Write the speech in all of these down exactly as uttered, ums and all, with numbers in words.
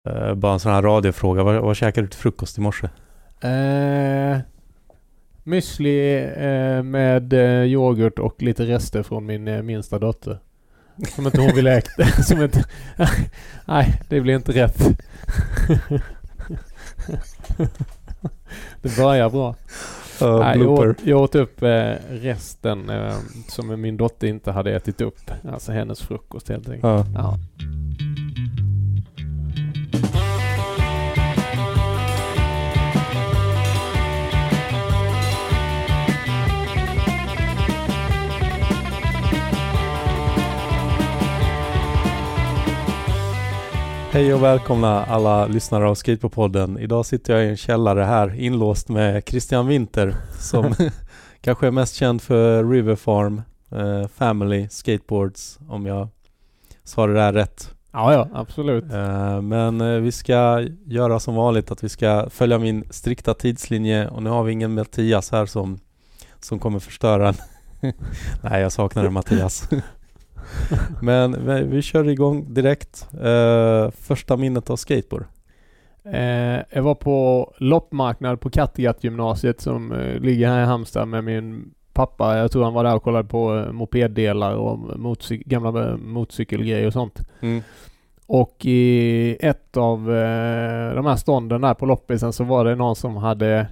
Uh, bara en sån här radiofråga. Vad, vad käkade du till frukost i morse? Eh, müsli eh, med eh, yoghurt och lite rester från min eh, minsta dotter. Som inte hon vill äta. Som inte, nej, det blir inte rätt. Det börjar bra. Uh, nej, jag, åt, jag åt upp eh, resten eh, som min dotter inte hade ätit upp. Alltså hennes frukost helt enkelt. Uh. Ja. Hej och välkomna alla lyssnare av Skateboardpodden. Idag sitter jag i en källare här inlåst med Christian Winter som kanske är mest känd för River Farm eh, Family Skateboards, om jag sa det där rätt. Ja, ja, absolut. Eh, men eh, vi ska göra som vanligt att vi ska följa min strikta tidslinje, och nu har vi ingen Mattias här som, som kommer förstöra den. Nej, jag saknar det, Mattias. Men vi, vi kör igång direkt. Uh, första minnet av skateboard. Eh, jag var på loppmarknad på Kattegatt-gymnasiet som eh, ligger här i Halmstad med min pappa. Jag tror han var där och kollade på eh, mopeddelar och motorcy- gamla motorcykelgrejer och sånt. Mm. Och i ett av eh, de här stånden där på loppisen så var det någon som hade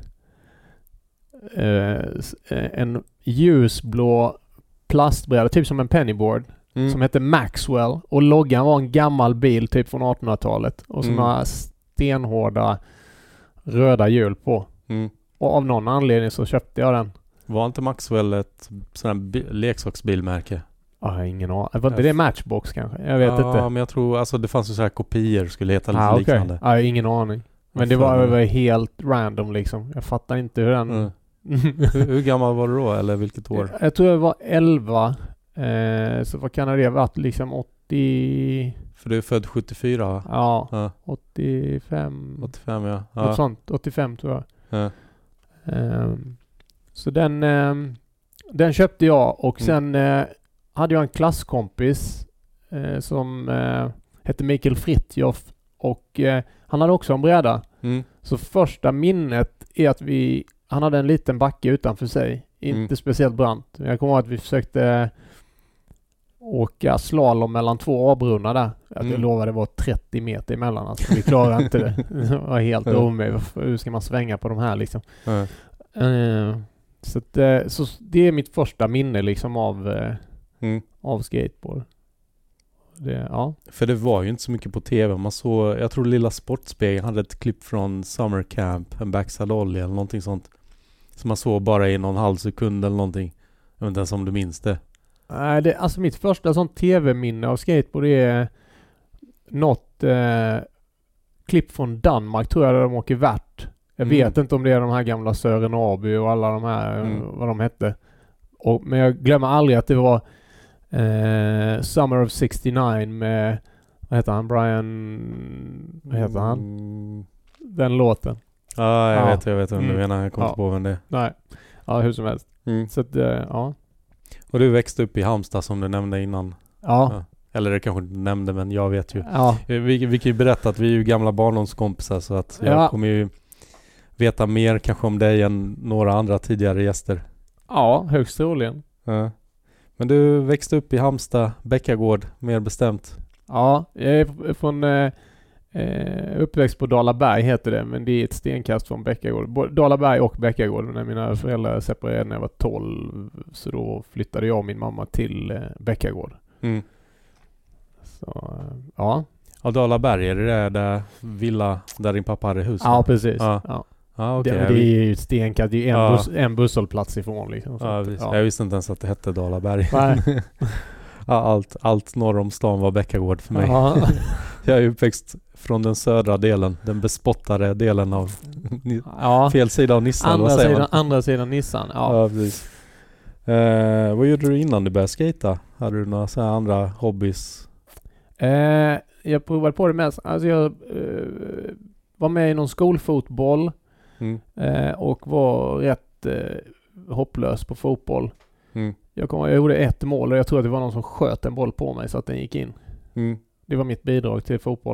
eh, en ljusblå plastbräda, typ som en pennyboard. Mm. Som hette Maxwell, och loggan var en gammal bil typ från artonhundratalet och så mm. några stenhårda röda hjul på. Mm. Och av någon anledning så köpte jag den. Var inte Maxwell ett sån här bi- leksaksbilmärke? Jag har ingen aning. Var inte det Matchbox kanske? Jag vet ja, inte. Ja, men jag tror alltså det fanns ju så här kopior skulle heta lite ah, okay. liknande. Ja, ingen aning. Men det var, var helt random liksom. Jag fattar inte hur den... Mm. hur, hur gammal var du då? Eller vilket år? Jag, jag tror jag var elva. Eh, så vad kan det ha varit liksom åttio... För du är född sjuttiofyra, va? Ja, ja. åttiofem. åttiofem, ja. ja. Något sånt, åttiofem tror jag. Ja. Eh, så den, eh, den köpte jag, och sen eh, hade jag en klasskompis eh, som eh, hette Mikael Fritjof, och eh, han hade också en bräda. Mm. Så första minnet är att vi, han hade en liten backe utanför sig. Inte mm. speciellt brant. Jag kommer ihåg att vi försökte åka slalom mellan två avbrunnar där. Att mm. jag lovade det var trettio meter emellan. Alltså, vi klarade inte det. Det var helt mm. omöjligt. Hur ska man svänga på de här liksom? Mm. Uh, så, att, så det är mitt första minne liksom av, uh, mm. av skateboard. Det, ja. För det var ju inte så mycket på tv. Man såg, jag tror Lilla Sportspegeln hade ett klipp från Summer Camp, en backside ollie eller någonting sånt. Som man såg bara i någon halv sekund eller någonting. Jag vet inte ens om du minns det. Nej, det, alltså mitt första sånt tv-minne av skateboard är något eh, klipp från Danmark, tror jag, där de åker värt. Jag mm. vet inte om det är de här gamla Sören Aby och alla de här, mm. vad de hette. Och, men jag glömmer aldrig att det var eh, Summer of sextionio med, vad heter han, Brian, vad heter han? Mm. Den låten. Ah, jag ja, vet, jag vet vem mm. du menar. Jag kommer ja. inte på vem det är. Nej, ja, hur som helst. Mm. Så att, ja. Och du växte upp i Halmstad som du nämnde innan. Ja. ja. Eller det kanske du nämnde, men jag vet ju. Ja. Vi, vi kan ju berätta att vi är ju gamla barndomskompisar, så att jag ja. kommer ju veta mer kanske om dig än några andra tidigare gäster. Ja, högst troligen. Ja. Men du växte upp i Halmstad, Bäckagård, mer bestämt. Ja, jag är från... Eh, Eh, uppväxt på Dalaberg heter det, men det är ett stenkast från Bäckagård. Både Dalaberg och Bäckagård. När mina föräldrar separerade när jag var tolv, så då flyttade jag och min mamma till eh, Bäckagård. Mm. Så, ja. Ja, Dalaberg, är det där, där villa där din pappa hade hus? Ja, precis. Ja. Ja. Ja, okay. det, det är ju stenkast, det är en, ja. buss, en busshållplats ifrån. Liksom, så ja, att, ja. Jag visste inte ens att det hette Dalaberg. Nej. Ja, allt, allt norr om stan var Bäckagård för mig. Ja. Jag är uppväxt från den södra delen, den bespottade delen av ja. fel sida av Nissan. Andra, vad säger sidan, man? andra sidan Nissan, ja. Ja, precis. Eh, vad gjorde du innan du började skata? Hade du några så här andra hobbys? Eh, jag provade på det mest. Alltså jag eh, var med i någon skolfotboll mm. eh, och var rätt eh, hopplös på fotboll. Mm. Jag, kom, jag gjorde ett mål och jag tror att det var någon som sköt en boll på mig så att den gick in. Mm. Det var mitt bidrag till fotbollen.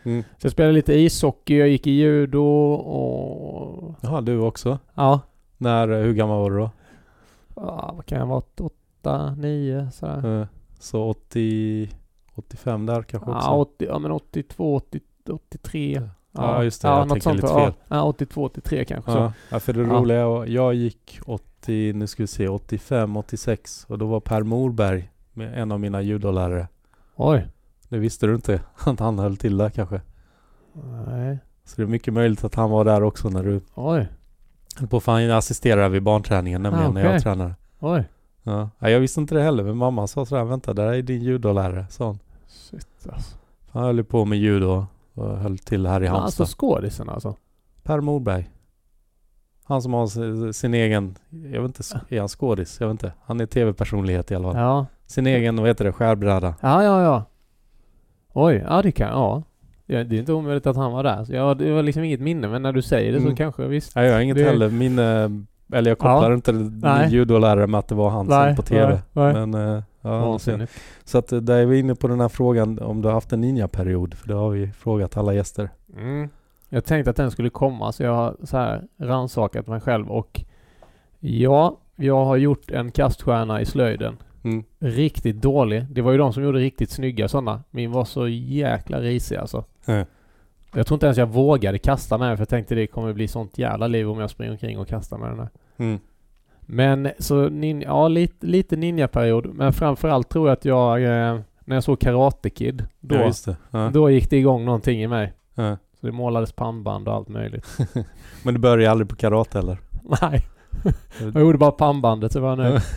Mm. Så jag spelade lite ishockey, jag gick i judo och... Jaha, du också? Ja. När, hur gammal var du då? Ja, vad kan jag vara? åtta, nio sådär. Uh, så åttio, åttiofem där kanske också? Ja, åttio, ja men åttiotvå, åttio, åttiotre. Ja, ja just det. Ja, jag tänker lite fel. Ja, åttiotvå, åttiotre kanske. Ja, Så. ja för det Ja. roliga är, jag gick åttio, nu ska vi se, åttiofem, åttiosex och då var Per Morberg med en av mina judolärare. Oj. Det visste du inte att han höll till där kanske. Nej. Så det är mycket möjligt att han var där också när du Oj. höll på, för han assisterade vid barnträningen nämligen Ah, när jag okej. tränade. Oj. Ja. Ja, jag visste inte det heller, men mamma sa sådär, vänta, där är din judolärare, sa hon. Shit alltså. Han höll ju på med judo och höll till här i Ja, Halmstad. alltså skådisen alltså. Per Morberg. Han som har sin, sin egen, jag vet inte, är han skådis? Jag vet inte. Han är tv-personlighet i alla fall. Ja. Sin egen, vad heter det, skärbräda. Ja, ja, ja. Oj, ja det kan, ja. Ja, det är inte omöjligt att han var där. Så jag, det var liksom inget minne, men när du säger det Mm. så kanske visst. Ja, jag har inget Det- heller minne, eller jag kopplar Ja. inte min Nej. judolärare med att det var han Nej, som på tv. nej, nej. Men, eh, ja, Vansinnigt. så att eh, där är vi inne på den här frågan om du har haft en ninja-period, för det har vi frågat alla gäster. Mm. Jag tänkte att den skulle komma, så jag har så här rannsakat mig själv och ja, jag har gjort en kaststjärna i slöjden. Mm. Riktigt dålig. Det var ju de som gjorde riktigt snygga sådana. Min var så jäkla risig alltså. Mm. Jag tror inte ens jag vågade kasta med, för jag tänkte det kommer bli sånt jävla liv om jag springer omkring och kastar med den här. Mm. Men så nin- ja, lite, lite ninja-period. Men framförallt tror jag att jag, eh, när jag såg Karate Kid, då, Ja, just det. Ja. då gick det igång någonting i mig. Ja. Så det målades pannband och allt möjligt. Men du började aldrig på karate eller? Nej. Jag gjorde bara pannbandet, så var jag nöjd.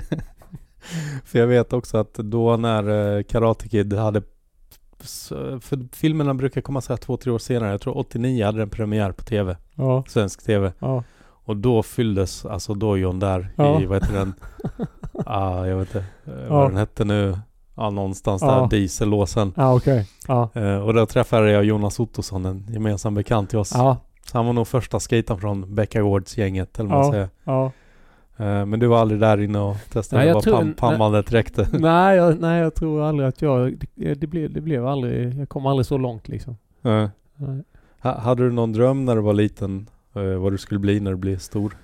För jag vet också att då när eh, Karate Kid hade, för filmerna brukar komma så här två, tre år senare, jag tror åttionio hade den premiär på tv, Ja, svensk tv. ja. Och då fylldes alltså dojon där Ja. i, vad heter den? ah, jag vet inte eh, Ja. vad den hette nu. Ja, någonstans Ja. där, diesellåsen. Ja, okej. Ja. Eh, och då träffade jag Jonas Ottosson, en gemensam bekant till oss. Ja, Så han var nog första skejtaren från Becka Gårds-gänget, eller vad man Ja. säger. ja. Eh, men du var aldrig där inne och testade Nej, jag vad tror- pam- pannbandet räckte. nej, jag, nej, jag tror aldrig att jag... Det, det, blev, det blev aldrig... Jag kom aldrig så långt liksom. Eh, Nej. ha- hade du någon dröm när du var liten eh, vad du skulle bli när du blev stor?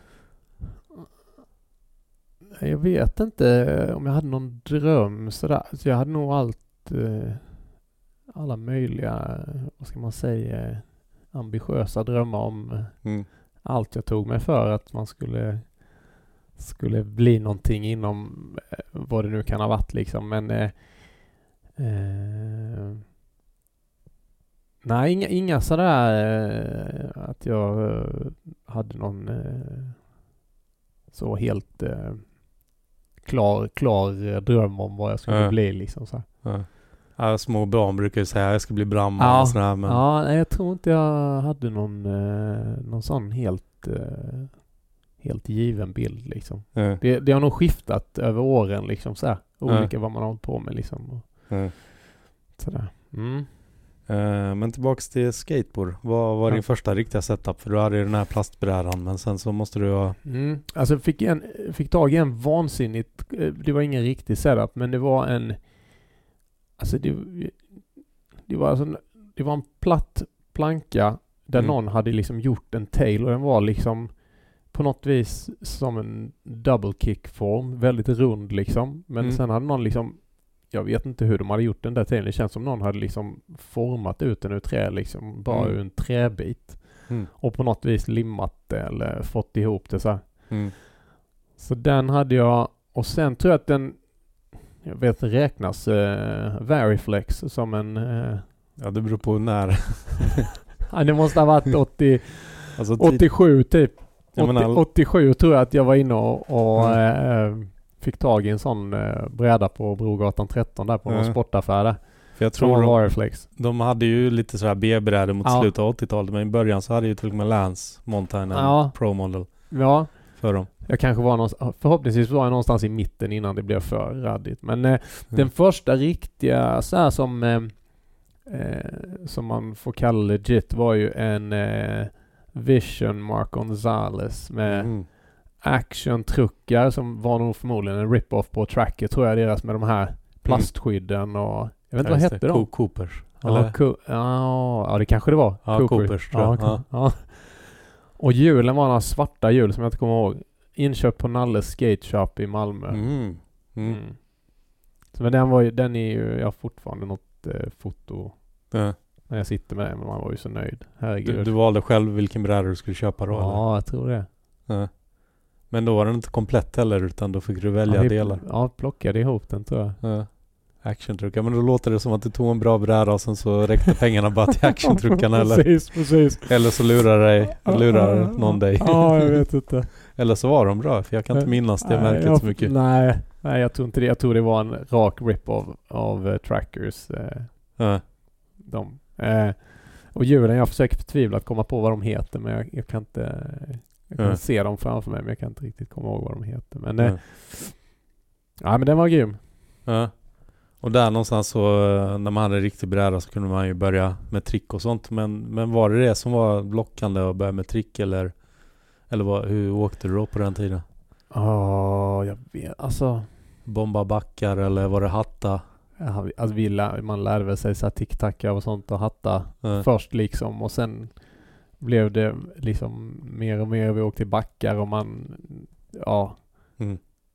Jag vet inte om jag hade någon dröm sådär. Så jag hade nog allt... Eh, alla möjliga, vad ska man säga, ambitiösa drömmar om eh, Mm. allt jag tog mig för att man skulle skulle bli någonting inom eh, vad det nu kan ha varit liksom. Men eh, eh, nej, inga, inga sådär eh, att jag eh, hade någon eh, så helt eh, klar, klar eh, dröm om vad jag skulle Ja. bli liksom så här. Ja. Ja, små barn brukar ju säga att jag ska bli brandman Ja. och sådär, men Ja, nej, jag tror inte jag hade någon eh, någon sån helt eh, helt given bild liksom. eh, Det, det har nog skiftat över åren liksom så här. Ja. Olika vad man har hållit på med liksom. Och eh. sådär. Mm. Eh, men tillbaks till skateboard. Vad var Ja. din första riktiga setup? För du hade ju den här plastbrädan, men sen så måste du ha... Mm. Alltså jag fick, en, fick tag i en vansinnigt, eh, det var ingen riktig setup, men det var en, alltså det, det var alltså, en- det var en platt planka där Mm. någon hade liksom gjort en tail och den var liksom på något vis som en double kick form, väldigt rund liksom. Men Mm. sen hade någon liksom, jag vet inte hur de hade gjort den där tailen, det känns som någon hade liksom format ut den ur trä liksom, bara Mm. ur en träbit. Mm. Och på något vis limmat det eller fått ihop det så här. Mm. Så den hade jag, och sen tror jag att den, jag vet räknas eh, Variflex som en, eh, Ja, det beror på när. ja, det måste ha varit åttio, Alltså, tid- åttiosju typ. Jag åttio, menar- åttiosju tror jag att jag var inne och, och Mm. eh, fick tag i en sån eh, bräda på Brogatan tretton där på Mm. någon sportaffär där. för jag Som var tror de, Variflex. de hade ju lite sådär B-brädor mot Ja. slutet av åttiotalet, men i början så hade ju till och med Lance Montana en Ja. Pro Model Ja, för dem. jag kanske var någonstans, förhoppningsvis var jag någonstans i mitten innan det blev för raddigt. Men eh, den första riktiga så här som eh, eh, som man får kalla legit var ju en eh, Vision Mark Gonzales med Mm. action-truckar som var nog förmodligen en rip-off på Tracker tror jag deras med de här plastskydden och jag vet inte Ja, vad just hette det. de? Co- Coopers. Eller? Ja, Co- ja, ja, det kanske det var. Ja, Cooper. Coopers tror jag. Ja, Ja. ja. Och hjulen var några svarta hjul som jag inte kommer ihåg. Inköpt på Nalles Skate Shop i Malmö. Mm. Mm. Mm. Så, men den var ju, den är ju, jag har fortfarande något eh, foto Ja. när jag sitter med den, men man var ju så nöjd. Herregud. Du, du valde själv vilken bräda du skulle köpa då? eller? Ja, jag tror det. Ja. Men då var den inte komplett heller, utan då fick du välja ja, vi, delar. Ja, plockade ihop den tror jag. Ja. Actiontruckar. Men då låter det som att du tog en bra bräda och sen så räckte pengarna bara till actiontruckarna. Eller, Precis, precis. eller så lurar dig, lurar någon dig. Ja, jag vet inte. Eller så var de bra, för jag kan inte minnas det Nej, märket jag, så mycket. Nej, nej, jag tror inte det. Jag tror det var en rak rip av, av uh, Trackers. Uh, Ja. de. Uh, och djuren, jag försöker förtvivlat komma på vad de heter, men jag, jag kan inte... Jag kan Ja. se dem framför mig, men jag kan inte riktigt komma ihåg vad de heter. Men, Ja. uh, ja, men den var grym. Ja. Och där någonstans så, när man hade en riktig bräda så kunde man ju börja med trick och sånt. Men, men var det det som var blockande att börja med trick, eller, eller vad, hur åkte du då på den tiden? Ja, jag vet. Alltså... Bomba backar eller var det hatta? Ja, vi- alltså vi lär, man lärde väl sig så här tic-tac och sånt och hatta Ja. först liksom, och sen blev det liksom mer och mer, vi åkte i backar och man, ja, Mm.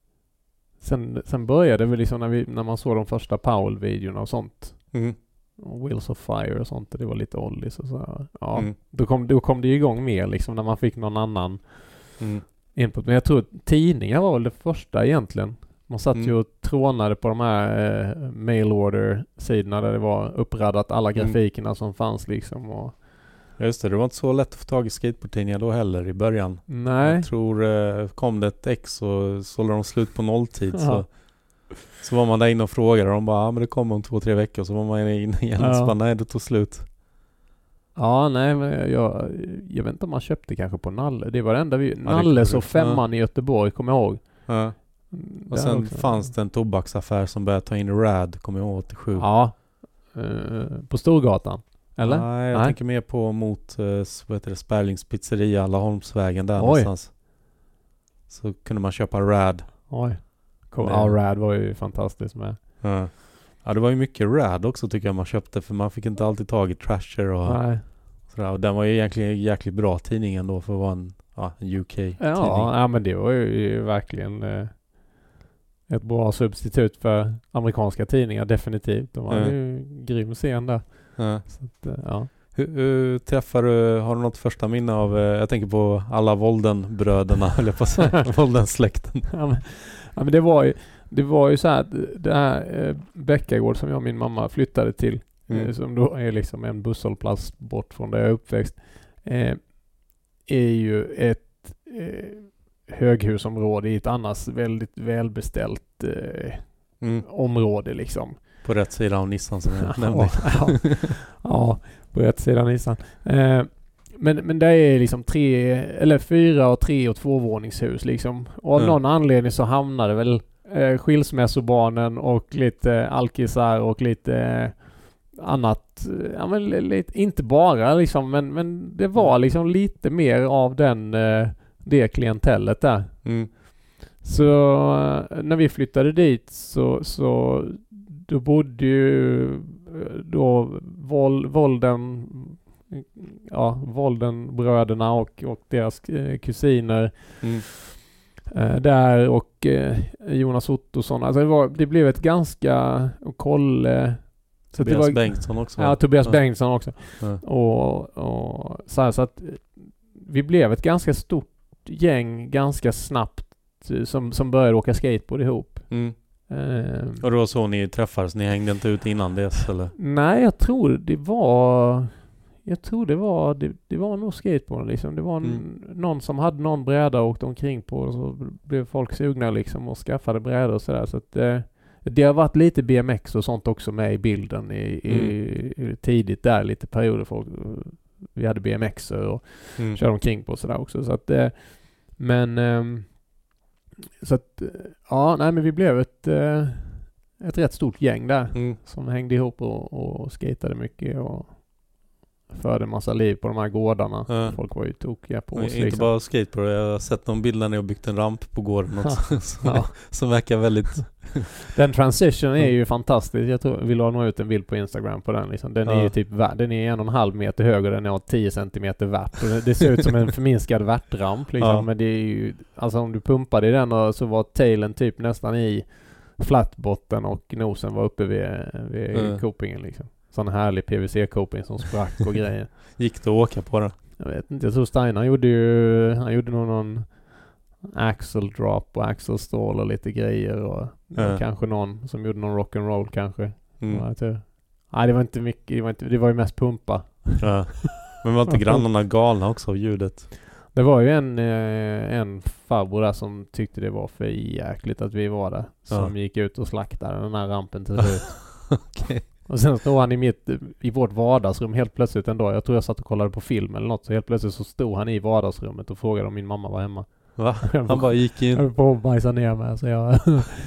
sen, sen började vi liksom när, vi, när man såg de första Powell-videorna och sånt, Mm. och Wheels of Fire och sånt, och det var lite oldies och så, ja, Mm. då, kom, då kom det igång mer liksom när man fick någon annan Mm. input. Men jag tror tidningar var väl det första egentligen. Man satt Mm. ju och trånade på de här eh, mail order-sidorna där det var uppraddat alla Mm. grafikerna som fanns liksom. Och Ja, just det, det var inte så lätt att få tag i skateboardtidningar då heller i början. nej. Jag tror eh, kom det ett ex och sålde de slut på nolltid. Ja. Så, så var man där inne och frågade och de bara, ja men det kommer om två, tre veckor. Så var man inne igen och Ja. så bara, nej det tog slut. Ja, nej, men jag, jag, jag vet inte om man köpte kanske på Nalle. Det var det enda vi... det Nalles kanske- och Femman i Göteborg, kommer jag ihåg. Ja. Mm, Och där sen också. fanns det en tobaksaffär som började ta in Rad, kommer jag ihåg, åttiosju. Ja. Eh, på Storgatan. Eller? Nej, jag Nej. tänker mer på mot eh, s- vad heter det, Sperlings pizzeria, Laholmsvägen där Oj. någonstans. Så kunde man köpa Rad. Oj. Cool. Nej. Ja, Rad var ju fantastiskt med. Ja. Ja, det var ju mycket Rad också tycker jag man köpte, för man fick inte alltid tag i Trasher och Nej. sådär. Och den var ju egentligen en jäkligt bra tidning ändå för att vara en, ja, en U K-tidning. Ja, ja, men det var ju verkligen eh, ett bra substitut för amerikanska tidningar, definitivt. De var Mm. ju grym scen där. Ja. Så att, eh, ja. Hur, hur träffar du, har du något första minne av, eh, jag tänker på alla Volden-bröderna, eller på så här, Volden-släkten. Ja, men, ja, men det var ju, det var ju så här, att det här eh, Bäckagård som jag och min mamma flyttade till, Mm. eh, som då är liksom en busshållplats bort från där jag är uppväxt, eh, är ju ett eh, höghusområde i ett annars väldigt välbeställt eh, Mm. område liksom. På rätt sida av Nissan som jag nämnde. Ja, ja, ja, på rätt sida Nissan. Eh, men, men det är liksom tre, eller fyra och tre och tvåvåningshus liksom. Och av Mm. någon anledning så hamnade väl eh, skilsmässobarnen och lite alkisar och lite eh, annat. Ja, men lite, inte bara liksom, men, men det var liksom lite mer av den, eh, det klientellet där. Mm. Så eh, när vi flyttade dit så, så då bodde ju eh, då Vol, Volden, ja, Voldenbröderna och, och deras eh, kusiner Mm. eh, där, och eh, Jonas Ottosson. Alltså det, var, det blev ett ganska, och Kolle. Så Tobias det var, Bengtsson också. ja, Tobias Ja. Bengtsson också. Ja. Och, och så, här, så att vi blev ett ganska stort gäng ganska snabbt eh, som, som började åka skateboard ihop. Mm. Eh, Och det var så ni träffades? Ni hängde inte ut innan dess eller? nej, jag tror det var jag tror det var det, det var nog skateboard liksom. Det var en, Mm. någon som hade någon bräda och åkte omkring på, och så blev folk sugna liksom och skaffade brädor och sådär. Så att eh, det har varit lite B M X och sånt också med i bilden i, i, i tidigt där, lite perioder folk, vi hade B M X och Mm. körde omkring på sådär också. Så att eh, men ehm, så att eh, ja, nej, men vi blev ett eh, ett rätt stort gäng där Mm. som hängde ihop och, och skatade mycket och förde en massa liv på de här gårdarna. Ja. Folk var ju tokiga på Men oss. inte Liksom. bara skateboard, jag har sett någon bild när ni har byggt en ramp på gården också. som, Ja. som verkar väldigt... Den transition är ju fantastisk. Jag tror vi la nog ut en bild på Instagram på den. Liksom. Den Ja. är ju typ vä- den är en och en halv meter hög och den har tio centimeter värt. Och det, det ser ut som en förminskad värtramp. Liksom. Ja. Men det är ju, alltså om du pumpade i den och så var tailen typ nästan i flatbotten och nosen var uppe vid, vid Mm. copingen. Liksom. Sån härlig P V C-coping som sprack och grejer. Gick det att åka på den? Jag vet inte, jag tror Steiner gjorde ju, han gjorde nog någon axle drop och axle stall och lite grejer och, Ja. och kanske någon som gjorde någon rock and roll kanske. Mm. Ja, jag tror. Nej, det var inte mycket, det var, inte, det var ju mest pumpa. Ja. Men var inte grannarna galna också av ljudet? Det var ju en, eh, en farbror där som tyckte det var för jäkligt att vi var där. Som Ja. gick ut och slaktade den här rampen till slut. Okej. Och sen stod han i mitt, i vårt vardagsrum helt plötsligt en dag. Jag tror jag satt och kollade på film eller något. Så helt plötsligt så stod han i vardagsrummet och frågade om min mamma var hemma. Va? Han bara gick Jag in. höll på att bajsa ner mig. Så jag...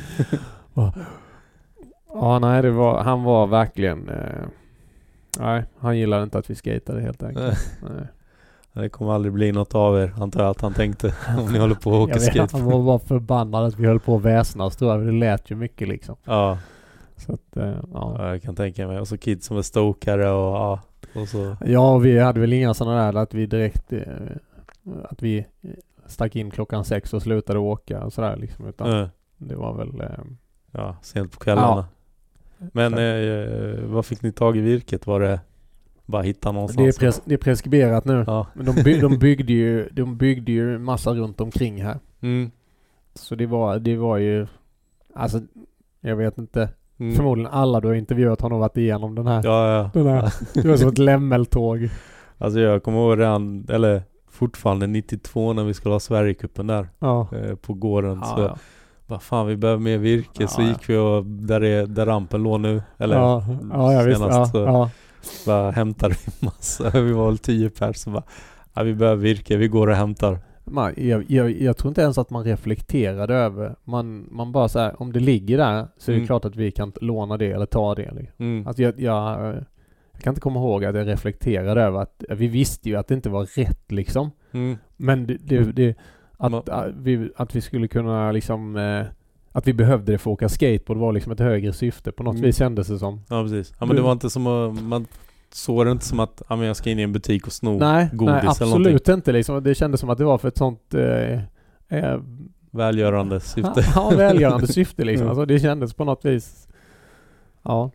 ja, nej, det var, han var verkligen... Eh, nej, han gillade inte att vi skatade helt enkelt. Nej. Det kommer aldrig bli något av er, antar jag att han tänkte. Om ni håller på att åka Jag vet, skate. han var bara förbannad att vi höll på att väsnas, tror jag. Det lät ju mycket liksom. Ja. Så att, eh, ja. Ja, jag kan tänka mig. Och så kids som är stokare och ja. Och så. Ja, vi hade väl inga sådana där att vi direkt... Eh, att vi stack in klockan sex och slutade åka och sådär liksom. Utan Mm. det var väl... Eh, Ja, sent på kvällarna. Men eh, vad fick ni tag i virket? Var det bara hitta någonstans? det, är pres- det är preskriberat nu. Ja. Men de, by- de, byggde ju, de byggde ju massa runt omkring här. Mm. Så det var, det var ju... Alltså, jag vet inte. Mm. Förmodligen alla du har intervjuat har nog varit igenom den här. Ja, ja. Den här. Det var som ett lämmeltåg. Alltså jag kommer ihåg redan, eller fortfarande nittiotvå när vi skulle ha Sverigecupen där Ja. eh, på gården. Ja, så ja. vad fan, vi behöver mer virke. Ja, så ja. gick vi och där, är, där rampen låg nu. Eller ja, ja, ja, visst. senast Ja, så ja. bara hämtade vi massa. Vi var väl tio pers så bara, ja, vi behöver virke, vi går och hämtar. Man, jag, jag, jag tror inte ens att man reflekterade över. Man, man bara så här, om det ligger där så är det Mm. klart att vi kan låna det eller ta det. Liksom. Mm. Alltså jag, jag, jag kan inte komma ihåg att jag reflekterade över att vi visste ju att det inte var rätt liksom. Mm. Men det, det, det, att, Ma- att, vi, att vi skulle kunna liksom eh, att vi behövde det för att åka skateboard var liksom ett högre syfte på något Mm. vis kändes det som. Ja, precis. Ja, men det var inte som att, man såg det inte som att ja, men jag ska in i en butik och sno Nej, godis nej eller absolut någonting. inte liksom. Det kändes som att det var för ett sånt eh, eh, Välgörande syfte. ja, välgörande syfte liksom. Mm. Alltså det kändes på något vis. Ja.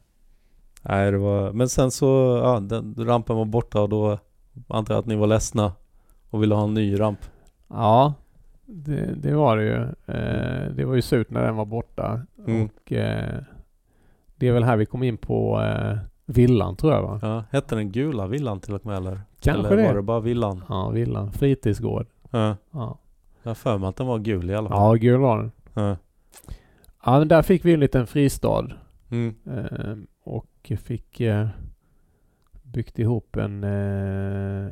Nej, det var... Men sen så, ja, den, rampen var borta och då antar jag att ni var ledsna och ville ha en ny ramp. Ja. Det, det var det ju. Eh, det var ju surt när den var borta. Mm. Och eh, det är väl här vi kom in på eh, villan tror jag va? Ja, hette den gula villan till och med eller? Kanske eller det. var det bara villan? Ja, villan. Fritidsgård. Ja. Ja, Jag har för mig att den var gul i alla fall. ja gul var den. Ja. Ja, men där fick vi en liten fristad. Mm. Eh, och fick eh, byggt ihop en eh,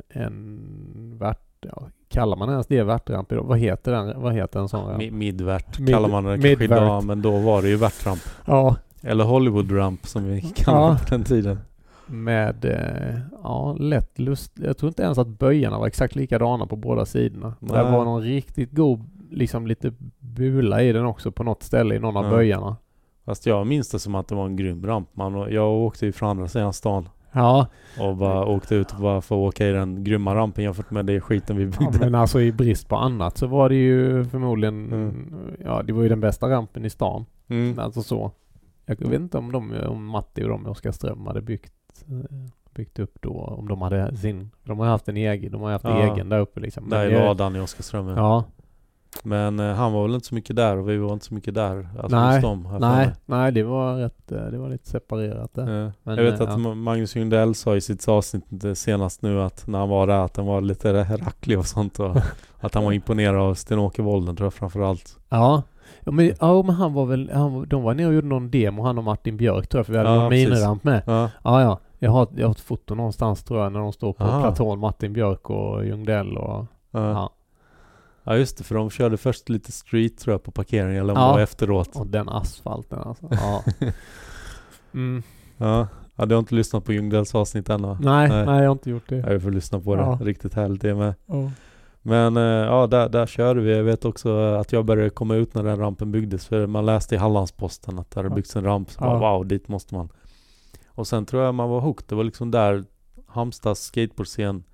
en värt, ja, kallar man ens det värtramp idag? Vad heter den? Vad heter en sån ramp? Mi- Midvärt Mid- kallar man den kanske midvärt. idag, men då var det ju värtramp. Ja, Eller Hollywood ramp som vi kallade Ja. på den tiden. med eh, ja, lätt lust. Jag tror inte ens att böjarna var exakt likadana på båda sidorna. Det Nej. var någon riktigt god, liksom lite bula i den också på något ställe i någon av Ja. böjarna. Fast jag minns det som att det var en grym ramp. Man, jag åkte ju från andra sidan stan Ja, och bara åkte ut och bara för att åka i den grymma rampen jämfört med det skiten vi ja, byggde. men alltså i brist på annat så var det ju förmodligen, Mm. ja det var ju den bästa rampen i stan. Mm. Alltså så. Jag vet inte om de, om Matti och de i Oskarström hade byggt, eh, byggt upp då, om de hade sin, de har haft en egen, de har haft Ja. egen där uppe liksom. Där i jag- ladan i Oskarström. Ja. Ja, Men eh, han var väl inte så mycket där och vi var inte så mycket där. Alltså Nej, hos dem, här för nej, mig. nej det var rätt, eh, det var lite separerat där. Eh, Men, jag vet eh, att ja. Ma- Magnus Ljungdell sa i sitt avsnitt eh, senast nu att när han var där att den var lite racklig och sånt och att han var imponerad av Sten-Åke Wolden tror jag framförallt. Ja. Ja men, ja men han var väl, han, de var nere och gjorde någon demo, han och Martin Björk tror jag, för vi hade Ja, någon precis. miniramp med. Ja, Ja, ja. Jag har, jag har ett foto någonstans tror jag när de står på Aha. platån, Martin Björk och Ljungdell och ja. ja. ja, just det, för de körde först lite street tror jag på parkeringen eller om Ja. det var efteråt. Och den asfalten alltså. Ja. Mm. Ja. Ja, du har inte lyssnat på Ljungdels avsnitt än va? Nej, nej, nej, jag har inte gjort det. Jag får lyssna på det. Ja. Riktigt härligt det med. Ja. Men eh, ja, där, där körde vi. Jag vet också att jag började komma ut när den rampen byggdes. För man läste i Hallandsposten att det hade byggts en ramp. Så Ja. bara, wow, dit måste man. Och sen tror jag man var hooked. Det var liksom där Halmstads skateboardscen.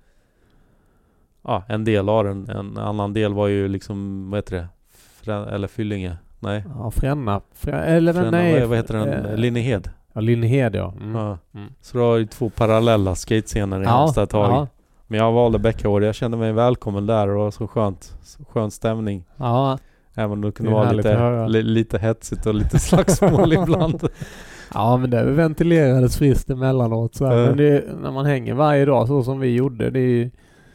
Ja, en del av den. En annan del var ju liksom, vad heter det? Frä, eller Fyllinge. Nej. Ja, Fränna. Frä, eller Fränna, nej. vad, vad heter den? Eh, Linnehed. Ja, Linnehed, ja. Mm. Ja. Mm. Så det var ju två parallella skatescener i Ja, Halmstad ett tag. ja. Men jag valde Bäckahår. Jag kände mig välkommen där och det var så skönt. Så skön stämning. Ja, Även om det kunde Det är vara härligt att lite, höra. li, lite hetsigt och lite slagsmål ibland. ja, men det ventilerades friskt emellanåt. Så här. Ja. Men det, när man hänger varje dag så som vi gjorde, det, är ju-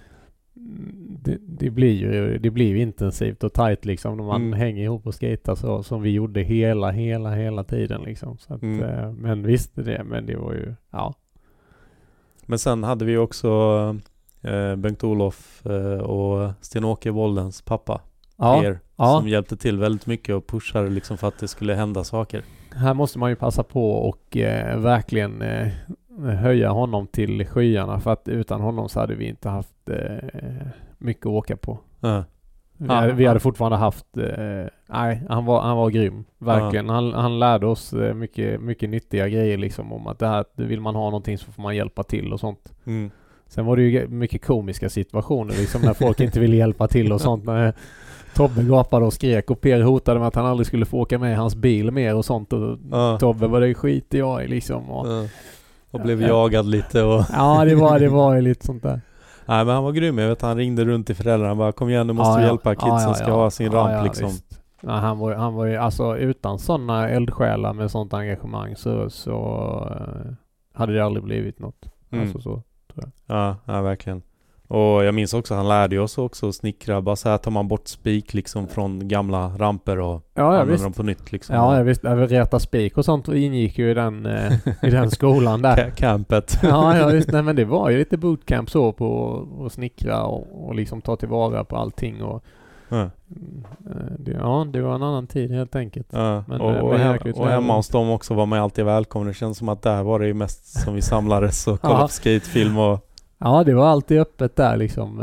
det, det blir ju det blir ju intensivt och tajt liksom när man Mm. hänger ihop och skater så som vi gjorde hela, hela, hela tiden liksom. Så att, Mm. eh, men visst det, men det var ju, ja. Men sen hade vi också eh, Bengt-Olof eh, och Sten-Åke Woldens pappa. Ja, Er, ja. som hjälpte till väldigt mycket och pushade liksom för att det skulle hända saker. Här måste man ju passa på och eh, verkligen eh, höja honom till skyarna för att utan honom så hade vi inte haft eh, mycket att åka på. Ja. Vi, Ja, hade, vi ja. hade fortfarande haft, eh, nej han var, han var grym, verkligen. Han, han lärde oss eh, mycket, mycket nyttiga grejer liksom om att det här, vill man ha någonting så får man hjälpa till och sånt. Mm. Sen var det ju mycket komiska situationer liksom när folk inte ville hjälpa till och sånt. När Tobbe gapade och skrek och Per hotade med att han aldrig skulle få åka med i hans bil mer och sånt. Och Ja. Tobbe var det skit i jag i liksom. Och, Ja. Och blev Ja. jagad lite och... ja, det var, det var ju lite sånt där. Nej, men han var grym. Jag vet han ringde runt till föräldrarna och bara kom igen, nu måste Ja, vi ja. hjälpa kidsen Ja, ja, ska ja. ha sin Ja, ramp ja, liksom. visst. Ja, han var, han var ju, alltså utan sådana eldsjälar med sånt engagemang så, så uh, hade det aldrig blivit något. Mm. Alltså så, tror jag. Ja, ja, verkligen. Och jag minns också, han lärde oss också att snickra. Bara så här tar man bort spik liksom från gamla ramper och Ja, ja använder visst. dem på nytt liksom. Ja, jag visst. Även räta spik och sånt ingick ju i den, eh, i den skolan där. Ca- Campet. Ja, ja visst. Nej, men det var ju lite bootcamp så på att snickra och, och liksom ta tillvara på allting. Och, Ja. mm, eh, det, ja, det var en annan tid helt enkelt. Ja. Men, och, eh, och, men hem, jäkligt och hemma väl. hos dem också var man alltid välkommen. Det känns som att där var det ju mest som vi samlades och kollade Ja. på skatefilm och... Ja, det var alltid öppet där liksom.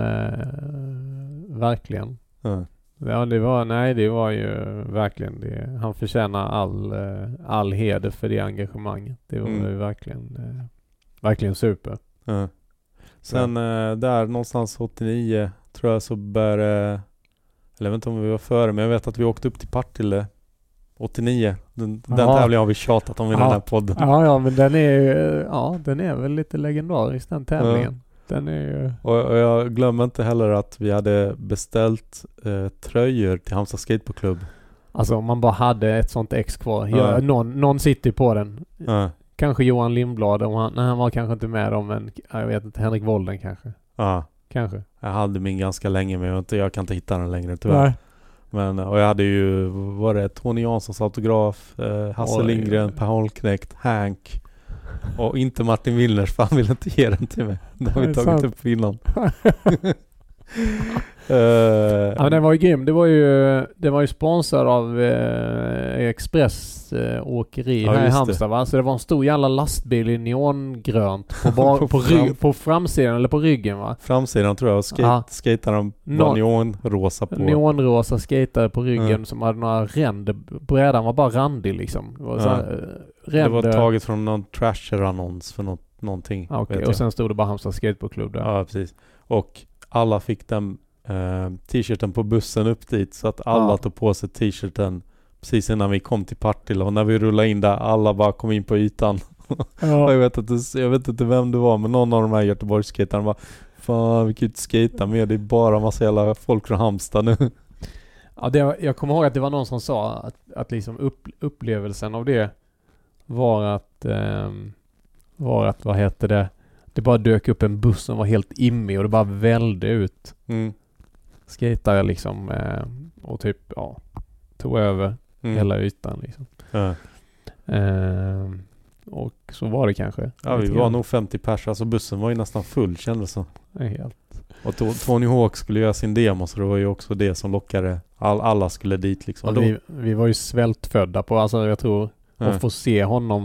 Eh, verkligen. Ja. Ja, det var, nej, det var ju verkligen det. Han förtjänar all, eh, all heder för det engagemanget. Det var Mm. ju verkligen, eh, verkligen super. Ja. Sen eh, där någonstans åttionio tror jag så började... Eller jag vet inte om vi var före, men jag vet att vi åkte upp till Partille åttionio. Den, den Ja. tävlingen har vi tjatat om i Ja. den här podden. Ja, ja, men den är ju, ja, den är väl lite legendarisk den tävlingen. Den är ju... Och, och jag glömmer inte heller att vi hade beställt eh, tröjor till Halmstad Skateboardklubb. Alltså om man bara hade ett sånt ex kvar. Ja. Ja, någon, någon sitter på den. Ja. Kanske Johan Lindblad, om han, nej, han var kanske inte med dem, men jag vet inte, Henrik Wolden kanske. Ja. Kanske. Jag hade min ganska länge, men jag, inte, jag kan inte hitta den längre tyvärr. Men, och jag hade ju, var det Tony Janssons autograf, eh, Hasse Oj. Lindgren, Per Holmknekt, Hank och inte Martin Willners, för han ville inte ge den till mig. Det har Det vi är tagit sant. upp innan. uh, Ja, men den var ju grym. Det var ju, det var ju sponsor av eh, Express eh, åkeri Ja, här i just det. Halmstad, va? Så det var en stor jävla lastbil i neongrönt på, bar, På på, fram- rygg, på framsidan eller på ryggen, va? Framsidan tror jag, och skate, Ja. skataren var Nå- neonrosa på. Neonrosa skatare på ryggen Mm. som hade några ränder. Brädan var bara randig liksom. Det var, så Ja. här, eh, Det var ränder. taget från någon Trasher-annons för något, någonting. Ja, okej. vet Och jag. sen stod det bara Halmstad Skateboardklubb där. Ja, precis. Och alla fick den eh, t-shirten på bussen upp dit, så att alla Ja. tog på sig t-shirten precis innan vi kom till Partille, och när vi rullade in där, alla bara kom in på ytan. Och jag, vet inte, jag vet inte vem det var, men någon av de här Göteborgsskaterna bara, fan vi kan ju inte skata mer, det är bara massa jävla folk från Halmstad nu. Ja, det, jag kommer ihåg att det var någon som sa att, att liksom upp, upplevelsen av det var att ehm, var att, vad heter det, det bara dök upp en buss som var helt immig och det bara välde ut Mm. skatare liksom eh, och typ, ja, tog över Mm. hela ytan liksom. Ja. Ehm, och så var det kanske. Ja, vi Lite var grann. nog femtio pers, alltså bussen var ju nästan full, kändes som. Ja, helt. Och to- Tony Hawk skulle göra sin demo, så det var ju också det som lockade. All, alla skulle dit liksom. Och vi, vi var ju svältfödda på, alltså jag tror, Ja. att få se honom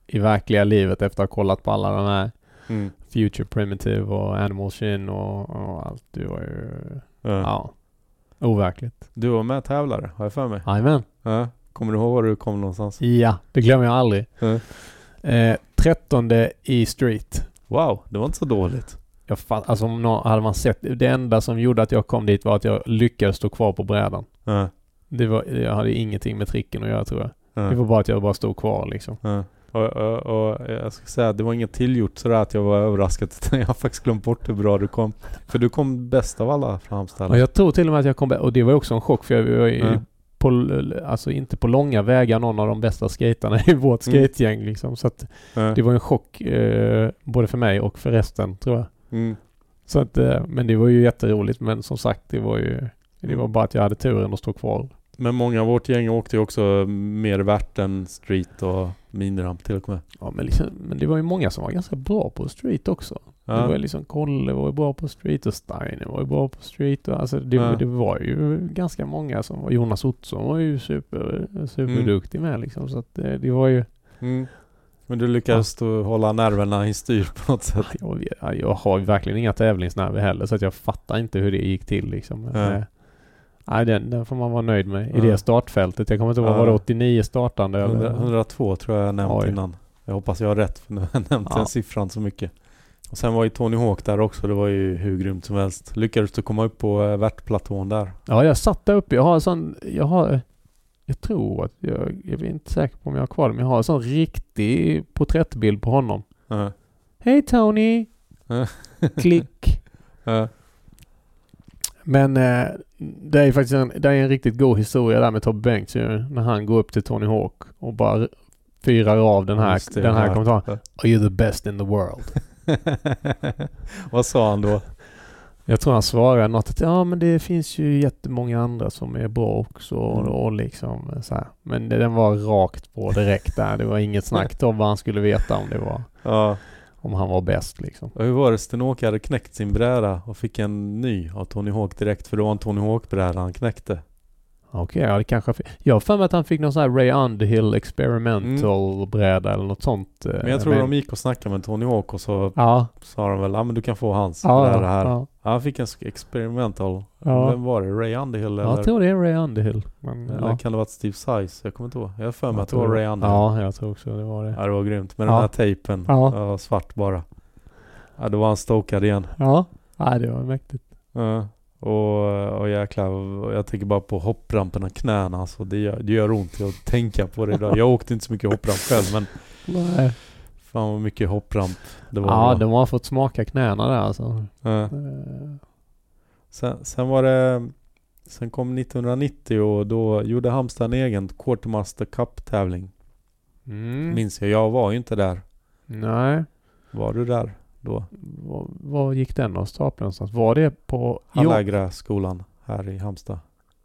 i verkliga livet efter att ha kollat på alla de här Mm. Future Primitive och Animal Shin och, och allt. Det var ju Ja. ja, overkligt. Du var med tävlare, har jag för mig. Jajamän. Ja. Kommer du ihåg var du kom någonstans? Ja, det glömmer jag aldrig. Ja. Eh, trettonde i street. Wow, det var inte så dåligt. Jag fatt, alltså om någon, hade man sett, det enda som gjorde att jag kom dit var att jag lyckades stå kvar på brädan. Ja. Det var, jag hade ingenting med tricken att göra tror jag. Ja. Det var bara att jag bara stod kvar liksom. Ja. Och, och, och jag ska säga att det var inget tillgjort sådär att jag var överraskad. Jag har faktiskt glömt bort hur bra du kom. För du kom bäst av alla framställningar. Och jag tror till och med att jag kom bä- och det var också en chock för jag var ju Ja. på, alltså inte på långa vägar någon av de bästa skaterna i vårt Mm. skategäng liksom. Så att Ja. det var en chock eh, både för mig och för resten tror jag. Mm. Så att, eh, men det var ju jätteroligt men som sagt det var ju det var bara att jag hade turen att stå kvar. Men många av vårt gäng åkte ju också mer värt än street och miniramp till och med. Ja, men, liksom, men det var ju många som var ganska bra på street också. Ja. Det var ju liksom Kolle var ju bra på street och Steiner var ju bra på street. Och alltså det, Ja. det var ju ganska många som var. Jonas Ottsson var ju super, superduktig med liksom. Så att det, det var ju... Mm. Men du lyckades då hålla nerverna i styr på något sätt. Jag, jag, jag har ju verkligen inga tävlingsnerver heller så att jag fattar inte hur det gick till liksom. Ja. Men, eh, nej, den, den får man vara nöjd med. I Ja. det startfältet. Jag kommer inte ihåg, Ja. var det åttionio startande? hundra, Eller? hundratvå tror jag jag nämnt Oj. innan. Jag hoppas jag har rätt för nu har jag nämnt Ja. den siffran så mycket. Och sen var ju Tony Hawk där också. Det var ju hur grymt som helst. Lyckades du komma upp på äh, värtplatån där? Ja, jag satt där uppe. Jag har en sån... Jag har... Jag tror att... Jag, jag är inte säker på om jag har kvar det, men jag har en sån riktig porträttbild på honom. Ja. Hej Tony! Ja. Klick! Ja. Men eh, det är faktiskt en, det är en riktigt god historia där med Tobbe Bengts ju, när han går upp till Tony Hawk och bara fyrar av den här, Just det, den här ja. kommentaren. Are you the best in the world? Vad sa han då? Jag tror han svarade något att ja men det finns ju jättemånga andra som är bra också Mm. och liksom så här. Men det, den var rakt på direkt där. Det var inget snack om vad han skulle veta om det var Ja. om han var bäst liksom. Och hur var det? Sten-Åke hade knäckt sin bräda och fick en ny av Tony Hawk direkt, för det var en Tony Hawk-bräda han knäckte. Okej, ja det kanske... Jag har för mig att han fick någon sån här Ray Underhill experimental bräda eller något sånt. Men jag tror de gick och snackade med Tony Hawk och så Ja. sa de väl, ja men du kan få hans Ja, bräda här. ja. Ja, han fick en experimental. Ja. Vem var det? Ray Underhill Ja, eller? jag tror det är Ray Underhill. Men, Eller ja. kan det vara Steve Size? Jag kommer inte ihåg. Jag har för mig Jag att det var tror- Ray Underhill. Ja, jag tror också det var det. Ja, det var grymt. Med Ja. den här tejpen. Ja. Ja, svart bara. Ja, då var han stokad igen. Ja. Nej, det var mäktigt. Ja. Och, och jäklar, och jag tänker bara på hoppramperna, knäna. Alltså det, gör, det gör ont att tänka på det idag. Jag åkte inte så mycket hoppramp själv, men Nej. fan vad mycket hoppramp det var. Ja, då. de har fått smaka knäna där alltså. Ja. Eh, Sen, sen var det sen kom nittonhundranittio och då gjorde Halmstad en egen Quartermaster Cup-tävling. Mm. Minns jag, jag var ju inte där. Nej. Var du där då? Var, var gick den av stapeln någonstans? Var det på... Hallägra skolan här i Halmstad.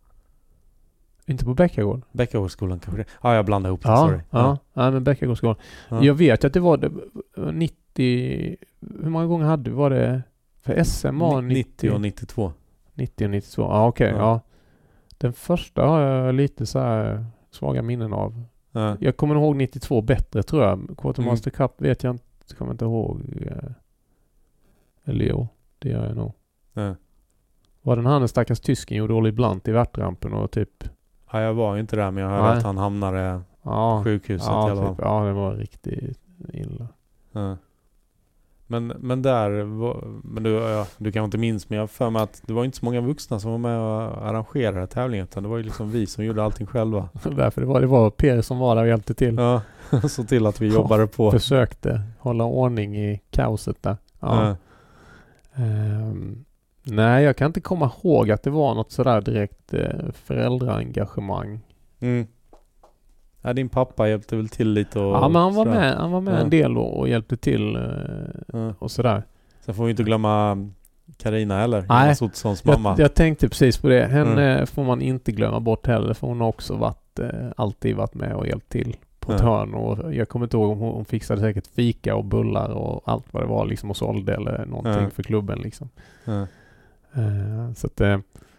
Inte på Bäckagård? Bäckagårdsskolan kanske det. Ja, jag blandade ihop det, Ja, sorry. ja. Ja, men Bäckagårdsskolan. Ja. Jag vet att det var det, nittio... Hur många gånger hade var det? För S M var nittio nittio och nittiotvå. nittio och nittiotvå. Ja, okej. Ja. Ja. Den första har jag lite så här svaga minnen av. Ja. Jag kommer ihåg nittiotvå bättre tror jag. Quartermaster Mm. Cup vet jag inte. Kommer inte ihåg. eh, Eller jo, det gör jag nog. Ja. Var den han den stackars tysken gjorde Olli Blant i värtrampen och typ... Ja, jag var ju inte där, men jag hörde Nej. att han hamnade Ja, på sjukhuset i ja, alla fall. typ, ja, det var riktigt illa. Ja. Men, men där var, men du, ja, du kanske inte minns, men jag har för mig att det var inte så många vuxna som var med och arrangerade tävlingen, utan det var ju liksom vi som gjorde allting själva. Därför det var, det var Per som var där och hjälpte till. Ja, så till att vi jobbade på. Försökte hålla ordning i kaoset där. Ja. Ja. Ehm, nej, jag kan inte komma ihåg att det var något sådär direkt eh, föräldraengagemang. Mm. Ja, din pappa hjälpte väl till lite och Ja, men han var sådär. med, han var med Ja. en del och, och hjälpte till eh, Ja. och sådär. Sen får vi inte glömma Carina heller, Nej. Jonas Ottssons mamma. Jag, jag tänkte precis på det. Henne Mm. får man inte glömma bort heller, för hon har också varit, eh, alltid varit med och hjälpt till på ett Ja. hörn. Och jag kommer inte ihåg om hon, hon fixade säkert fika och bullar och allt vad det var liksom och sålde eller någonting Ja. för klubben liksom. Ja. Eh, så att eh,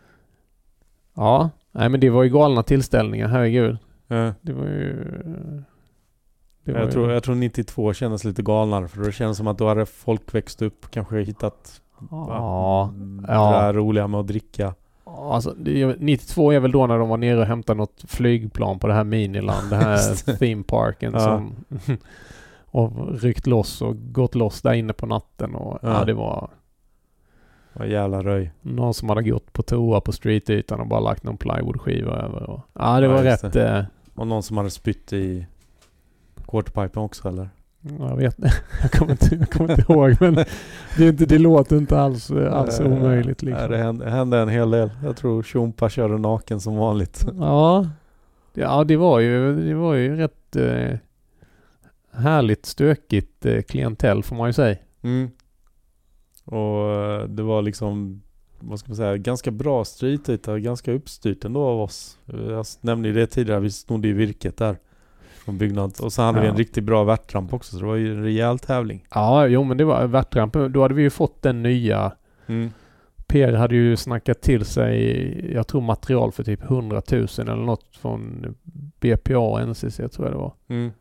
ja, nej men det var ju galna tillställningar, herregud. Ja. Det var ju Det var Jag ju- tror, jag tror nittiotvå kändes lite galnare, för det kändes som att då hade folk växt upp, kanske hittat Ja, det ja. där roliga med att dricka. Alltså, det- nittiotvå är väl då när de var nere och hämtade något flygplan på det här Miniland, det Just här det. themeparken Ja. som och ryckt loss och gått loss där inne på natten och ja, Ja. det var Vad jävla röj. någon som hade gått på toa på streetytan och bara lagt någon plywoodskiva över. Och, ja, det Ja, var just rätt... Eh, Och någon som hade spytt i quarterpipen också, eller? jag vet jag kommer inte, jag kommer inte ihåg, men det, är inte, det låter inte alls, alls Eh, omöjligt. Liksom. Nej, det hände, hände en hel del. Jag tror Tjompa körde naken som vanligt. Ja, ja det var ju, det var ju rätt eh, härligt stökigt eh, klientell får man ju säga. Mm. Och eh, det var liksom, vad ska man säga, ganska bra streetyta, ganska uppstyrt ändå av oss. Jag nämnde ju det tidigare, vi snodde ju virket där från byggnads. Och så hade vi Ja. en riktigt bra värtramp också, så det var ju en rejäl tävling. Ja, jo men det var värtrampen. Då hade vi ju fått den nya. Mm. Per hade ju snackat till sig, jag tror material för typ hundratusen eller något från B P A och N C C tror jag det var. Mm.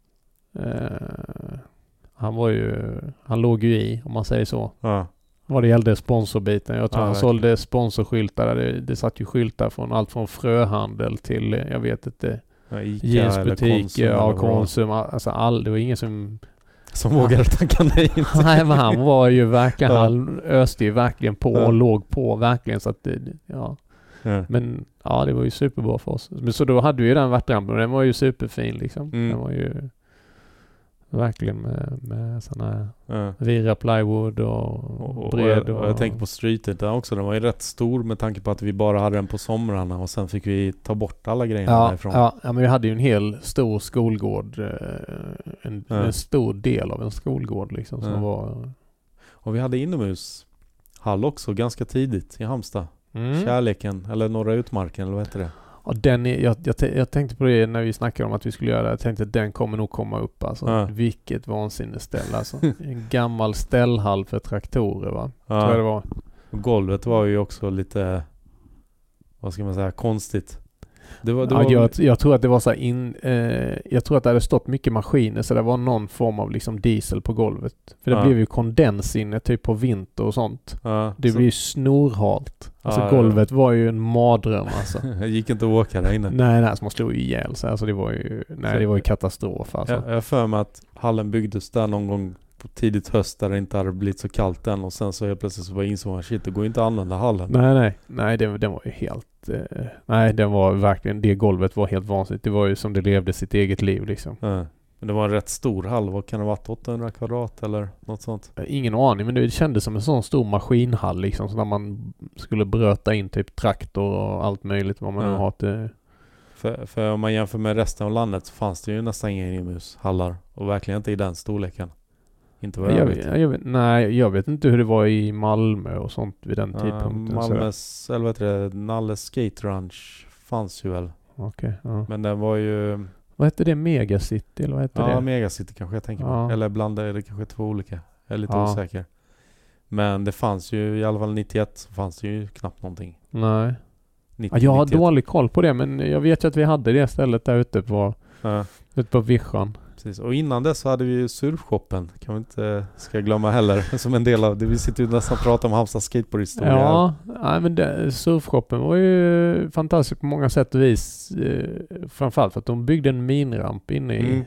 Eh, han var ju, han låg ju i om man säger så. Ja. Vad det gällde sponsorbiten. Jag tror Ja, han verkligen. sålde sponsorskyltar. Det, det satt ju skyltar från allt från fröhandel till, jag vet inte, Ja, Ica jeansbutiker, eller ja, Konsum, eller vad. Konsum. Alltså all, det var ingen som... Som vågade tacka nej. Nej, men han var ju verkligen, Ja. han öste ju verkligen på Ja. och låg på verkligen så att det, ja. Ja. Men ja, det var ju superbra för oss. Men så då hade vi ju den värtrampen och den var ju superfin liksom. Mm. Den var ju verkligen med, med sådana här Ja. Vira plywood och, Och, och, bred och, och jag tänker på streetet där också. Den var ju rätt stor med tanke på att vi bara hade den på somrarna och sen fick vi ta bort alla grejerna ja, därifrån. ja, ja, men vi hade ju en hel stor skolgård. eh, En, Ja. en stor del av en skolgård liksom som Ja. var... Och vi hade inomhushall också ganska tidigt i Halmstad. Mm. Kärleken, eller Norra Utmarken, eller vad heter det? Ja, den är, jag, jag, t- jag tänkte på det när vi snackade om att vi skulle göra det. Jag tänkte att den kommer nog komma upp. Alltså. Ja. Vilket vansinnesställ. Alltså. En gammal ställhall för traktorer va? Tror jag det Ja. var. Och golvet var ju också lite, vad ska man säga, konstigt. Det var, det Ja, var, jag, jag tror att det var så här in, eh, jag tror att det hade stått mycket maskiner så det var någon form av liksom diesel på golvet. För det Ja. blev ju kondens inne typ på vinter och sånt. ja, Det så- blir ju snorhalt. Alltså Ja, golvet var ju en mardröm alltså. Jag gick inte att åka där inne. nej, nej, alltså man slog ju ihjäl sig. Alltså det var ju, nej det var ju katastrof alltså. Jag jag har för mig att hallen byggdes där någon gång på tidigt höst där det inte hade blivit så kallt än, och sen så helt plötsligt så var insåg man shit, det går inte att använda hallen. Nej, nej. Nej, den, den var ju helt... Eh, nej, den var verkligen... Det golvet var helt vansinnigt. Det var ju som det levde sitt eget liv liksom. Ja. Men det var en rätt stor hall. Vad kan det ha varit? åttahundra kvadrat eller något sånt? Eh, Ingen aning, men det kändes som en sån stor maskinhall liksom. Så när man skulle bröta in typ traktor och allt möjligt vad man Ja. nu har till... För, för om man jämför med resten av landet så fanns det ju nästan inga inomhushallar. Och verkligen inte i den storleken. Inte vad jag, Jag, vet. vet- jag vet, nej, jag vet inte hur det var i Malmö och sånt vid den Ja, tidpunkten. Malmös, eller vad heter det, Nalles Skate Ranch fanns ju väl. Okej, ja. Men den var ju... Vad hette det? Megacity eller vad hette Ja, det? Megacity kanske jag tänker Ja. på. Eller blandade, det kanske är två olika. Jag är lite Ja. osäker. Men det fanns ju, i alla fall nittioett så fanns det ju knappt någonting. Nej. nittio, Ja, jag har nittioett. dålig koll på det, men jag vet ju att vi hade det stället där ute på, Ja, ute på vischan. precis. Och innan det så hade vi ju surfshoppen. Kan vi inte, ska jag glömma heller. Som en del av det. Vi sitter ju nästan och pratar om Halmstad skateboardhistoria. Ja, nej, men det, surfshoppen var ju fantastisk på många sätt och vis. Eh, framförallt för att de byggde en minramp inne i...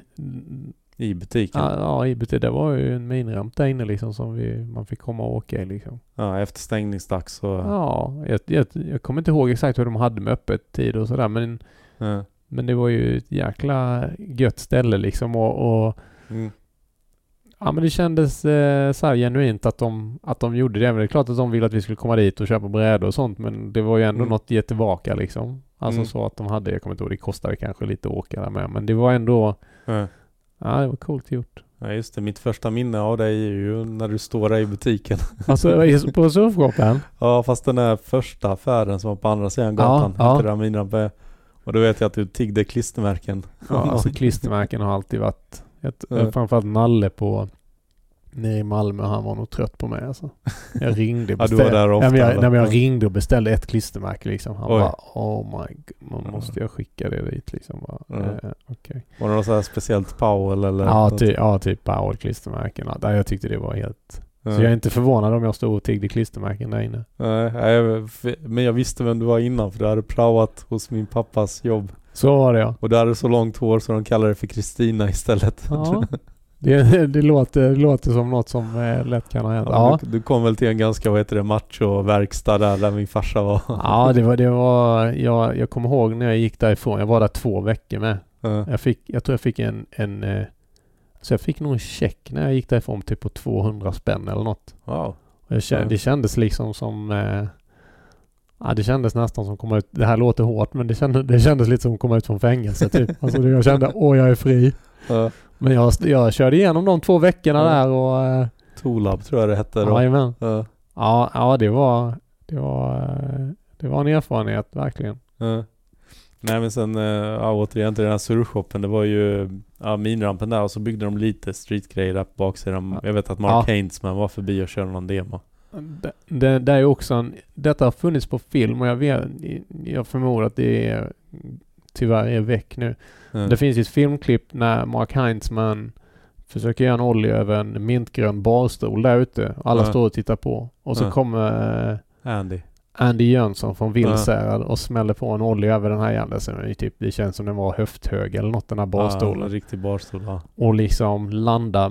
I butiken. Ja, ja, i butik. Det var ju en minramp där inne liksom som vi, man fick komma och åka i liksom. Ja, efter stängningsdags så... Ja, jag, jag, jag kommer inte ihåg exakt hur de hade med öppet tid och sådär, men, Ja. men det var ju ett jäkla gött ställe liksom och, och Mm. ja, men det kändes eh, så här genuint att de, att de gjorde det. Men det är klart att de ville att vi skulle komma dit och köpa brädor och sånt, men det var ju ändå Mm. något ge tillbaka liksom. Alltså Mm. så att de hade, jag kommer inte ihåg, det kostade kanske lite att åka där med, men det var ändå, Ja. ja det var coolt gjort. Ja, just det. Mitt första minne av dig är ju när du står där i butiken. Alltså på surfshoppen? Ja, fast den där första affären som var på andra sidan gatan. Ja, ja. Där minramp. Och då vet jag att du tiggde klistermärken. Ja, alltså klistermärken har alltid varit ett, Ja. framförallt Nalle på nere i Malmö. Han var nog trött på mig alltså. Jag ringde och Ja, du beställde. var där ofta, nej, men jag, eller? nej, men jag ringde och beställde ett klistermärke liksom. Han Oj. bara, oh my god, man måste jag skicka det dit liksom. Bara, Ja. eh, okay. Var det något så här speciellt Powell eller? Ja, något? ty, ja, typ Powell-klistermärkena. Där jag tyckte det var helt... Ja. Så jag är inte förvånad om jag stod och tiggde klistermärken där inne. Nej, jag, men jag visste vem du var innan, för du hade praoat hos min pappas jobb. Så var det, ja. Och du hade så långt hår så de kallade det för Kristina istället. Ja, det, det, låter, det låter som något som eh, lätt kan ha hänt. Ja, Ja, du, du kom väl till en ganska, vad heter det, macho-verkstad där, där min farsa var. ja det var, det var jag, jag kommer ihåg när jag gick därifrån. Jag var där två veckor med. Ja. Jag, fick, jag tror jag fick en, en eh, så jag fick nog en check när jag gick därifrån typ på tvåhundra spänn eller något. Wow. Och jag kände, Ja. det kändes liksom som eh, ja, det kändes nästan som att komma ut. Det här låter hårt, men det kändes, det kändes lite som att komma ut från fängelse typ. Alltså det, jag kände, åh jag är fri. Ja. Men jag, jag körde igenom de två veckorna Ja. där och eh, Tolab tror jag det hette då. jajamän. Ja. Ja, ja det var det var eh, det var en erfarenhet verkligen. Ja. Nej men sen, eh, ja, återigen till den här surfshoppen, det var ju ja, minrampen där och så byggde de lite streetgrejer där på baksidan. Ja. Jag vet att Mark Ja. Hainsman var förbi och körde någon demo. Det, det, det är ju också en, detta har funnits på film och jag vet, jag förmodar att det är tyvärr är väck nu. Ja. Det finns ju ett filmklipp när Mark Hainsman försöker göra en ollie över en mintgrön barstol där ute. Alla Ja. står och tittar på. Och så Ja. kommer eh, Andy. Andy Jönsson från Ja. Vilsärad och smäller på en ollie över den här järnvägen. Typ, det känns som den var höfthög eller något, den här Ja, barstolen. en riktig barstol, ja. Och liksom landa,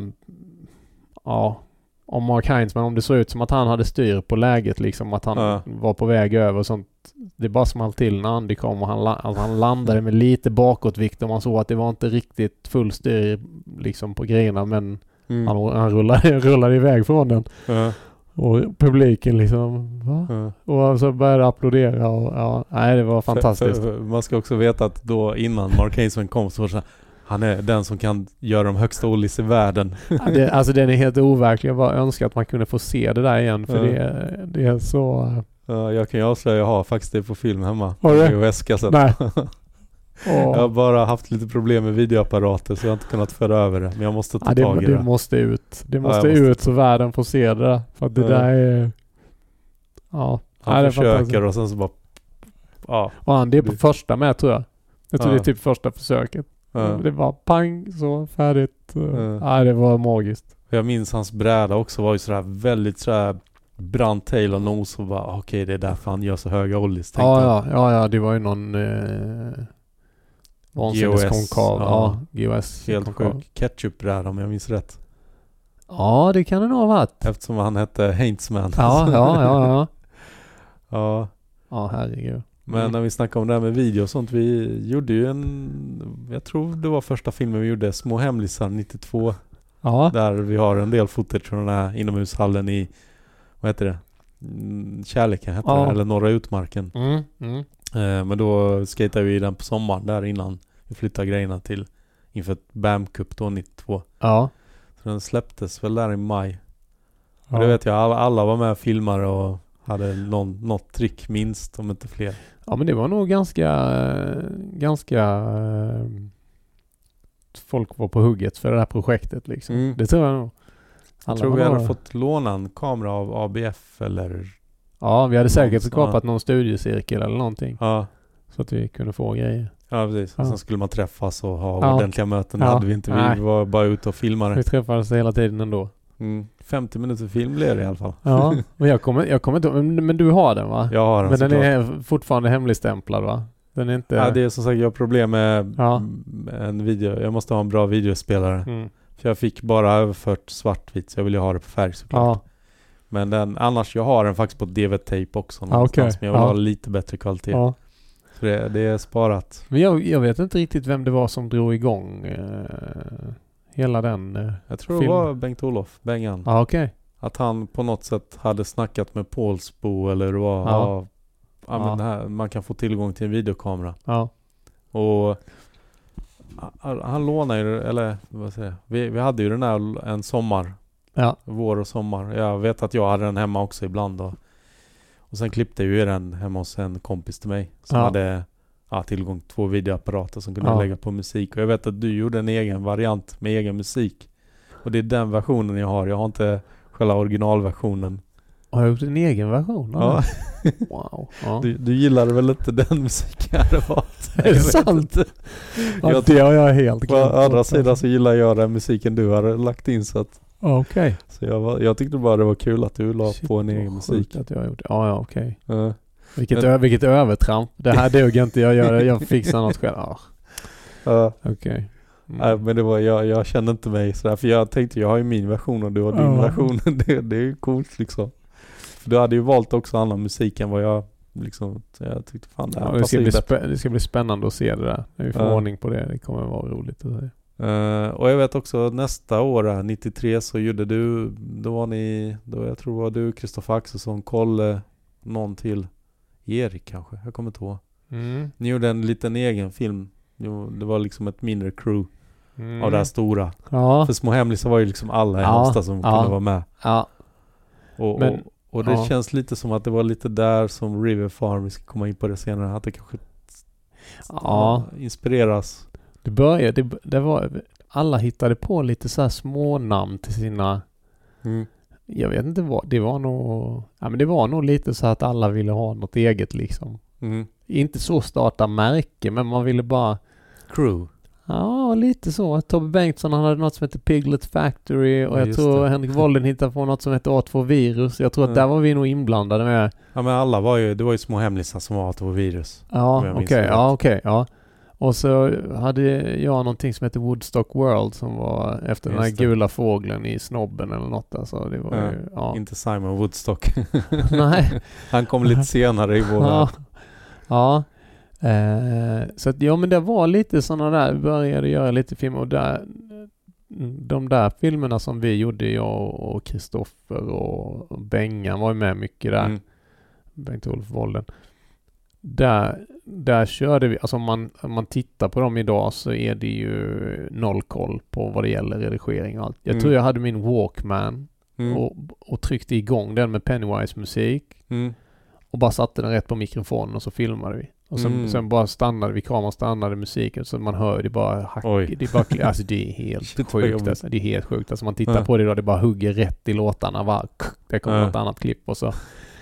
ja, om Mark Hainsman, om det såg ut som att han hade styr på läget liksom, att han Ja. var på väg över och sånt, det bara small till när Andy kom och han, la- alltså han landade med lite bakåtvikt och man såg att det var inte riktigt full styr liksom på grejerna, men Mm. han, han rullade, rullade iväg från den Ja. och publiken liksom, va? Ja. Och så började applådera och ja, nej det var fantastiskt. För, för, man ska också veta att då innan Mark Hainsman kom så var det så här, han är den som kan göra de högsta ollies i världen. Ja, det, alltså den är helt overklig. Jag bara önskar att man kunde få se det där igen. För Ja. det, är, det är så... Ja, jag kan ju avslöja, jag har faktiskt det på film hemma. Har du? V H S-kassett. Nej. Jag har Åh. bara haft lite problem med videoapparater så jag har inte kunnat föra över det. Men jag måste ta Ja, tag det, i det. det måste ut. Det Ja, måste jag måste ut så världen får se det där. För att det Ja. där är... Ja. Han Ja, det är försöker fantastiskt. och sen så bara... Ja. Och han, det är på Det- första med tror jag. Jag tror Ja. det är typ första försöket. Ja. Det var pang, så färdigt. Ja. Ja, det var magiskt. Jag minns hans bräda också var ju sådär väldigt sådär brant tail och nos och bara okej, det är därför han gör så höga ollies. tänkte Ja, jag. ja, ja, ja, det var ju någon... Eh, Vansinneskonkav. Ja. Ja, G O S. Helt konkav. sjuk ketchupbräda om jag minns rätt. Ja, det kan det nog ha varit. Eftersom han hette Hainsman. Ja, ja, ja, ja. Ja. Ja, herregud. Men Mm. när vi snackade om det här med video och sånt, vi gjorde ju en, jag tror det var första filmen vi gjorde, Små hemlisar nittiotvå, Ja, där vi har en del footage från den här inomhushallen i, vad heter det? Mm, Kärleken heter Ja. det, eller Norra Utmarken. mm, mm. Eh, men då skatade vi den på sommaren där innan vi flyttade grejerna till inför ett B A M Cup då nittiotvå. Ja. Så den släpptes väl där i maj. Ja. Och det vet jag, alla, alla var med och filmade och hade någon, något trick minst, om inte fler. Ja, men det var nog ganska, eh, ganska eh, folk var på hugget för det här projektet liksom. Mm. Det tror jag nog. Jag Alla tror var vi hade några. fått låna en kamera av A B F eller... Ja, vi hade säkert Någonstans. skapat någon studiecirkel eller någonting. Ja, Så att vi kunde få grejer. ja precis. Och Ja. sen skulle man träffas och ha Ja. ordentliga möten. Det Ja. hade vi inte. Nej. Vi var bara ute och filmade. Vi träffades hela tiden ändå. Mm. femtio minuter film blev det i alla fall. Ja, men jag kommer, jag kommer inte men, men du har den va? Jag har den Men den såklart. är fortfarande hemligstämplad va? Den är inte... Ja, det är som sagt, jag har problem med Ja. med en video. Jag måste ha en bra videospelare. Mm. För jag fick bara överfört svartvitt, så jag vill ju ha det på färg såklart. Ja, Men den, annars, jag har den faktiskt på D V-tape också Ah, någonstans. okej. Men jag vill Ja. ha lite bättre kvalitet. ja. Så det, det är sparat. Men jag, jag vet inte riktigt vem det var som drog igång eh, hela den... Eh. Jag tror Film. det var Bengt-Olof, Bengan. Ja, okej. Att han på något sätt hade snackat med Paulsbo eller det var, Ja. ja, ja, men Ja. det här, man kan få tillgång till en videokamera. Ja. Och han, han lånade ju, eller vad säger jag? Vi, vi hade ju den här en sommar, Ja. vår och sommar. Jag vet att jag hade den hemma också ibland då. Och sen klippte jag ju den hemma hos en kompis till mig som Ja. hade ja, tillgång till två videoapparater som kunde Ja. lägga på musik. Och jag vet att du gjorde en egen variant med egen musik. Och det är den versionen jag har. Jag har inte själva originalversionen. Har jag gjort en egen version? Ja. Wow. Ja. Du, du gillar väl inte den musiken? Är det sant? Ja, jag, det har jag helt glömt. På andra sidan så gillar jag den musiken du har lagt in. Så att, okej. Okay. Så jag, var, jag tyckte bara det var kul att du la Shit, på en egen musik. Att jag har gjort. Ja, ja, okej. Okay. Ja. Vilket, Men, ö- vilket övertramp. Det här dög inte jag gör. Jag fixar något själv. Ja. Ja. Okej. Okay. Mm. Nej, men det var, jag, jag kände inte mig sådär. För jag tänkte, jag har ju min version och du har din ja. version. det, det är ju coolt liksom. För du hade ju valt också annan musik än vad jag liksom, jag tyckte fan det här ja, det, ska bli spä- det ska bli spännande att se det där. När vi får ja. ordning på det. Det kommer vara roligt att se. Uh, och jag vet också nästa år, nittiotre, så gjorde du, då var ni, då jag tror det var du, Kristoffer Axelsson, Kolle, någon till, Erik kanske, jag kommer inte ihåg. Mm. Ni gjorde en liten egen film. Det var liksom ett mindre crew mm. av det här stora. Ja. För Små hemlisar var ju liksom alla i ja. Halmstad som ja. kunde vara med. Ja. Och, Men, och, och det ja. känns lite som att det var lite där som River Farm, vi ska komma in på det senare, att det kanske ja. inspireras. Det började, det, det var, alla hittade på lite så här små namn till sina, mm. jag vet inte vad, det var nog, ja men det var nog lite så att alla ville ha något eget liksom. Mm. Inte så starta märke, men man ville bara crew. Ja, lite så. Tobbe Bengtsson, han hade något som heter Piglet Factory och ja, jag tror det. Henrik Wolden hittade på något som heter A två Virus. Jag tror att mm. där var vi nog inblandade med. Ja, men alla var ju, det var ju Små hemlisar som var A två Virus. Ja, okej. Okay. Ja, okej. Okay, ja. Och så hade jag någonting som heter Woodstock World som var efter Just den här det. gula fågeln i snobben eller något. Alltså, det var ja, ju, ja. Inte Simon Woodstock. Nej. Han kom lite senare i vår ja. ja. Eh, så att, ja men det var lite sådana där, började göra lite filmer och där, de där filmerna som vi gjorde, jag och Kristoffer och Bengan var med mycket där. Mm. Bengt-Olof Wolden. Där, där körde vi, alltså om man, om man tittar på dem idag så är det ju noll koll på vad det gäller redigering och allt. Jag mm. tror jag hade min Walkman mm. och, och tryckte igång den med Pennywise musik mm. och bara satte den rätt på mikrofonen och så filmade vi. Och sen, mm. sen bara stannade vi, kameran stannade musiken så man hör det bara hack, det är bara, alltså det är helt sjukt alltså, det är helt sjukt alltså man tittar ja. på det då, det bara hugger rätt i låtarna bara, det kommer ja. något annat klipp och så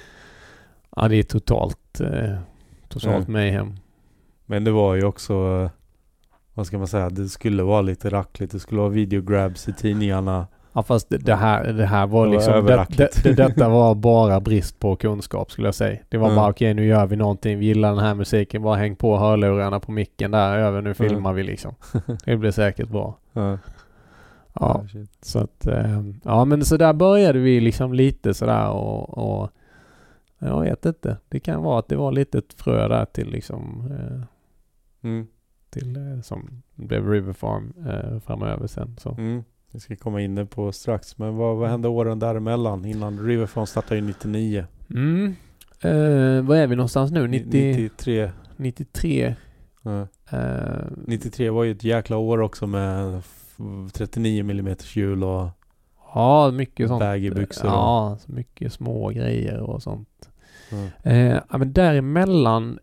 ja det är totalt eh, totalt ja. mayhem. Men det var ju också, vad ska man säga, det skulle vara lite rackligt, det skulle vara videograbs i tidningarna. Ja fast det, det, här, det här var det liksom var det, det, det, detta var bara brist på kunskap skulle jag säga. Det var mm. bara okej okay, nu gör vi någonting, vi gillar den här musiken, bara häng på hörlurarna på micken där över, nu filmar mm. vi liksom. Det blir säkert bra. Mm. Ja, oh, så att eh, ja men så där började vi liksom lite sådär och, och jag vet inte, det kan vara att det var lite ett frö där till liksom eh, mm. till eh, som blev River Farm eh, framöver sen så. Mm. Vi ska komma in på strax. Men vad, vad hände åren däremellan innan River Farm startade ju nittionio? Mm. Uh, vad är vi någonstans nu? nittio, nittiotre. nittiotre. Uh. Uh, nittiotre var ju ett jäkla år också med trettionio millimeter hjul och ja, mycket sånt. Baggybyxor. Ja, så mycket små grejer och sånt. Uh. Uh, ja, men däremellan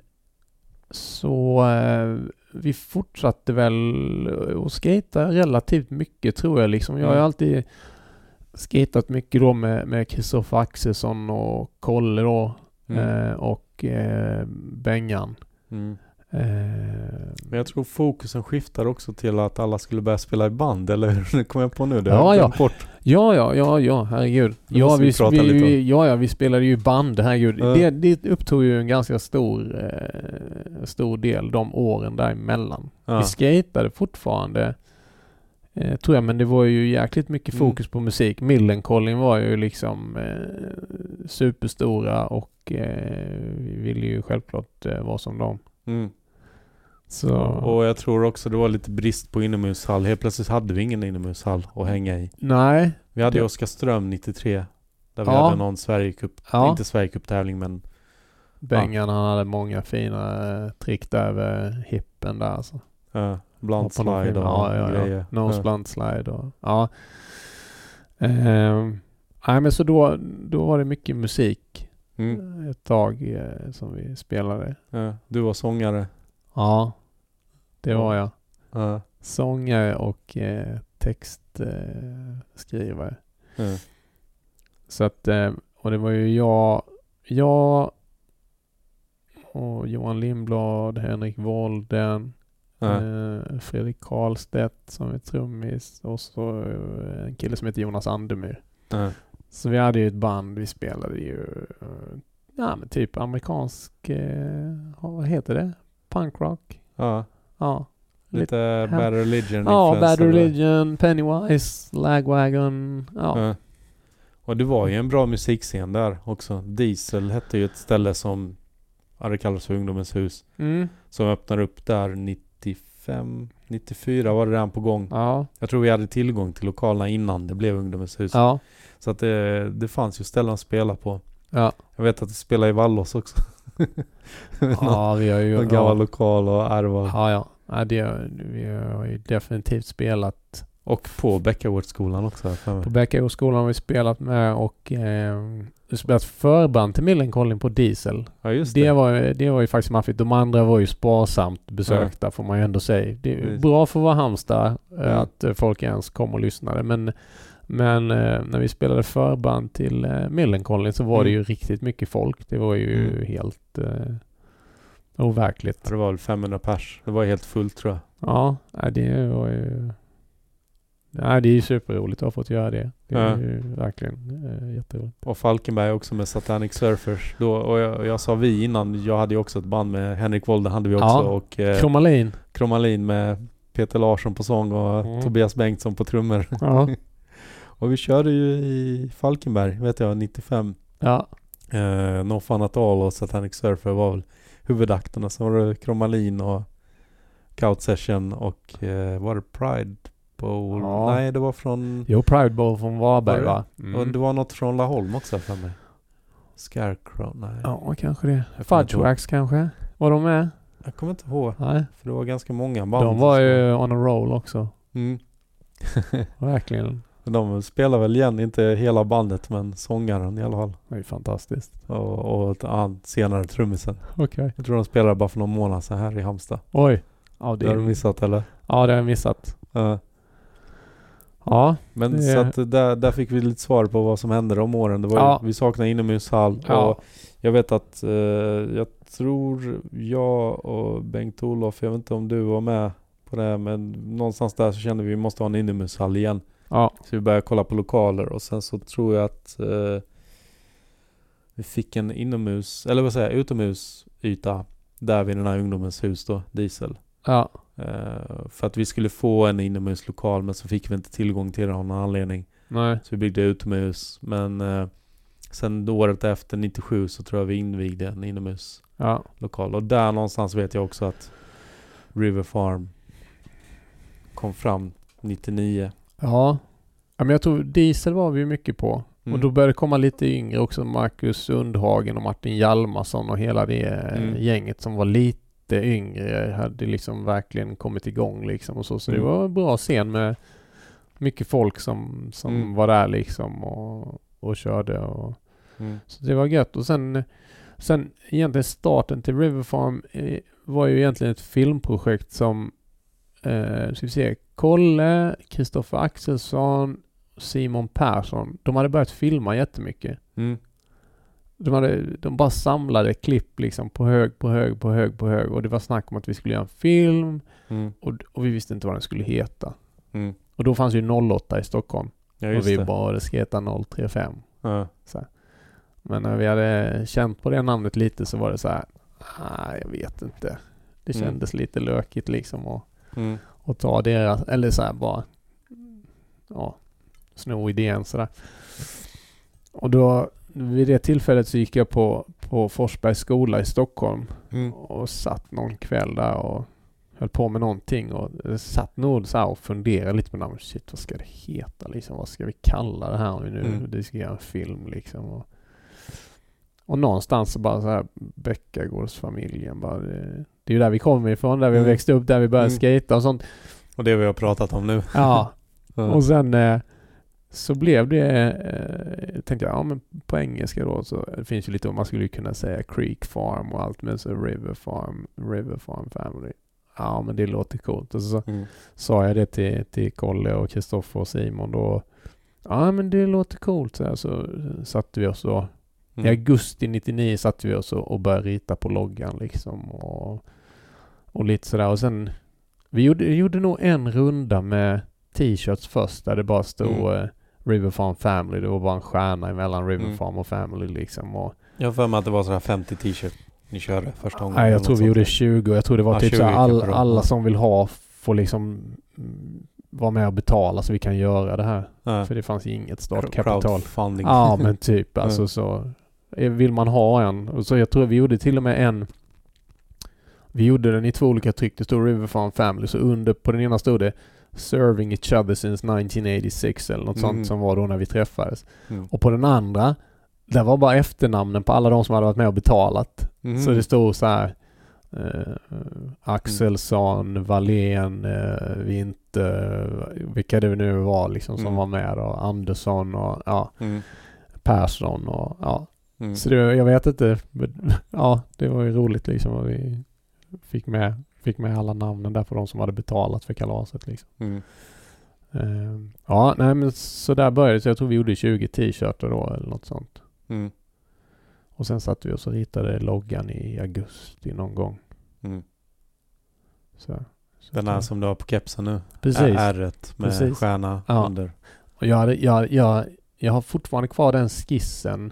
så uh, vi fortsatte väl att skata relativt mycket tror jag liksom. Jag har mm. alltid skatat mycket då med, med Kristoffer Axelsson och Kolle då mm. eh, och eh, Bengan. Mm. Eh, Men jag tror fokusen skiftar också till att alla skulle börja spela i band, eller hur? Kommer jag på nu? Det ja, ja. Bort. ja, ja, ja, ja, herregud. Ja vi, vi, vi, ja, ja, vi spelade ju band, herregud. Uh. Det, det upptog ju en ganska stor eh, stor del de åren däremellan. Uh. Vi skatade fortfarande eh, tror jag, men det var ju jäkligt mycket fokus mm. på musik. Millencolin var ju liksom eh, superstora och eh, vi ville ju självklart eh, vara som dem. Mm. Så. Och jag tror också det var lite brist på inomhushall. Helt plötsligt hade vi ingen inomhushall att hänga i. Nej. Vi hade ju Oskarström nittiotre. Där vi ja. hade någon Sverigecup. Ja. Inte Sverigecup-tävling men... Bengan ja. han hade många fina eh, trick där över hippen där alltså. Ja, blunt slide och ja, ja, grejer. Ja. Nose ja. blunt slide och... Ja. Ehm, nej men så då, då var det mycket musik. Mm. Ett tag eh, som vi spelade. Ja, du var sångare. Ja, det var jag. Ja. Sångare och eh, textskrivare. Eh, mm. Så att, eh, och det var ju jag, jag och Johan Lindblad, Henrik Wolden, Mm. eh, Fredrik Karlstedt som är trummis och så eh, en kille som heter Jonas Andermyr. Mm. Så vi hade ju ett band, vi spelade ju eh, ja men typ amerikansk, eh, vad heter det? Punkrock. Ja, Ja. lite Ja. Bad Religion. Ja, influencer. Bad Religion, Pennywise, Lagwagon. Ja. Ja. Och det var ju en bra musikscen där också. Diesel hette ju ett ställe som ja, det kallas för Ungdomens hus. Mm. Som öppnar upp där nittiofem, nittiofyra var det redan på gång. Ja. Jag tror vi hade tillgång till lokalerna innan det blev Ungdomens hus. Ja. Så att det, det fanns ju ställen att spela på. Ja. Jag vet att det spelar i Vallås också. Ja, vi har ju... En gammal ja. lokal och ärva. Ja, ja. ja det, vi har ju definitivt spelat. Och på Bäckagårdsskolan också. För mig. På Bäckagårdsskolan har vi spelat med och eh, vi spelat förband till Millencolin på Diesel. Ja, just det. det. Var, det var ju faktiskt maffigt. De andra var ju sparsamt besökta ja. Får man ju ändå säga. Det är Precis. bra för att vara Halmstad Ja. att folk ens kom och lyssnade. Men, men eh, när vi spelade förband till eh, Millencolin så var Mm. det ju riktigt mycket folk. Det var ju Mm. helt eh, overkligt. Det var väl femhundra pers. Det var helt fullt tror jag. Ja, nej, det var ju... Nej, det är ju superroligt att ha fått göra det. Det är Ja. ju verkligen eh, jätteroligt. Och Falkenberg också med Satanic Surfers. Då, och jag, jag sa vi innan, jag hade ju också ett band med Henrik Wolden hade vi också. Ja. Och eh, Kromalin. Kromalin med Peter Larsson på sång och Mm. Tobias Bengtsson på trummor. Ja. Och vi körde ju i Falkenberg, vet jag, nittiofem. Ja. Eh, No Fun At All och Satanic Surfer var väl huvudakterna. Så var det Kromalin och Scout Session och eh, var det Pride Bowl? Ja. Nej, det var från... Jo, Pride Bowl från Varberg, Var va? Och Mm. det var något från Laholm också för mig. Scarecrow, nej. Ja, kanske det. Jag kommer inte ihåg. Fudgewax kanske? Var de med? Jag kommer inte ihåg. Nej. För det var ganska många band. De var så- ju on a roll också. Mm. Verkligen. De spelar väl igen, inte hela bandet, men sångaren i alla fall. Det är ju fantastiskt. Och, och ett an- senare trummisen. Okej. Jag tror de spelade bara för någon månad så här i Halmstad. Oj. Ja, Det det har du missat, eller? Ja, det har jag missat. Ja. Ja. Men Det- så att där, där fick vi lite svar på vad som hände de åren. Det var Ja. ju, vi saknade inomhushall. Ja. Och jag vet att eh, jag tror jag och Bengt-Olof, jag vet inte om du var med på det, men någonstans där så kände vi att vi måste ha en inomhushall igen. Ja. Så vi började kolla på lokaler och sen så tror jag att eh, vi fick en inomhus, eller vad säger jag, utomhusyta där vid den här ungdomens hus då, Diesel. Ja. Eh, för att vi skulle få en inomhuslokal, men så fick vi inte tillgång till det av någon anledning. Nej. Så vi byggde utomhus. Men eh, sen året efter nittiosju så tror jag vi invigde en inomhuslokal. Ja. Och där någonstans vet jag också att River Farm kom fram nittionio. Ja. Ja, men jag tror Diesel var vi ju mycket på. Mm. Och då började det komma lite yngre också. Marcus Sundhagen och Martin Hjalmarsson och hela det Mm. gänget som var lite yngre hade liksom verkligen kommit igång liksom och så. Så Mm. det var en bra scen med mycket folk som, som Mm. var där liksom och, och körde. Och, Mm. så det var gött. Och sen, sen egentligen starten till River Farm eh, var ju egentligen ett filmprojekt som eh, ska vi se, Kolle, Kristoffer Axelsson, Simon Persson, de hade börjat filma jättemycket. Mm. De, hade, de bara samlade klipp liksom på hög, på hög, på hög, på hög. Och det var snack om att vi skulle göra en film. Mm. Och, och vi visste inte vad den skulle heta. Mm. Och då fanns ju noll åtta i Stockholm. Ja, och just vi det. bara, det ska heta noll tre fem. Ja. Så. Men när vi hade känt på det namnet lite så var det så här, nej jag vet inte. Det Mm. kändes lite lökigt liksom att, Mm. att ta deras, eller så här bara, ja, sno idén sådär. Och då, vid det tillfället så gick jag på, på Forsbergs skola i Stockholm Mm. och satt någon kväll där och höll på med någonting och satt nog så här och funderade lite på namnet. Shit, vad ska det heta liksom? Vad ska vi kalla det här nu? Mm. Det ska göra en film liksom. Och, och någonstans så bara så här Bäckagårdsfamiljen bara, det, det är ju där vi kommer ifrån, där vi Mm. växte upp, där vi började Mm. skata och sånt. Och det vi har pratat om nu. Ja. Ja. Och sen eh, så blev det, eh, tänkte jag, ja men på engelska då så det finns ju lite, man skulle ju kunna säga Creek Farm och allt, men så River Farm, River Farm Family. ja men det låter coolt. Och så Mm. sa jag det till, till Kolle och Kristoffer och Simon då. Ja men det låter coolt. Så, här, så satte vi oss då. Mm. I augusti nittionio satte vi oss och, och började rita på loggan liksom. Och, och lite sådär. Och sen, vi gjorde, gjorde nog en runda med t-shirts först där det bara stod Mm. eh, River Farm Family. Det var bara en stjärna emellan River Mm. Farm och Family liksom. Och, Jag har för mig att det var sådär femtio t-shirt ni körde första gången. nej, jag eller tror något vi sånt. gjorde tjugo. Jag tror det var Ja, typ så tjugo här, all, kanske då. alla Ja. som vill ha får liksom mm, vara med och betala så vi kan göra det här. Ja. För det fanns inget startkapital. Crowdfunding. Ja men typ alltså Mm. så eh, vill man ha en. Och så jag tror vi gjorde till och med en. Vi gjorde den i två olika tryck. Det stod River Farm Family. Så under på den ena stod det Serving each other since nineteen eighty-six eller något Mm. sånt som var då när vi träffades. Mm. Och på den andra där var bara efternamnen på alla de som hade varit med och betalat. Mm. Så det stod så här eh, Axelsson, Wallén, eh, Winter, vilka det nu var liksom som Mm. var med då, Andersson och ja, Mm. Persson och ja. Mm. Så det, jag vet inte, men, ja det var ju roligt liksom och vi fick med, fick med alla namnen där på de som hade betalat för kalaset liksom. Mm. Eh, ja, nej men så där började det. Så jag tror vi gjorde tjugo t-shirtar då eller något sånt. Mm. Och sen satt vi och så ritade loggan i augusti någon gång. Mm. Så, så Den här som du har på kepsen nu. Precis. Ärret med Precis. stjärna Ja. under. Och jag, hade, jag, jag, jag har fortfarande kvar den skissen.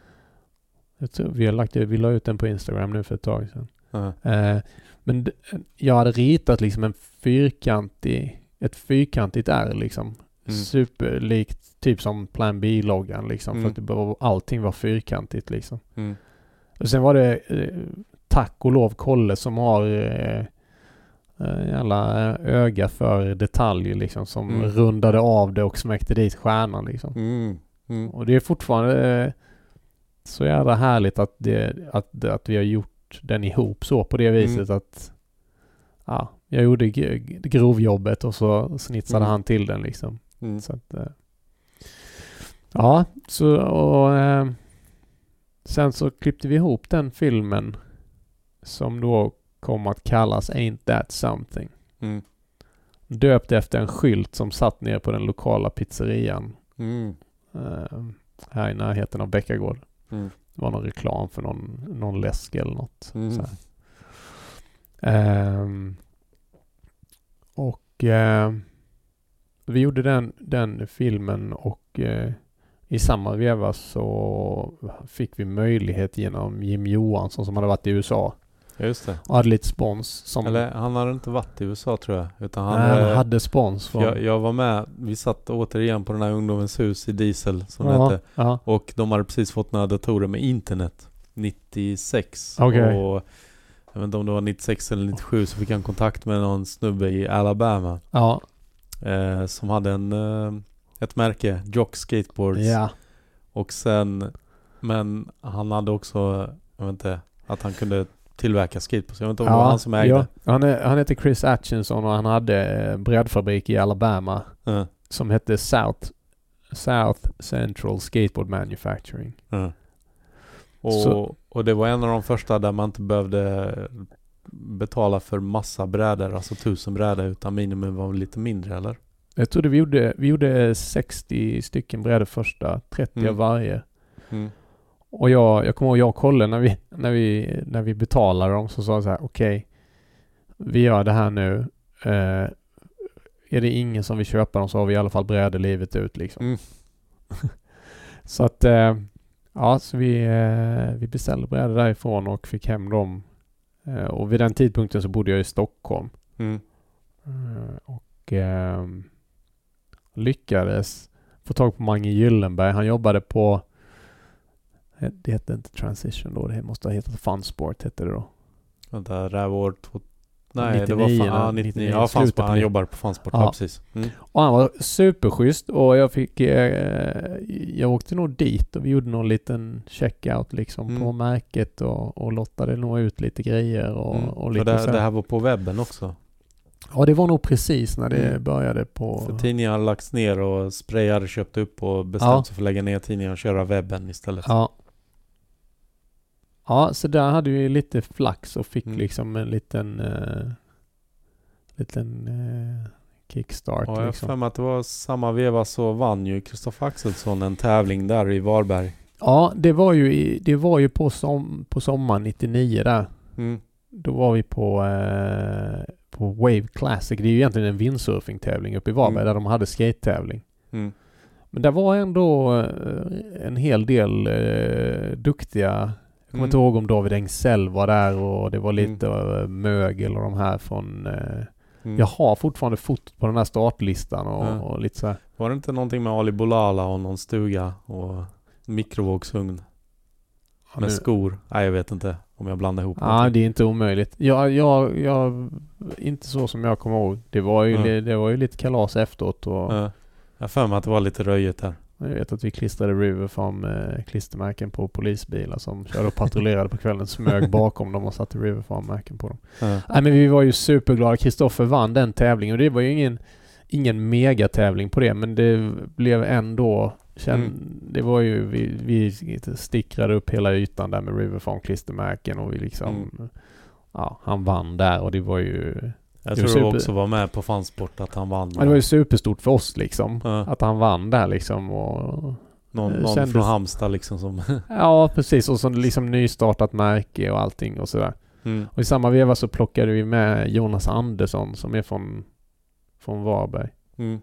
Jag tror vi har lagt vi la ut den på Instagram nu för ett tag sedan. Ja. Eh, men d- jag hade ritat liksom en fyrkantig, ett fyrkantigt R liksom. Mm. Superlikt, typ som Plan B-loggan liksom. Mm. För att det bara, allting var fyrkantigt liksom. Mm. Och sen var det eh, tack och lov Kolle som har eh, eh, jävla öga för detaljer liksom. Som Mm. rundade av det och smäckte dit stjärnan liksom. Mm. Mm. Och det är fortfarande eh, så jävla härligt att, det, att, att vi har gjort den ihop så på det viset Mm. att ja, jag gjorde g- g- grovjobbet och så snitsade Mm. han till den liksom. Mm. Så att, eh, ja, så och eh, sen så klippte vi ihop den filmen som då kom att kallas Ain't That Something. Mm. Döpt efter en skylt som satt ner på den lokala pizzerian Mm. eh, här i närheten av Bäckagård. Mm. Det var någon reklam för någon, någon läsk eller något. Mm. Så här. Ehm, och eh, vi gjorde den, den filmen och eh, i samma veva så fick vi möjlighet genom Jim Johansson som hade varit i U S A Ja, just det. och hade lite spons. Som, Eller han hade inte varit i U S A tror jag. Utan han, nej, han eh, hade spons. Från, jag, jag var med. Vi satt återigen på den här ungdomens hus i Diesel som det ja, hette. ja. Och de hade precis fått några datorer med internet. nittiosex. Okej. Och jag vet inte om det var nittiosex eller nittiosju så fick han kontakt med någon snubbe i Alabama. Ja. Eh, som hade en, eh, ett märke. Jock Skateboards. Ja. Och sen, men han hade också, jag vet inte, att han kunde tillverka skateboards. Jag vet inte om det var han som ägde. Ja. Han, är, han heter Chris Atchison och han hade en brädfabrik i Alabama Ja, som hette South, South Central Skateboard Manufacturing. ja. Och, Så- och det var en av de första där man inte behövde betala för massa brädor, alltså tusen brädor, utan minimum var lite mindre, eller? Jag trodde vi gjorde, vi gjorde sextio stycken brädor första, trettio Mm. av varje. Mm. Och jag, jag kommer ihåg jag och Kolle när vi, när vi, när vi betalade dem så sa jag så här: okej, vi gör det här nu. Eh, är det ingen som vill köpa dem så har vi i alla fall brädor livet ut liksom. Mm. Så att eh, ja, så vi, eh, vi beställde brädor därifrån och fick hem dem. Eh, och vid den tidpunkten så bodde jag i Stockholm. Mm. Eh, och eh, lyckades få tag på Mange Gyllenberg. Han jobbade på, det hette inte Transition då, det måste ha hetat Funsport hette det då. Vänta, rävår två... Nej, nittionio, det var fan, ja, nittionio, nittionio. Ja, slutet fanns på han ni- jobbar på Fansport, Ja. ja, precis. Mm. Och han var superschysst och jag fick eh, jag åkte nog dit och vi gjorde någon liten checkout liksom Mm. på märket och, och lottade nog ut lite grejer och, Mm. och För lite det, så. det här var på webben också. Ja, det var nog precis när det Mm. började på... För tidningar hade lagts ner och Spray hade köpt upp och bestämt Ja. sig för att lägga ner tidningar och köra webben istället. Ja. Ja, så där hade vi lite flax och fick Mm. liksom en liten... Eh, liten eh, kickstart. Ja, jag har liksom. för mig att det var samma veva så vann ju Kristoffer Axelsson en tävling där i Varberg. Ja, det var ju, i, det var ju på, som, på sommaren nittionio där. Mm. Då var vi på, eh, på Wave Classic. Det är ju egentligen en windsurfing-tävling uppe i Varberg Mm. där de hade skate-tävling. Mm. Men där var ändå eh, en hel del eh, duktiga. Jag kommer Mm. inte ihåg om David Engsell var där och det var lite Mm. eh, Mögel och de här från... Eh, Mm. Jag har fortfarande fotot på den här startlistan och, Ja. och lite så här. Var det inte någonting med Ali Bolala och någon stuga och mikrovågsugn Ja, med nu- skor? Nej, jag vet inte om jag blandar ihop Ja, någonting. det är inte omöjligt. Jag, jag, jag, inte så som jag kommer ihåg. Det var ju, Ja. li, det var ju lite kalas efteråt och Ja. Jag har för mig att det var lite röjigt där. jag vet att vi klistrade Riverfarm eh, klistermärken på polisbilar som körde och patrullerade på kvällen, smög bakom dem och satte Riverfarm-märken på dem. Ja. Nej, men vi var ju superglada. Kristoffer vann den tävlingen och det var ju ingen, ingen megatävling på det, men det blev ändå känn, Mm. det var ju, vi, vi stickrade upp hela ytan där med Riverfarm klistermärken och vi liksom Mm. ja, han vann där och det var ju Jag Det var tror du super- också var med på fansport att han vann. ja, det var ju superstort för oss liksom Ja. att han vann där liksom och Någon, det någon kändes- från Halmstad liksom som... ja, precis. Och så liksom nystartat märke och allting och sådär. Mm. Och i samma veva så plockade vi med Jonas Andersson som är från, från Varberg. Mm.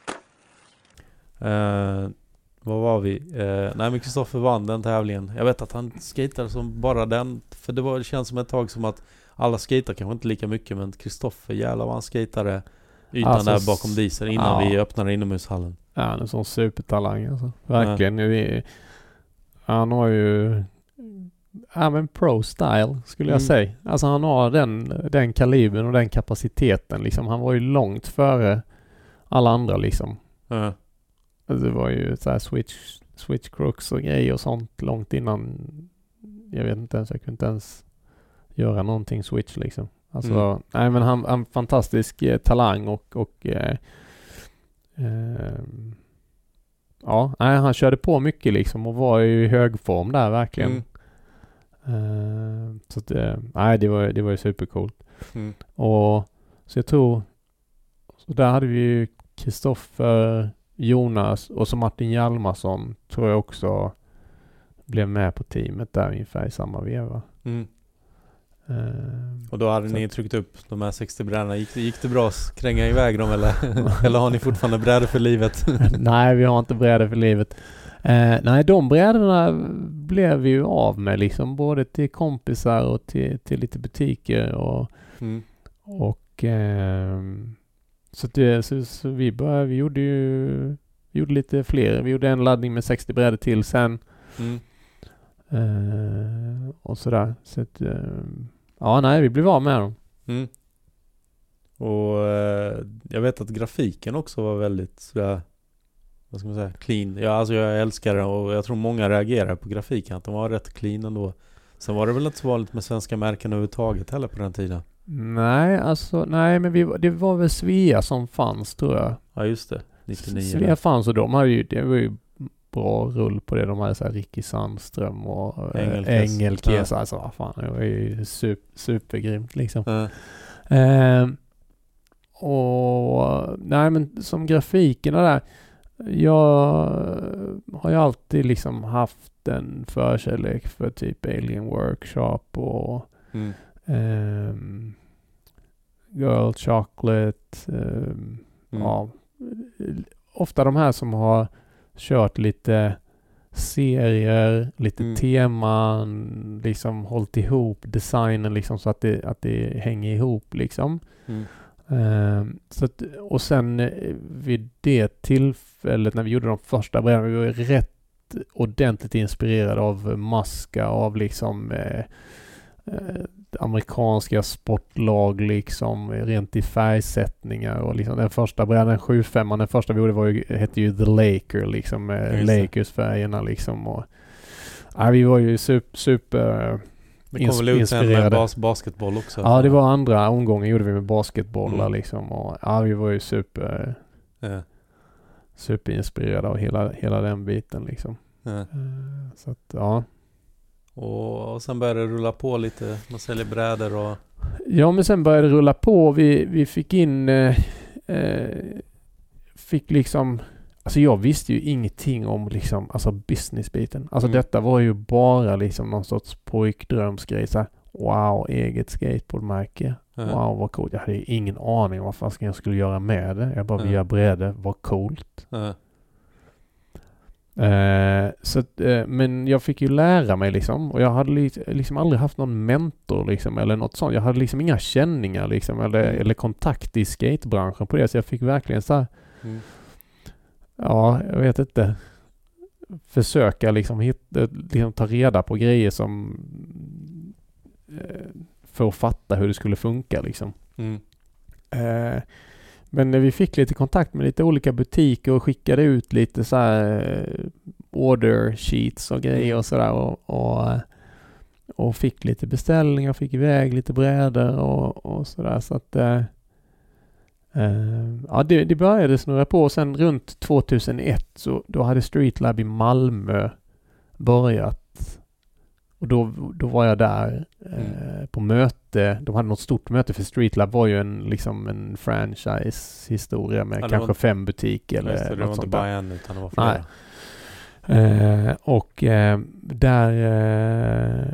Eh, vad var vi? Eh, nej men Kristoffer vann den tävlingen. Jag vet att han skejtade som bara den. För det, var, det känns som ett tag som att alla skejtar kanske inte lika mycket. Men Kristoffer, jävlar vad han skejtade ytan Alltså, där bakom diesel innan ja. vi öppnade inomhushallen. Ja, han är en sån supertalang alltså. Verkligen. Det, han har ju ja, men pro style skulle jag Mm. säga. Alltså han har den, den kalibern och den kapaciteten liksom. Han var ju långt före alla andra liksom. Ja. Alltså, det var ju så här switch, switch crooks och grejer och sånt långt innan. Jag vet inte ens, jag kunde inte ens göra någonting switch liksom. Alltså, Mm. nej men han, han fantastisk eh, talang och, och eh, eh, ja, nej, han körde på mycket liksom och var ju i hög form där verkligen. Mm. Eh, så att, eh, nej det var, det var ju supercoolt. Mm. Och så jag tror, så där hade vi ju Kristoffer, Jonas och så Martin Hjalmarsson tror jag också blev med på teamet där ungefär i samma veva. Mm. Uh, Och då hade Så ni att- tryckt upp de här sextio brädorna. Gick, det- gick det bra att kränga iväg dem eller? Eller har ni fortfarande brädor för livet? nej, vi har inte brädor för livet. Uh, nej, de brädorna blev vi ju av med liksom både till kompisar och till, till lite butiker och, Mm. och ehm, så, det, så, så vi började, vi gjorde ju vi gjorde lite fler. Vi gjorde en laddning med sextio brädor till sen. Mm. Uh, och sådär. Så att, uh, ja, nej, vi blev av med dem. Mm. Och eh, jag vet att grafiken också var väldigt sådär, vad ska man säga, clean. Ja, alltså jag älskar det och jag tror många reagerar på grafiken, att de var rätt clean ändå. Sen var det väl inte så vanligt med svenska märken överhuvudtaget heller på den tiden. Nej, alltså, nej, men vi, det var väl Svea som fanns, tror jag. Ja, just det. nittionio. Svea fanns och de hade ju, det var ju bra rull på det. De hade så här Ricky Sandström och Engelkes. Engelkes. Ja. Alltså, vad fan, det var ju super, supergrymt liksom. Ja. Eh, och nej, men som grafikerna där, jag har ju alltid liksom haft en förkärlek för typ Alien Workshop och Mm. ehm, Girl Chocolate, ehm, Mm. ja, ofta de här som har kört lite serier, lite Mm. teman, liksom hållit ihop designen liksom så att det, att det hänger ihop liksom. Mm. Ehm, så att, och sen eh, vid det tillfället när vi gjorde de första brädorna, vi var ju rätt ordentligt inspirerade av Maska, av liksom eh, eh, amerikanska sportlag liksom, rent i färgsättningar och liksom den första brädan, den sju fem, den första vi gjorde var ju, hette ju The Laker liksom, med Just det. Lakers-färgerna liksom och ja, vi var ju super, super Det kom väl ut sen med inspirerade. bas- basketboll också. Ja, det var andra omgången gjorde vi med basketbollar Mm. liksom och ja, vi var ju super Ja. superinspirerade av hela, hela den biten liksom. Ja. Eh, Så att ja. Och, och sen började det rulla på lite. Man säljer brädor och... Ja, men sen började det rulla på. Vi, vi fick in... Eh, eh, fick liksom... Alltså jag visste ju ingenting om liksom, alltså businessbiten. Alltså mm. detta var ju bara liksom någon sorts pojkdrömsgrej. Så här, wow, eget skateboardmärke. Mm. Wow, vad coolt. Jag hade ju ingen aning om vad fan jag skulle göra med det. Jag bara, mm. vi gör brädor. Vad coolt. Mm. Eh, så att, eh, men jag fick ju lära mig liksom. Och jag hade li- liksom aldrig haft någon mentor liksom, eller något sånt. Jag hade liksom inga känningar liksom, eller, mm. eller kontakt i skatebranschen på det. Så jag fick verkligen så här... Mm. Ja, jag vet inte. Försöka liksom, hitta, liksom ta reda på grejer som eh, för att fatta hur det skulle funka liksom. Mm. Eh, men när vi fick lite kontakt med lite olika butiker och skickade ut lite så här eh, order sheets och grejer och sådär och, och, och fick lite beställningar, fick iväg lite brädor och, och sådär så att eh, Uh, ja, det, det började snurra på och sen runt tjugohundraett så då hade Street Lab i Malmö börjat och då, då var jag där uh, mm. på möte. De hade något stort möte för Street Lab var ju en, liksom en franchise-historia med ja, kanske var, fem butiker eller det, det något var sånt inte bara där. en utan det var flera. Uh, och uh, där uh,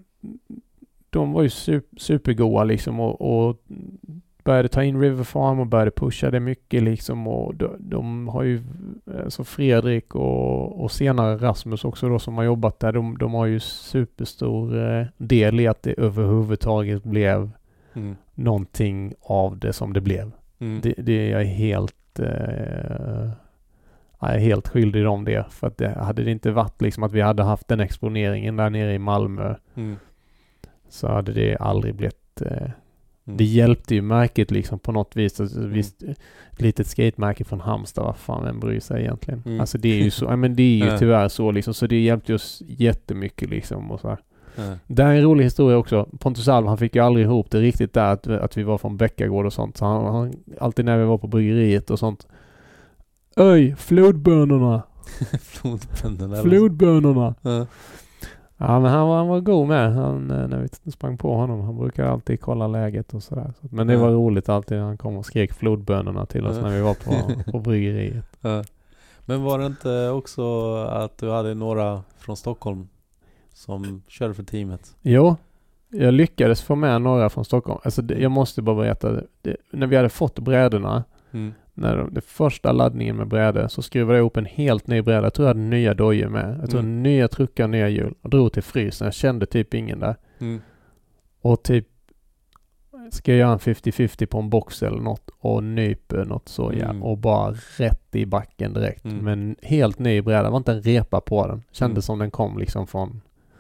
de var ju super, supergoa liksom och, och började ta in River Farm och började pusha det mycket liksom och de, de har ju alltså Fredrik och, och senare Rasmus också då som har jobbat där, de, de har ju superstor eh, del i att det överhuvudtaget blev mm. någonting av det som det blev. Mm. Det, det är jag helt eh, jag är helt skyldig om det för att det hade det inte varit liksom att vi hade haft den exponeringen där nere i Malmö mm. så hade det aldrig blivit eh, Mm. det hjälpte ju märket liksom på något vis. Alltså, mm. visst, ett litet skatemärke från Halmstad, vad fan vem bryr sig egentligen? Mm. Alltså det är ju så, ja, men det är ju tyvärr så liksom, så det hjälpte oss jättemycket liksom och så här. Mm. Det här är en rolig historia också. Pontus Alm, han fick ju aldrig ihop det riktigt där att, att vi var från Bäckagård och sånt. Så han, han, alltid när vi var på bryggeriet och sånt. Öj, flodbönorna! Flodbönorna. Flodbönorna! Mm. Ja, men han var, han var god med han, när vi sprang på honom. Han brukar alltid kolla läget och sådär. Så, men det var mm. roligt alltid när han kom och skrek flodbönorna till oss mm. när vi var på, på bryggeriet. Mm. Men var det inte också att du hade några från Stockholm som körde för teamet? Jo, jag lyckades få med några från Stockholm. Alltså det, jag måste bara berätta. Det, när vi hade fått brädorna, mm. när de, det första laddningen med brädor så skruvade jag ihop en helt ny bräda. Jag tror jag hade nya dojor med. Jag tror mm. nya truckar, nya hjul. Och drog till frysen. Jag kände typ ingen där. Mm. Och typ ska jag göra en femtio femtio på en box eller något och nyper något så mm. ja, och bara rätt i backen direkt. Mm. Men helt ny bräda. Det var inte en repa på den. Kändes mm. som den kom liksom från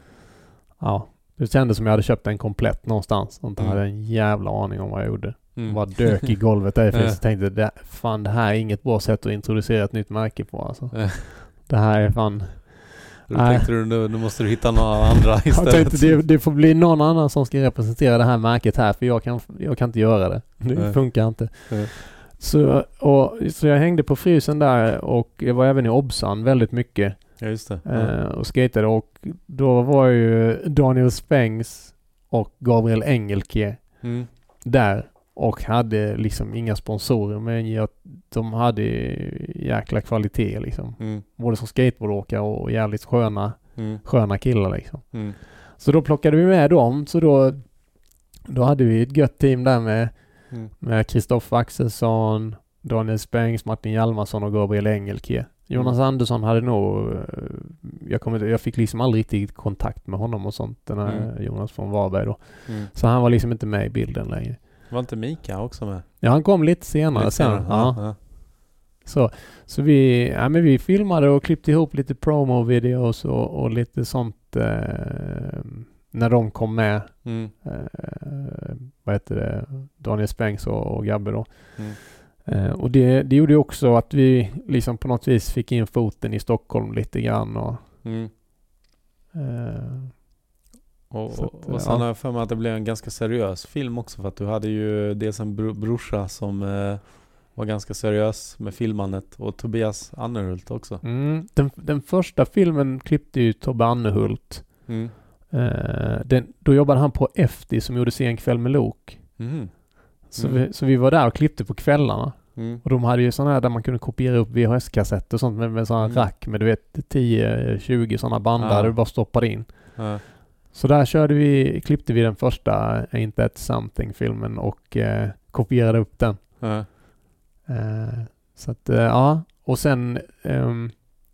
ja, det kändes som jag hade köpt en komplett någonstans. Och inte mm. hade en jävla aning om vad jag gjorde. Mm. Bara dök i golvet därifrån. Så tänkte jag, fan det här är inget bra sätt att introducera ett nytt märke på alltså. Det här är fan... Då tänkte du, nu, nu måste du hitta några andra istället. Jag tänkte det, det får bli någon annan som ska representera det här märket här. För jag kan, jag kan inte göra det. Det Nej. funkar inte. Nej. Så, och, så jag hängde på frysen där och jag var även i Obsan väldigt mycket. Ja, just det. Eh, och skatade och då var ju Daniel Spengs och Gabriel Engelke mm. där. Och hade liksom inga sponsorer, men jag, de hade jäkla kvalitet liksom. Mm. Både som skateboardåkare och jävligt sköna, mm. sköna killar liksom. Mm. Så då plockade vi med dem. Så då, då hade vi ett gött team där med mm. med Kristoffer Axelsson, Daniel Spengs, Martin Hjalmarsson och Gabriel Engelke. Jonas mm. Andersson hade nog... Jag, kommer, jag fick liksom aldrig riktigt kontakt med honom och sånt. Den här mm. Jonas från Varberg då. Mm. Så han var liksom inte med i bilden längre. Var inte Mika också med? Ja, han kom lite senare. Lite senare. Sen. Ja. Ja. Så, så vi, ja, men vi filmade och klippte ihop lite promo-videos och, och lite sånt eh, när de kom med. Mm. Eh, vad heter det? Daniel Spengs och, och Gabbe då. Mm. Eh, och det, det gjorde också att vi liksom på något vis fick in foten i Stockholm lite grann. Och, mm. eh, Och, att, och sen ja. har jag för mig att det blev en ganska seriös film också, för att du hade ju dels en br- brorsa som eh, var ganska seriös med filmandet och Tobias Annerhult också. Mm. Den, den första filmen klippte ju Tobbe Annerhult. Mm. Eh, den, då jobbade han på F D som gjorde Se en kväll med Lok. Mm. Så, Mm. vi, så vi var där och klippte på kvällarna. Mm. Och de hade ju sådana här där man kunde kopiera upp V H S-kassetter och sånt med, med sådana Mm. rack med du vet tio tjugo sådana bandar Ja. där du bara stoppade in. Ja. Så där körde vi, klippte vi den första Ain't That Something-filmen och eh, kopierade upp den. Ja. Eh, så att, eh, ja. Och sen ehm,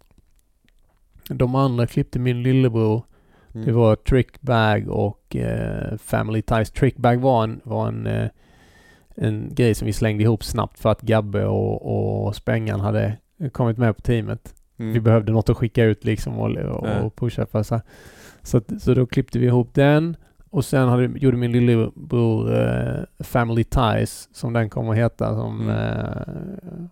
de andra klippte min lillebror. Mm. Det var Trickbag och eh, Family Ties. Trickbag var en, var en, eh, en grej som vi slängde ihop snabbt för att Gabbe och, och Spengan hade kommit med på teamet. Mm. Vi behövde något att skicka ut liksom och, och, Ja. och pusha för så, så, att, så då klippte vi ihop den och sen hade, gjorde min lillebror eh, Family Ties som den kommer att heta som Mm. eh,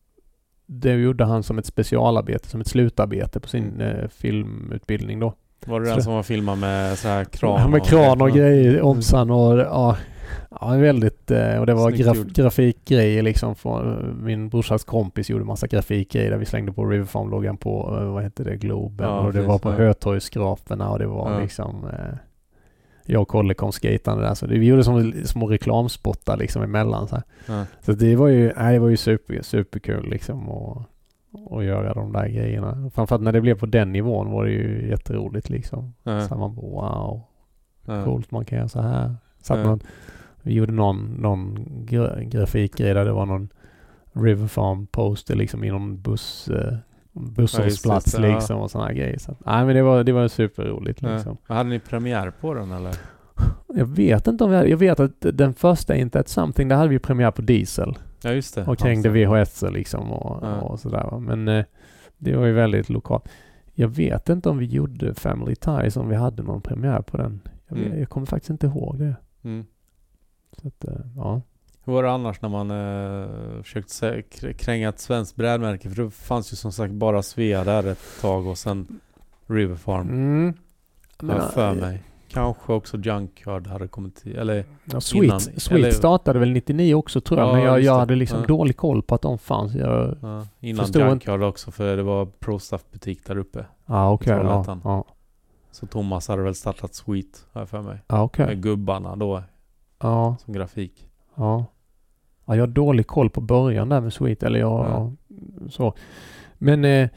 det gjorde han som ett specialarbete, som ett slutarbete på sin Mm. eh, filmutbildning då. Var det den Så- som var filmad med så här kran? Ja, med kran och ja. grejer, omsan och ja, ja väldigt, eh, och det var Snyggt graf, gjort. grafikgrejer liksom från min brorsas kompis gjorde massa grafikgrejer där vi slängde på Riverfarm-loggan på, eh, vad heter det, Globen Ja, och det precis, var på ja. Hötorgsskraporna och det var Ja. liksom eh, jag och Kolle kom skatande där så det, vi gjorde som små reklamspottar liksom emellan så här. Ja. Så det var ju, nej, det var ju super, superkul liksom och och göra de där grejerna. Framförallt när det blev på den nivån var det ju jätteroligt liksom. Ja. Så man bara wow, Ja. coolt man kan göra så här. Så att Ja. man, vi gjorde någon, någon gra- grafikgrej där det var någon Riverfarm poster liksom i någon buss, eh, busshållplats Ja, just det, ja. liksom och såna här grejer. Så att, nej men det var, det var superroligt liksom. Ja. Hade ni premiär på den eller? Jag vet inte om vi hade, jag vet att den första Ain't That Something, där hade vi premiär på Diesel. Ja just det. Och krängde Alltså. V H S liksom och, Ja. och sådär va. Men eh, det var ju väldigt lokalt. Jag vet inte om vi gjorde Family Ties, om vi hade någon premiär på den. Jag, vet, Mm. jag kommer faktiskt inte ihåg det. Mm. Så att, eh, ja. Hur var det annars när man eh, försökte sä- kr- kränga ett svenskt brädmärke? För det fanns ju som sagt bara Svea där ett tag och sen Riverfarm. Mm. Har jag för mig. Kanske också Junkyard hade kommit till, eller Ja, Sweet, innan, Sweet eller- startade väl nittionio också tror jag, Ja, men jag, just jag det. hade liksom Ja. dålig koll på att de fanns. Jag, ja, innan Förstår Junkyard också för det var ProStuff-butik där uppe. ah, okej. ja, Trollhättan. ja, Så Thomas hade väl startat Sweet, har jag för mig. ah, okej. Med gubbarna då Ja, som grafik. ja. Ja, jag har dålig koll på början där med Sweet, eller jag, Ja. så. Men eh,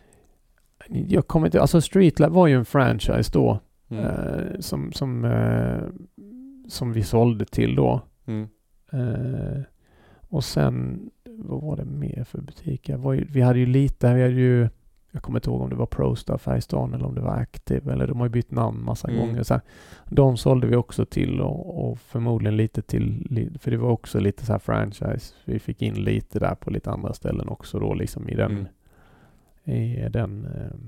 jag kommer inte, alltså Streetlab var ju en franchise då. Mm. Eh, som, som, eh, som vi sålde till då. Mm. Eh, och sen, vad var det mer för butiker? Var ju, vi hade ju lite, vi hade ju, jag kommer inte ihåg om det var ProStuff här i stan eller om det var Active, eller de har ju bytt namn massa Mm. gånger. Så här. De sålde vi också till och, och förmodligen lite till, li- för det var också lite så här franchise. Vi fick in lite där på lite andra ställen också då liksom i den, Mm. i den, eh,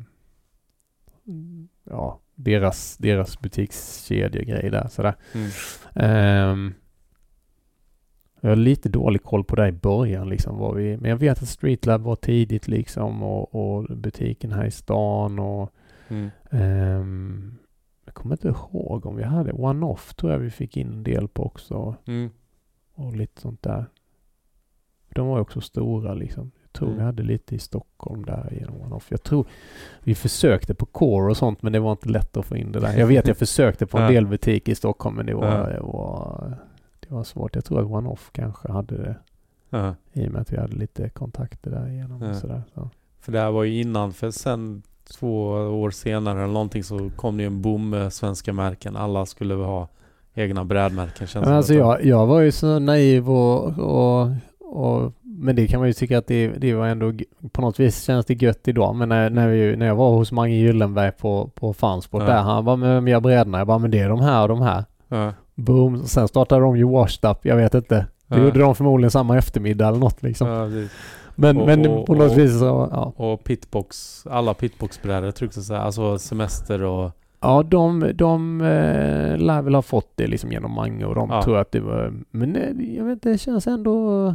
ja, deras, deras butikskedjegrej där sådär. Mm. Ehm, jag har lite dålig koll på det i början liksom var vi, men jag vet att Streetlab var tidigt liksom och, och butiken här i stan och Mm. ehm, jag kommer inte ihåg om vi hade One-Off tror jag vi fick in en del på också Mm. och lite sånt där. De var ju också stora liksom. Jag tror Mm. vi hade lite i Stockholm där genom One-Off. Jag tror vi försökte på Core och sånt men det var inte lätt att få in det där. Jag vet jag försökte på en Ja. del butiker i Stockholm men det var, Ja. det var, det var svårt. Jag tror att One-Off kanske hade det Ja. i och med att vi hade lite kontakter där igenom. Ja. Och sådär, så. För det här var ju innan, för sen två år senare eller någonting så kom det ju en boom med svenska märken. Alla skulle ha egna brädmärken. Känns Men som alltså att de- jag, jag var ju så naiv och, och, och men det kan man ju tycka att det, det var ändå g- på något vis känns det gött idag. Men när, när, vi, när jag var hos Mange Gyllenberg på, på Fansport Ja. där, han bara med vem gör brädorna? Jag bara, men det är de här och de här. Ja. Boom. Sen startade de ju Washed Up, jag vet inte. Det Ja. gjorde de förmodligen samma eftermiddag eller något liksom. Ja, det- Men, Och- men och- på något och- vis så, ja. och pitbox, alla pitboxbrädor tryckte så här, alltså semester och Ja, de, de eh, lär väl ha fått det liksom genom Mange och de Ja. tror att det var, men eh, jag vet inte, det känns ändå,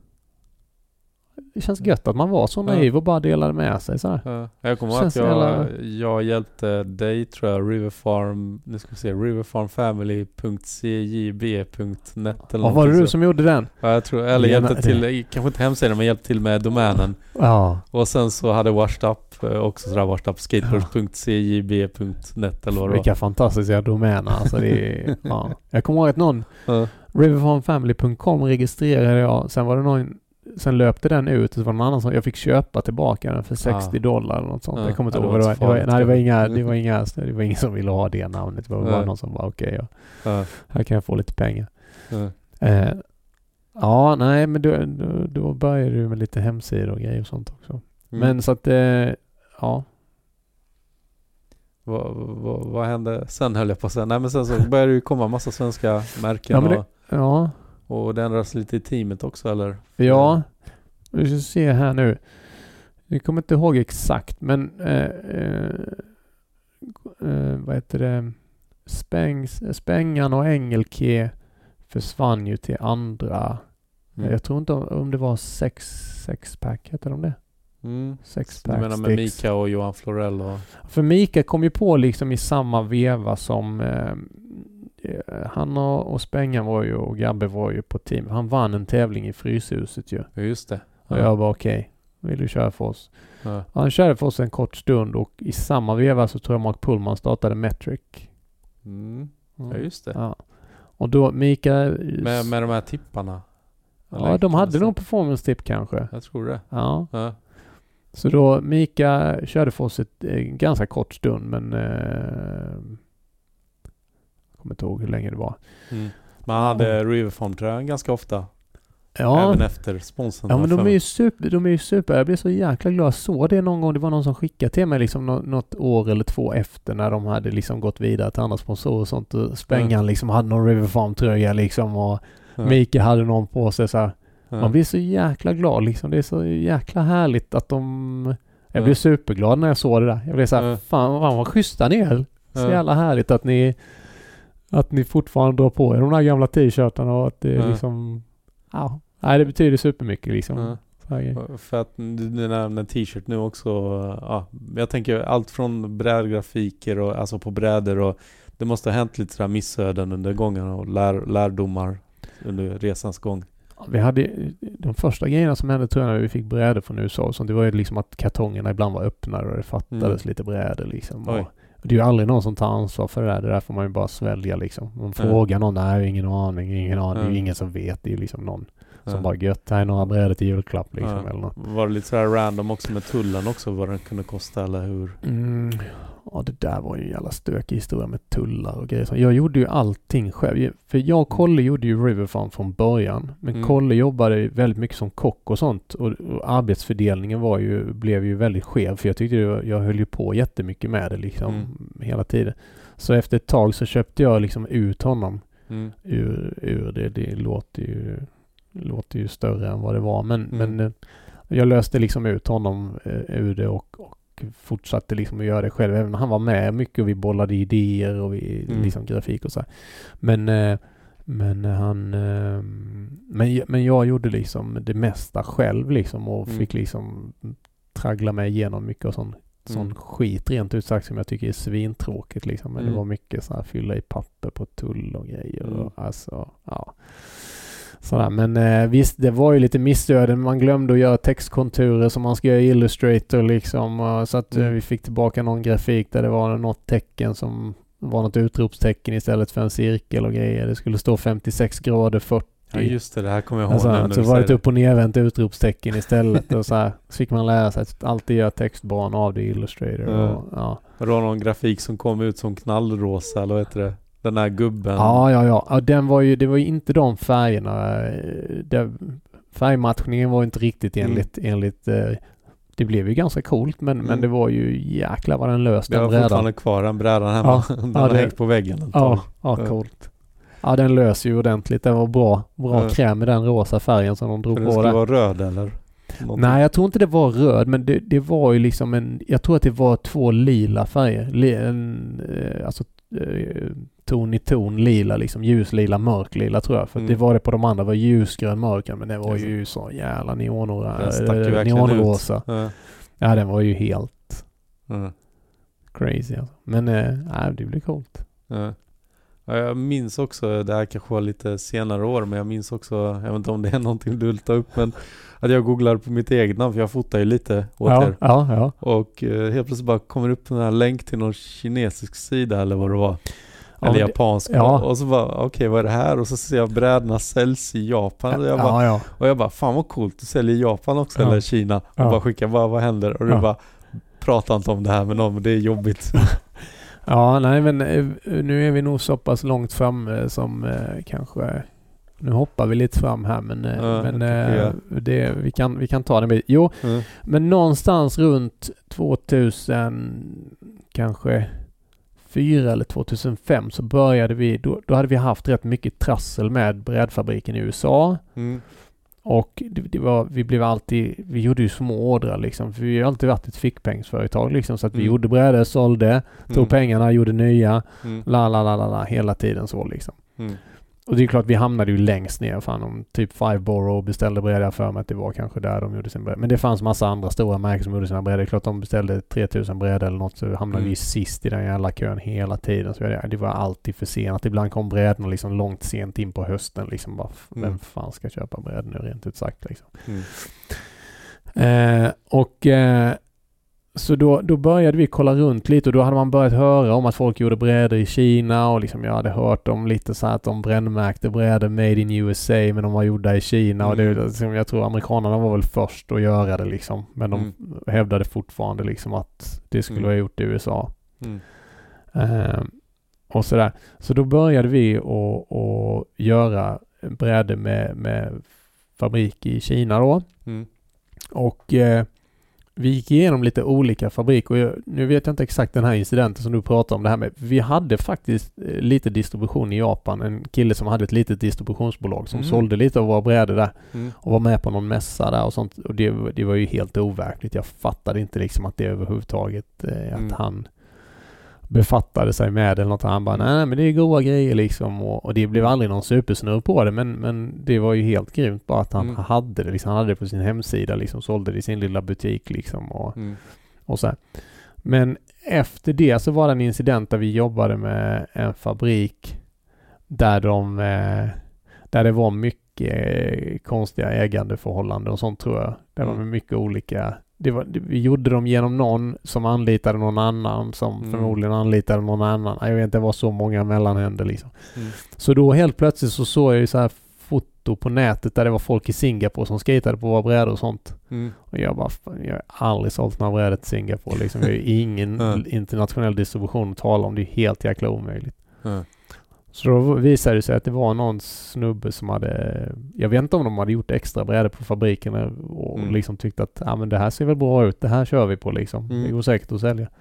det känns gött att man var så Ja. naiv och bara delade med sig så här. ja. Jag kommer ihåg Känns att jag, jävla- jag hjälpte dig tror jag, Riverfarm, nu ska vi se, riverfarmfamily punkt c j b punkt net eller Ja, var det någonting du så. som gjorde den? Ja, jag tror, eller Gärna hjälpte till, kanske inte hemsidan men hjälpte till med domänen. Ja. Och sen så hade Washed Up eh, också sådär Washed Up skateboards punkt c j b punkt net eller vad det var. Vilka fantastiska domäner. Alltså det är, ja. Jag kommer ihåg att någon, Ja. riverfarmfamily punkt com registrerade jag. Sen var det någon, sen löpte den ut. Det var någon annan som jag fick köpa tillbaka den för sextio dollar eller något sånt. Ja, jag kommer inte ja, ihåg det vad det var var. inte Nej, det var farligt, inga, kanske. det var inga, det var ingen som ville ha det namnet. Det var bara Ja. någon som var okej. Okay, ja. Ja. Här kan jag få lite pengar. Ja. Eh, ja, nej, men då, då, då började du med lite hemsidor och grejer och sånt också. Mm. Men så att, eh, ja. Vad, vad, vad hände sen, höll jag på att säga. Nej, men sen så började det ju komma massa svenska märken. Ja, men det, och, ja. och det ändras lite i teamet också, eller? Ja, vi ska se här nu. Jag kommer inte ihåg exakt, men eh, eh, eh, vad heter det? Spängs, Spängan och Engelke försvann ju till andra. Mm. Jag tror inte om, om det var sex, sexpack, heter de det? Mm. Sexpack Du menar med sticks. Mika och Johan Florell och... För Mika kom ju på liksom i samma veva som eh, han och, och Spängan var ju, och Gabbe var ju på team. Han vann en tävling i Fryshuset ju. Ja, just det. Och jag var okej, okay, vill du köra för oss? Ja. Han körde för oss en kort stund och i samma veva så tror jag Mark Pullman startade Metric. Mm. Mm. Ja, just det. Ja. Och då Mika... Med, med de här tipparna. Ja, Eller, de hade nästan. nog performance tip kanske. Jag tror det. Ja. Ja. Så då Mika körde för oss ett eh, ganska kort stund, men eh, jag kommer inte ihåg hur länge det var. Mm. Men han hade Riverfarm tror jag ganska ofta. Ja. Även efter sponsorn. Ja, men de är ju super, de är ju super. Jag blev så jäkla glad. Jag såg det någon gång. Det var någon som skickade till mig liksom något, något år eller två efter när de hade liksom gått vidare till andra sponsorer och sånt. Och Spängan mm. liksom hade någon Riverfarm-tröja liksom och ja. Mika hade någon på sig så här. Ja. Man blir så jäkla glad liksom. Det är så jäkla härligt att de... Jag blev ja. superglad när jag såg det där. Jag blev så här, ja. fan, fan vad schyssta ni är. Så ja. jävla härligt att ni att ni fortfarande drar på er de här gamla t-shirtarna och att det ja. liksom... Ja. Nej, det betyder supermycket liksom. Ja. För att du nämner t-shirt nu också. Ja, jag tänker allt från brädgrafiker och alltså på brädor och det måste ha hänt lite sådär missöden under gången och lär, lärdomar under resans gång. Vi hade de första grejerna som hände tror jag när vi fick brädor från U S A och sånt, det var ju liksom att kartongerna ibland var öppnare och det fattades mm. lite brädor liksom. Och det är ju aldrig någon som tar ansvar för det där. Det där får man ju bara svälja liksom. Man frågar mm. någon, nej, ingen aning, ingen aning. Mm. Det är ju ingen som vet. Det är ju liksom någon som mm. bara gött, här är några brädor till julklapp liksom. Mm. Eller något. Var det lite sådär random också med tullen också, vad den kunde kosta eller hur? Mm. Ja, det där var ju en jävla stökig historia med tullar och grejer. Jag gjorde ju allting själv. För jag och Kolle gjorde ju Riverfarm från början. Men mm. Kolle jobbade väldigt mycket som kock och sånt. Och, och arbetsfördelningen var ju, blev ju väldigt skev. För jag tyckte jag, jag höll ju på jättemycket med det liksom mm. hela tiden. Så efter ett tag så köpte jag liksom ut honom mm. ur, ur det. Det låter ju, låter ju större än vad det var. Men, mm. men jag löste liksom ut honom ur det och, och fortsatte liksom att göra det själv. Även han var med mycket och vi bollade idéer och vi, mm. liksom grafik och så här. Men, eh, men han eh, men, men jag gjorde liksom det mesta själv liksom och mm. fick liksom traggla mig igenom mycket och sån, sån mm. skit rent ut sagt som jag tycker är svintråkigt liksom. Men mm. det var mycket så här fylla i papper på tull och grejer mm. och alltså, ja. Sådär. Men eh, visst, det var ju lite missöden. Man glömde att göra textkonturer som man ska göra i Illustrator liksom. Och så att mm. eh, vi fick tillbaka någon grafik där det var något tecken som var något utropstecken istället för en cirkel och grejer. Det skulle stå femtiosex grader fyrtio. Ja just det, det här kommer jag ihåg. Alltså, så var det ett upp- och nervänt utropstecken istället. Och så, här, så fick man lära sig att alltid göra textbarn av det i Illustrator. Mm. Och, ja. Det var någon grafik som kom ut som knallrosa, eller vad heter det? Den här gubben. Ja, ja, ja. ja den var ju, det var ju inte de färgerna. Det, färgmatchningen var inte riktigt enligt... Mm. enligt det blev ju ganska coolt, men, mm. men det var ju jäkla vad den löste. Jag har brädan. fortfarande kvar den brädan hemma. Ja, den ja, har det, hängt på väggen. Ja, ja, coolt. Ja, den löser ju ordentligt. Det var bra, bra ja. kräm i den rosa färgen som de drog För på. Den skulle där. vara röd eller? Någonting. Nej, jag tror inte det var röd, men det, det var ju liksom en... Jag tror att det var två lila färger. Li, en, alltså ton i ton lila, liksom ljuslila, mörklila tror jag. För mm. det var det på de andra, var ljusgrön, mörkgrön, men det var ju yes. så jävla neonrosa. neonrosa. Ja. ja, den var ju helt mm. crazy. Alltså. Men äh, det blev coolt. Ja. Ja, jag minns också, det här kanske var lite senare år, men jag minns också, jag vet inte om det är någonting du vill ta upp, men att jag googlade på mitt eget namn, för jag fotar ju lite åt ja, er. Ja, ja. Och uh, helt plötsligt bara kommer upp den här länk till någon kinesisk sida eller vad det var. Eller ja, japansk. ja. Och så bara, okej okay, vad är det här? Och så ser jag brädorna säljs i Japan. Och jag bara, ja, ja. och jag bara fan vad coolt, du säljer i Japan också, ja. Eller Kina. Och ja. bara skickar, bara, vad händer? Och du ja. bara, prata inte om det här med någon, men det är jobbigt. Ja, nej men nu är vi nog så pass långt fram som eh, kanske, nu hoppar vi lite fram här men, ja, men eh, det, vi, kan, vi kan ta det. Jo, mm. men någonstans runt tvåtusen kanske fyra eller tvåtusenfem så började vi, då, då hade vi haft rätt mycket trassel med brädfabriken i U S A. Mm. Och det, det var, vi blev alltid, vi gjorde ju små ordrar liksom, för vi har alltid varit ett fickpengsföretag liksom, så att vi mm. gjorde brädor, sålde, tog mm. pengarna, gjorde nya, mm. la la la la la, hela tiden så liksom. Mm. Och det är klart, vi hamnade ju längst ner, fan om typ Five Borough beställde brädor för mig att det var kanske där de gjorde sin brädor. Men det fanns massa andra stora märken som gjorde sina brädor. Det är klart de beställde tre tusen brädor eller något, så hamnade mm. vi sist i den jävla kön hela tiden. Så det, det var alltid för sent. Ibland kom brädorna liksom långt sent in på hösten. Liksom bara, mm. vem fan ska köpa brädor nu rent ut sagt liksom. Mm. Eh, och eh, så då, då började vi kolla runt lite och då hade man börjat höra om att folk gjorde brädor i Kina och liksom jag hade hört om lite så här att de brännmärkte brädor made in U S A men de var gjorda i Kina mm. och det, liksom, jag tror amerikanerna var väl först att göra det liksom, men de mm. hävdade fortfarande liksom att det skulle mm. vara gjort i U S A. Mm. Uh, och sådär. Så då började vi att, att göra brädor med, med fabrik i Kina då. Mm. Och uh, vi gick igenom lite olika fabriker och jag, nu vet jag inte exakt den här incidenten som du pratar om det här med. Vi hade faktiskt eh, lite distribution i Japan. En kille som hade ett litet distributionsbolag som mm. sålde lite av våra brädor där mm. och var med på någon mässa där och sånt. Och det, det var ju helt overkligt. Jag fattade inte liksom att det överhuvudtaget eh, att mm. han befattade sig med eller något. Han bara, nej men det är goda grejer liksom och, och det blev aldrig någon supersnurr på det men, men det var ju helt grymt bara att han mm. hade det liksom, han hade det på sin hemsida liksom, sålde det i sin lilla butik liksom och, mm. och så här. Men efter det så var det en incident där vi jobbade med en fabrik där de eh, där det var mycket konstiga ägandeförhållanden och sånt tror jag. Det var med mycket olika. Det var, det, vi gjorde dem genom någon som anlitade någon annan som mm. förmodligen anlitade någon annan. Jag vet inte, det var så många mellanhänder liksom. Mm. Så då helt plötsligt så såg jag ju så här foto på nätet där det var folk i Singapore som skatade på våra brädor och sånt. Mm. Och jag bara, jag har aldrig sålt några brädor till Singapore liksom. Jag har ju ingen mm. internationell distribution att tala om. Det är helt jäkla omöjligt. Mm. Så då visade det sig att det var någon snubbe som hade, jag vet inte om de hade gjort extra brädor på fabriken och mm. liksom tyckte att ja, men det här ser väl bra ut, det här kör vi på liksom. Mm. Det går säkert att sälja.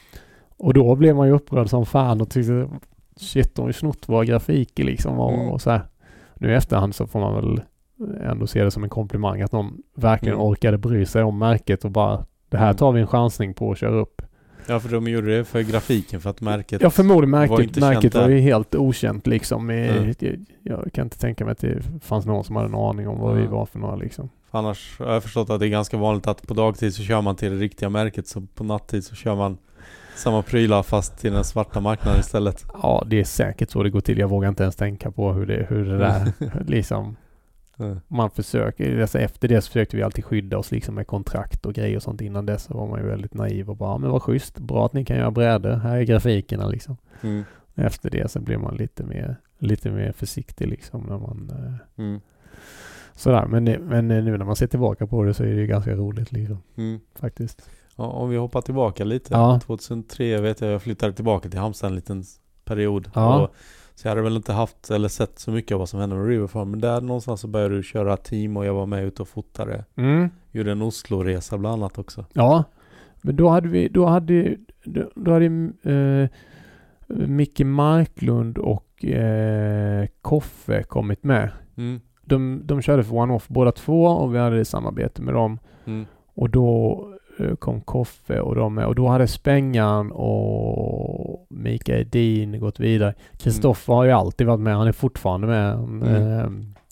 Och då blev man ju upprörd som fan och tyckte shit, de har ju snott våra grafiker liksom och, mm. och så här. Nu i efterhand så får man väl ändå se det som en komplimang att någon verkligen mm. orkade bry sig om märket och bara, det här tar vi en chansning på att köra upp. Ja, för de gjorde det för grafiken, för att märket ja, förmodligen märket var inte märket var ju helt okänt liksom. Mm. Jag, jag kan inte tänka mig att det fanns någon som hade en aning om vad mm. vi var för några liksom. För annars har jag förstått att det är ganska vanligt att på dagtid så kör man till det riktiga märket, så på nattid så kör man samma prylar fast till den svarta marknaden istället. Ja, det är säkert så det går till. Jag vågar inte ens tänka på hur det, hur det där liksom mm. man försöker, alltså efter det så försökte vi alltid skydda oss liksom med kontrakt och grejer och sånt. Innan dess så var man ju väldigt naiv och bara, men vad schysst, bra att ni kan göra brädor, här är grafikerna liksom. Mm. Efter det så blir man lite mer lite mer försiktig liksom när man eh, mm. sådär, men, men nu när man ser tillbaka på det så är det ju ganska roligt liksom, mm. faktiskt. Ja, om vi hoppar tillbaka lite, ja. tjugohundratre vet jag, jag flyttade tillbaka till Halmstad en liten period ja. och så jag hade väl inte haft eller sett så mycket av vad som hände med Riverfarm. Men där någonstans så började du köra team och jag var med ute och fotade. Mm. Gjorde en Oslo-resa bland annat också. Ja, men då hade vi, då hade, då, då hade eh, Micke Marklund och eh, Koffe kommit med. Mm. De, de körde för One Off båda två och vi hade samarbete med dem. Mm. Och då kom Koffe och de med. Och då hade Spengan och Mikael Edin gått vidare. Kristoffer mm. har ju alltid varit med. Han är fortfarande med mm. eh,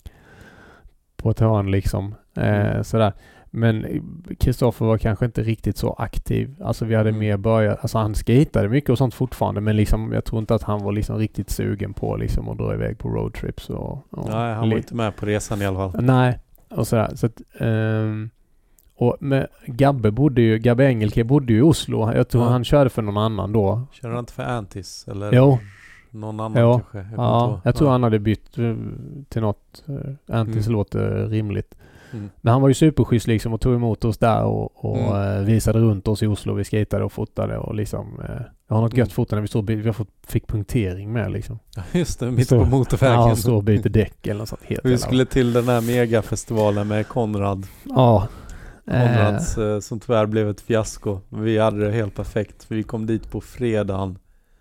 på ett hörn liksom. Eh, mm. Sådär. Men Kristoffer var kanske inte riktigt så aktiv. Alltså vi hade mm. mer börjat. Alltså han skatade mycket och sånt fortfarande. Men liksom jag tror inte att han var liksom riktigt sugen på liksom att dra iväg på roadtrips. Och, och Nej, han var inte med på resan i alla fall. Nej, och sådär. Så att eh, och med Gabbe bodde ju, Gabbe Engelke bodde ju i Oslo. Jag tror ja. han körde för någon annan då. Körde han inte för Antis? Eller? Jo. någon annan ja. kanske. Jag ja, jag tror ja. han hade bytt uh, till något uh, Antis mm. låter rimligt. Mm. Men han var ju superschysst liksom och tog emot oss där och, och Mm. uh, visade runt oss i Oslo. Vi skatade och fotade och liksom uh, jag har något gött mm. foto när vi stod vi fått, fick punktering med liksom. Ja, just det, mitt så, på motorvägen. Ja, så och byter däck eller något sånt. Helt vi skulle till den här megafestivalen med Konrad. Ja. Konrads eh. som tyvärr blev ett fiasko. Vi hade det helt perfekt. För vi kom dit på fredagen.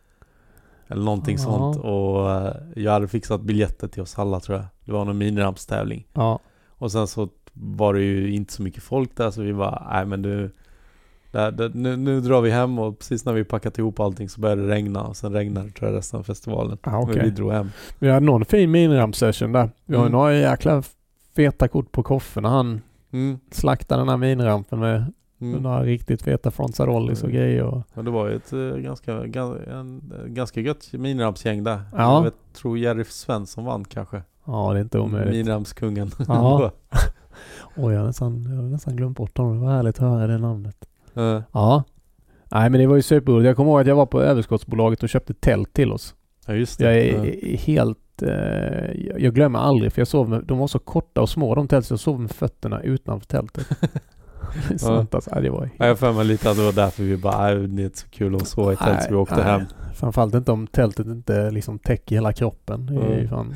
Eller någonting ja. sånt. Och eh, jag hade fixat biljetter till oss alla tror jag. Det var någon minirampstävling. Ja. Och sen så var det ju inte så mycket folk där. Så vi bara, nej men du... Där, där, nu, nu drar vi hem och precis när vi packat ihop allting så började det regna. Och sen regnade det tror jag resten av festivalen. Ah, okay. Men vi drog hem. Vi hade någon fin minirampsession där. Vi har mm. några jäkla feta kort på Koffe när han mm. slaktade den här minirampen med mm. några riktigt feta frontsarollis och mm. grejer. Och... Ja, det var ju ett uh, ganska, ganska, en, ganska gött minirampsgäng där. Ja. Jag vet, tror Jerry Svensson vann kanske. Ja, det är inte omöjligt. Minirampskungen. Ja. Oj, jag har nästan, jag har nästan glömt bort honom. Det var härligt att höra det namnet. Uh. Ja. Nej, men det var ju superroligt. Jag kommer ihåg att jag var på överskottsbolaget och köpte tält till oss. Ja, just det. Jag är uh. helt... Eh, jag glömmer aldrig, för jag sov med, de var så korta och små, de tält, så jag sov med fötterna utanför tältet. Sånt, ja. Alltså, det var helt... ja, jag för mig lite att det var därför vi bara, det är inte så kul att sova i tält, nej, så vi åkte nej. hem. Framförallt inte om tältet inte liksom täcker hela kroppen. Det är mm. fan...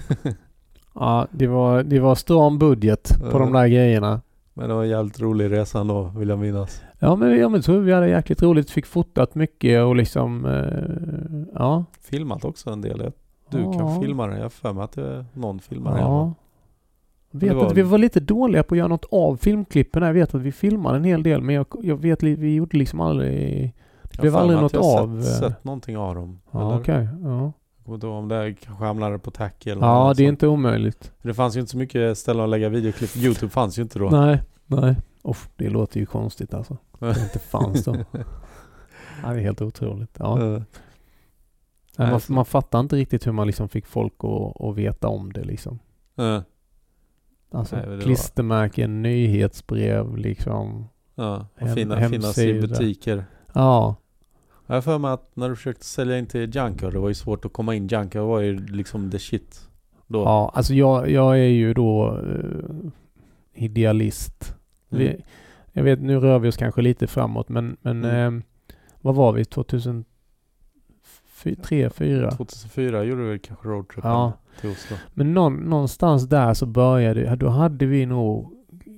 ja, det var, det var stram budget på mm. de där grejerna. Men det var en jävligt rolig resa ändå, vill jag minnas. Ja, men jag tror vi hade jäkligt roligt. Fick fotat mycket och liksom, eh, ja. Filmat också en del. Du ja. kan filma det. Jag för mig att det är någon filmare. Ja. Jag vet var... att vi var lite dåliga på att göra något av filmklippen. Jag vet att vi filmade en hel del, men jag, jag vet att vi gjorde liksom aldrig... Det blev aldrig något jag av. Jag har sett, sett någonting av dem. Ja, okej. Okay. Ja. Jag kommer inte ihåg om det kanske hamnade på tack eller ja, något det är sånt. inte omöjligt. Det fanns ju inte så mycket ställen att lägga videoklipp. YouTube fanns ju inte då. Nej, nej. Uff, det låter ju konstigt alltså. Det inte fanns då. Ja, det är helt otroligt. Ja. Uh. Nej, man, man fattar inte riktigt hur man liksom fick folk att, att veta om det liksom. Uh. Alltså nej, klistermärken, var... nyhetsbrev liksom. Ja, och fina, finnas i butiker. Ja. Jag har för mig att när du försökte sälja in till Junker, det var ju svårt att komma in. Junker var ju liksom the shit då. Ja, alltså jag, jag är ju då uh, idealist. Mm. Vi, jag vet, nu rör vi oss kanske lite framåt, men, men mm. eh, vad var vi? tjugohundratre, fyra tjugohundrafyra gjorde vi kanske roadtrippen ja. till Oslo. Men någon, någonstans där så började, då hade vi nog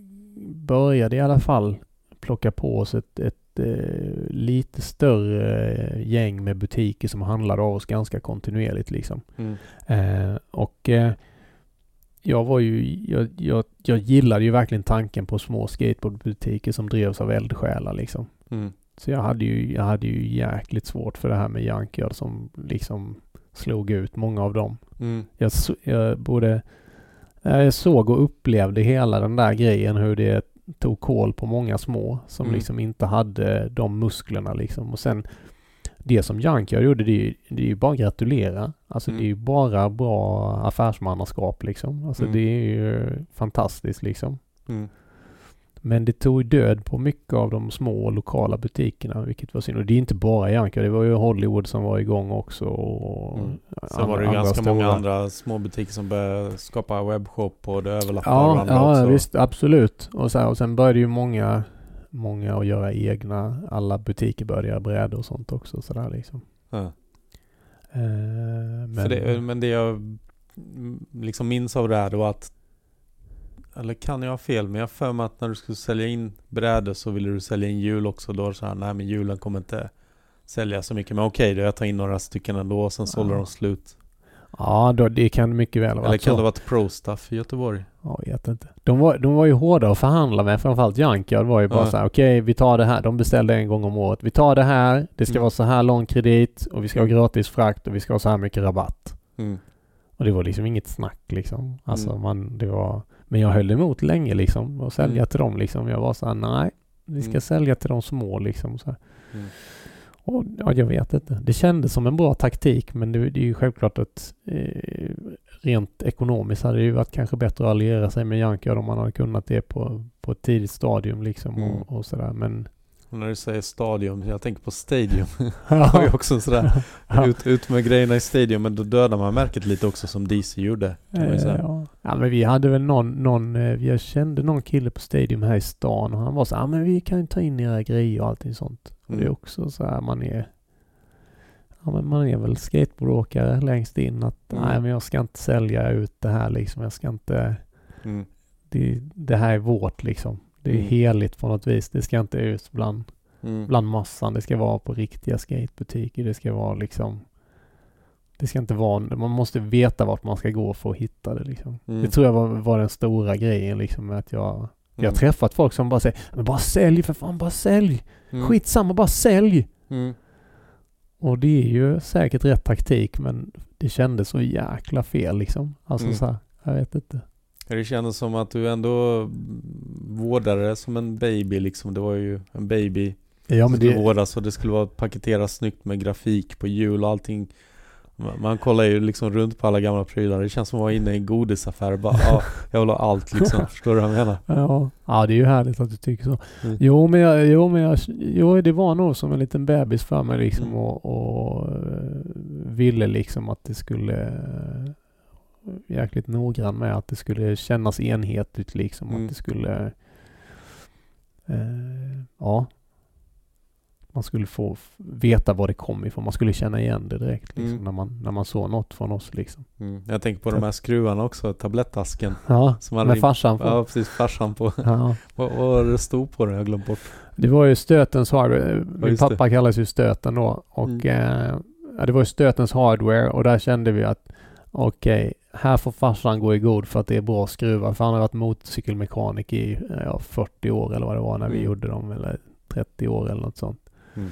började i alla fall plocka på oss ett, ett eh, lite större gäng med butiker som handlade av oss ganska kontinuerligt liksom. Mm. Eh, och eh, jag var ju jag, jag, jag gillade ju verkligen tanken på små skateboardbutiker som drevs av eldsjälar liksom. Mm. Så jag hade ju jag hade ju jäkligt svårt för det här med Junkyard som liksom slog ut många av dem. Mm. Jag, jag både jag såg och upplevde hela den där grejen, hur det tog koll på många små som mm. liksom inte hade de musklerna liksom. Och sen det som Junkyard gjorde, det är ju, det är ju bara att gratulera. Alltså mm. det är ju bara bra affärsmannaskap liksom. Alltså mm. det är ju fantastiskt liksom. Mm. Men det tog död på mycket av de små lokala butikerna, vilket var synd. Och det är inte bara Junkyard, det var ju Hollywood som var igång också. Och mm. Sen andra, var det ju ganska stora. Många andra små butiker som började skapa webbshop och det överlappar ja, varandra ja, också. Ja, visst, absolut. Och, så här, och sen började ju många, många att göra egna, alla butiker började göra brädor och sånt också. Så där, liksom. Ja. Eh, men, För det, men det jag liksom minns av det här då att, eller kan jag ha fel, men jag för mig att när du skulle sälja in brädor så ville du sälja in hjul också. Då så här, nej men hjulen kommer inte sälja så mycket. Men okej, då jag tar in några stycken ändå och sen ja. sålde de slut. Ja, då, det kan mycket väl vara. Eller kan så. Det vara ett Pro-Stuff i Göteborg? Ja, jag vet inte. De var, de var ju hårda att förhandla med. Framförallt Junkyard var ju bara ja. så här, okej, okay, vi tar det här. De beställde en gång om året. Vi tar det här. Det ska mm. vara så här lång kredit och vi ska ha gratis frakt och vi ska ha så här mycket rabatt. Mm. Och det var liksom inget snack liksom. Alltså mm. man, det var... Men jag höll emot länge liksom och sälja mm. till dem liksom. Jag var så här, nej, vi ska mm. sälja till de små liksom. Så här. Mm. Och ja, jag vet inte. Det kändes som en bra taktik, men det, det är ju självklart att eh, rent ekonomiskt hade det ju varit kanske bättre att alliera sig med Junkyard om man hade kunnat det på, på ett tidigt stadium liksom mm. och, och sådär. Men Och när du säger stadium, jag tänker på stadium. Det var ju också sådär, ut, ut med grejerna i stadium, men då dödar man märket lite också som D C gjorde. Kan man ju säga. Ja. ja, men vi hade väl någon, någon, jag kände någon kille på stadium här i stan och han var så här, ah, men vi kan ju ta in era grejer och allting sånt. Och Mm. det är också så här, man är, ja, men man är väl skateboardåkare längst in att Mm. nej, men jag ska inte sälja ut det här liksom, jag ska inte, Mm. det, det här är vårt liksom. Det är Mm. heligt på något vis. Det ska inte ut bland, Mm. bland massan. Det ska vara på riktiga skatebutiker. Det ska vara liksom, det ska inte vara, man måste veta vart man ska gå för att hitta det liksom. Mm. Det tror jag var, var den stora grejen liksom, med att jag, Mm. jag har träffat folk som bara säger, men bara sälj för fan, bara sälj. Mm. Skitsamma, bara sälj. Mm. Och det är ju säkert rätt taktik, men det kändes så jäkla fel liksom. Alltså Mm. så här, jag vet inte. Det kändes som att du ändå vårdade det som en baby liksom. Det var ju en baby Ja, som men skulle det, vårdas och det skulle vara paketerat snyggt med grafik på hjul och allting. Man, man kollar ju liksom runt på alla gamla prylar. Det känns som att vara inne i en godisaffär och bara, ja, jag vill ha allt liksom. Förstår du vad jag menar? ja, ja, det är ju härligt att du tycker så. Mm. Jo, men jag, jo, men jag, jo, det var nog som en liten bebis för mig liksom Mm. och, och uh, ville liksom att det skulle uh, jäkligt noggrann med att det skulle kännas enhetligt liksom. Mm. Att det skulle uh, ja, man skulle få f- veta var det kom ifrån. Man skulle känna igen det direkt liksom, Mm. när, man, när man såg något från oss liksom. Mm. Jag tänker på de här skruvarna också, tablettasken. Ja, Som hade med rim- farsan på. Ja, precis, farsan på. Ja. vad, vad var det stod på det? Jag har glömt bort. Det var ju Stötens hardware. Min just det. pappa kallas ju Stöten då. Och Mm. eh, ja, det var ju Stötens hardware och där kände vi att okej, okay, här får farsan gå i god för att det är bra skruvar. För han har varit motorcykelmekanik i ja, fyrtio år eller vad det var när vi Mm. gjorde dem. Eller trettio år eller något sånt. Mm.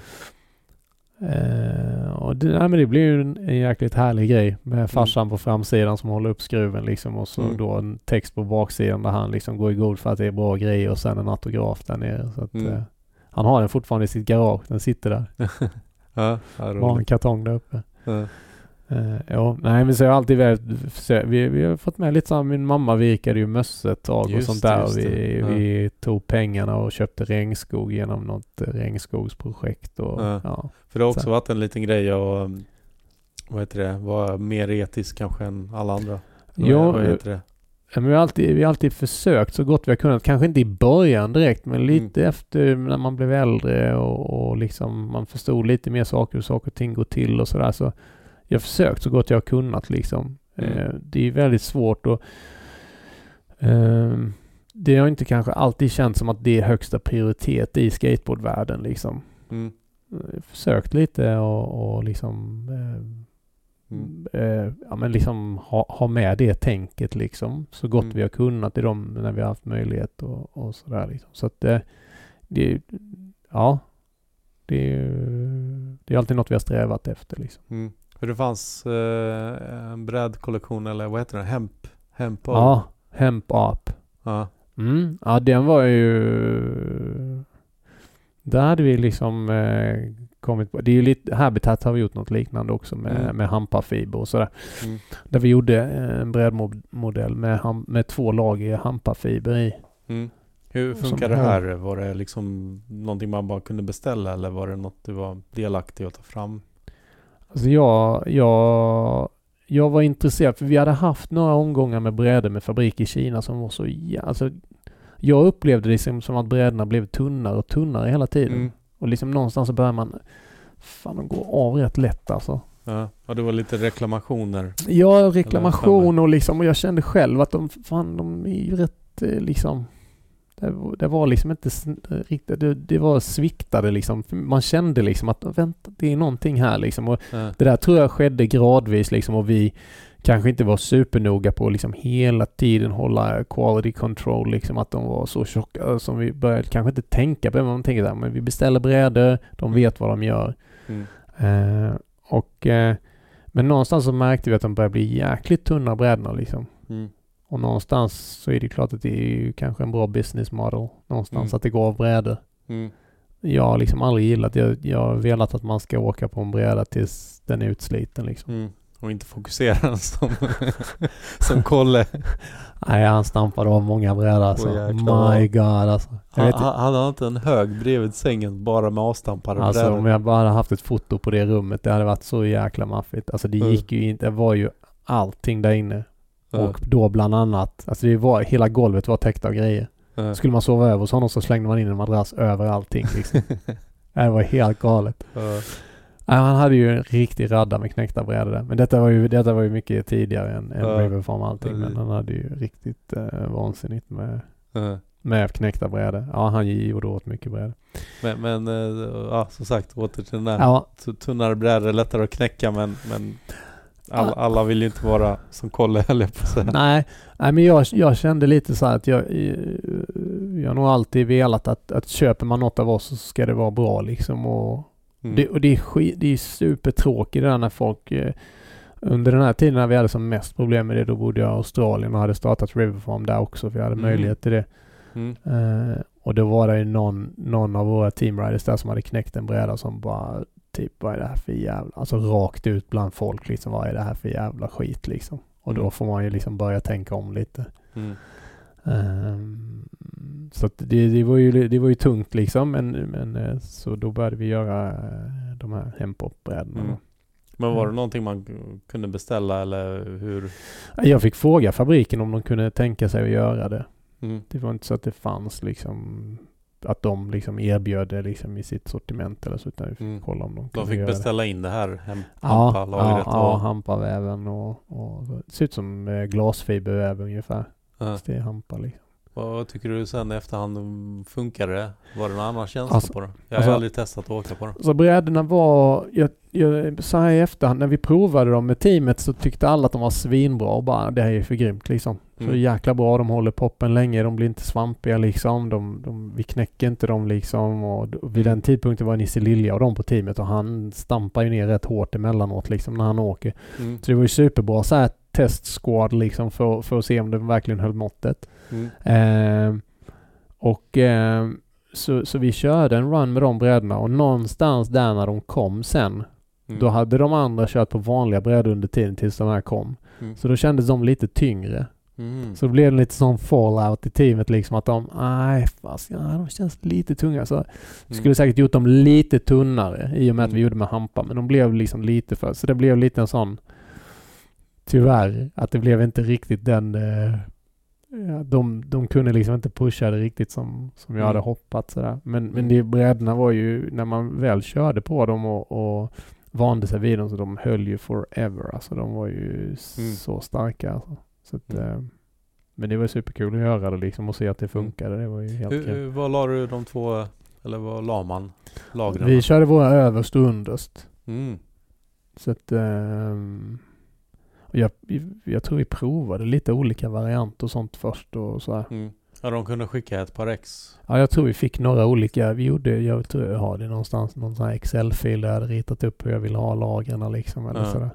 Eh, och det, nej, men det blir ju en, en jäkligt härlig grej med farsan Mm. på framsidan som håller upp skruven liksom och så Mm. då en text på baksidan där han liksom går i god för att det är bra grejer och sen en autograf där nere. Så att, Mm. eh, han har den fortfarande i sitt garage. Den sitter där. Ja, ja, Har en roligt. kartong där uppe. Ja. Uh, ja, nej men så har jag alltid väldigt, vi, vi har fått med lite så, min mamma virkade ju mössor ett tag och Just sånt det, där just och det. vi, Ja. vi tog pengarna och köpte regnskog genom något uh, regnskogsprojekt och Ja. ja. För det har också Så. varit en liten grej och vad heter det, vara mer etisk kanske än alla andra. Ja, vad heter det? Ja, men vi har alltid, vi har alltid försökt så gott vi har kunnat, kanske inte i början direkt men lite Mm. efter när man blev äldre och, och liksom man förstod lite mer saker och saker och ting går till och sådär så jag har försökt så gott jag har kunnat liksom. Mm. Eh, det är väldigt svårt och eh, det har inte kanske alltid känts som att det är högsta prioritet i skateboardvärlden liksom. Mm. Jag har försökt lite och, och liksom eh, Mm. eh, ja, men liksom ha, ha med det tänket liksom så gott Mm. vi har kunnat i dem när vi har haft möjlighet och, och sådär liksom. Så att det, det ja det är ju- det är alltid något vi har strävat efter liksom. Mm. För det fanns eh, en brädkollektion eller vad heter det? Hemp? Hemp Ja, Hemp Up. Ja. Mm. Ja, den var ju där hade vi liksom eh, kommit på, det är ju lite, Habitat har vi gjort något liknande också med, Mm. med hampafiber och sådär. Mm. Där vi gjorde eh, en brädmodell med, ham, med två lager hampafiber i. Mm. Hur Som funkar det har- här? Var det liksom någonting man bara kunde beställa eller var det något du var delaktig att ta fram? Alltså jag, jag, jag var intresserad för vi hade haft några omgångar med brädor med fabrik i Kina som var så, ja, alltså jag upplevde det som, som att brädorna blev tunnare och tunnare hela tiden. Mm. Och liksom någonstans så börjar man, fan de går av rätt lätt alltså. Ja. Ja, det var lite reklamationer. Ja, reklamation och liksom, och jag kände själv att de, fan de är ju rätt eh, liksom, det, var- det var liksom inte sn- riktigt, det, det var sviktade liksom. Man kände liksom att vänta, det är någonting här liksom. Och Ja. det där tror jag skedde gradvis liksom och vi kanske inte var supernoga på liksom hela tiden hålla quality control liksom att de var så tjocka som vi började kanske inte tänka på det. Man tänker så här, men vi beställer brädor, de vet vad de gör. Mm. Eh, och eh, men någonstans så märkte vi att de började bli jäkligt tunna brädorna liksom. Mm. Och någonstans så är det klart att det är ju kanske en bra business model någonstans Mm. att det går av brädor. Mm. Jag har liksom aldrig gillat, jag, jag har velat att man ska åka på en bräda tills den är utsliten liksom. Mm. Och inte fokusera som, som Kolle. Nej, han stampade av många brädor alltså. Oh, my god alltså. Han, hade han inte en hög bredvid sängen bara med avstampade alltså, brädor? Om jag bara hade haft ett foto på det rummet, det hade varit så jäkla maffigt. Alltså det gick mm. ju inte, det var ju allting där inne. Mm. Och då bland annat, alltså det var, hela golvet var täckt av grejer. Mm. Skulle man sova över hos honom så slängde man in en madrass över allting liksom. Det var helt galet. Mm. Han hade ju en riktig radda med knäckta brädor där. Men detta var ju, detta var ju mycket tidigare än, än uh, Riverfarm och allting. Uh, men han hade ju riktigt uh, vansinnigt med, uh. med knäckta brädor. Ja, han gjorde åt mycket brädor. Men, men uh, ja, som sagt, åter till den där ja. tunnare brädor, lättare att knäcka, men, men all, alla vill ju inte vara som Kolle, höll jag på att säga. Nej, nej men jag, jag kände lite så här att jag, jag har nog alltid velat att, att köper man något av oss så ska det vara bra liksom, och Mm. Det, och det är, skit, det är supertråkigt där när folk eh, under den här tiden när vi hade som mest problem med det, då bodde jag i Australien och hade startat Riverfarm där också, för jag hade mm. möjlighet till det. Mm. Eh, och då var det ju någon, någon av våra teamriders där som hade knäckt en bräda som bara typ, vad är det här för jävla, alltså rakt ut bland folk liksom, vad är det här för jävla skit liksom. Och mm. då får man ju liksom börja tänka om lite. Mm. Um, så att det, det, var ju, det var ju tungt liksom, men, men så då började vi göra de här hempopbrädorna. Mm. Men var det någonting man kunde beställa eller hur? Jag fick fråga fabriken om de kunde tänka sig att göra det. Mm. Det var inte så att det fanns liksom att de liksom erbjöd det liksom i sitt sortiment eller så, utan vi fick mm. kolla om de kunde De fick göra beställa det. in det här hem, ja, hampalagret. Ja, ja, hampaväven och, och det ser ut som eh, glasfiberväv ungefär. Uh. Det är hampa liksom. Vad tycker du sen i efterhand, funkar det? Var det någon annan känsla alltså, på det? Jag alltså, har aldrig testat att åka på det. Så brädorna var, jag, jag, så här i efterhand, när vi provade dem med teamet så tyckte alla att de var svinbra och bara, det här är för grymt liksom. Mm. Så jäkla bra, de håller poppen länge, de blir inte svampiga liksom, de, de, vi knäcker inte dem liksom, och vid mm. den tidpunkten var Nisse Lilja och de på teamet och han stampar ju ner rätt hårt emellanåt liksom när han åker. Mm. Så det var ju superbra så här testsquad liksom för, för att se om det verkligen höll måttet. Mm. Eh, och eh, så, så vi körde en run med de brädorna och någonstans där när de kom sen mm. då hade de andra kört på vanliga brädor under tiden tills de här kom. Mm. Så då kändes de lite tyngre. Mm. Så då blev det lite sån fallout i teamet liksom, att de nej fast ja, de känns lite tunga, så mm. skulle säkert gjort dem lite tunnare i och med mm. att vi gjorde med hampa, men de blev liksom lite för, så det blev lite en sån, tyvärr, att det blev inte riktigt den eh, ja, de, de kunde liksom inte pusha det riktigt som, som jag mm. hade hoppats sådär. Men, mm. men de brädorna var ju, när man väl körde på dem och, och vande sig vid dem, så de höll ju forever, alltså de var ju mm. så starka alltså. Så att, mm. eh, men det var superkul att göra det liksom och se att det funkade. Det var ju helt hur, kul. Vad la du de två, eller vad la man lagren? Vi körde våra överst och underst. Mm. Så att eh, och jag, jag tror vi provade lite olika varianter och sånt först och så här. Mm. Ja, de kunde skicka ett par ex. Ja, jag tror vi fick några olika. Vi gjorde, jag tror jag har det någonstans, någon sån här Excel-fil där jag hade ritat upp hur jag ville ha lagren liksom, eller mm. sådär.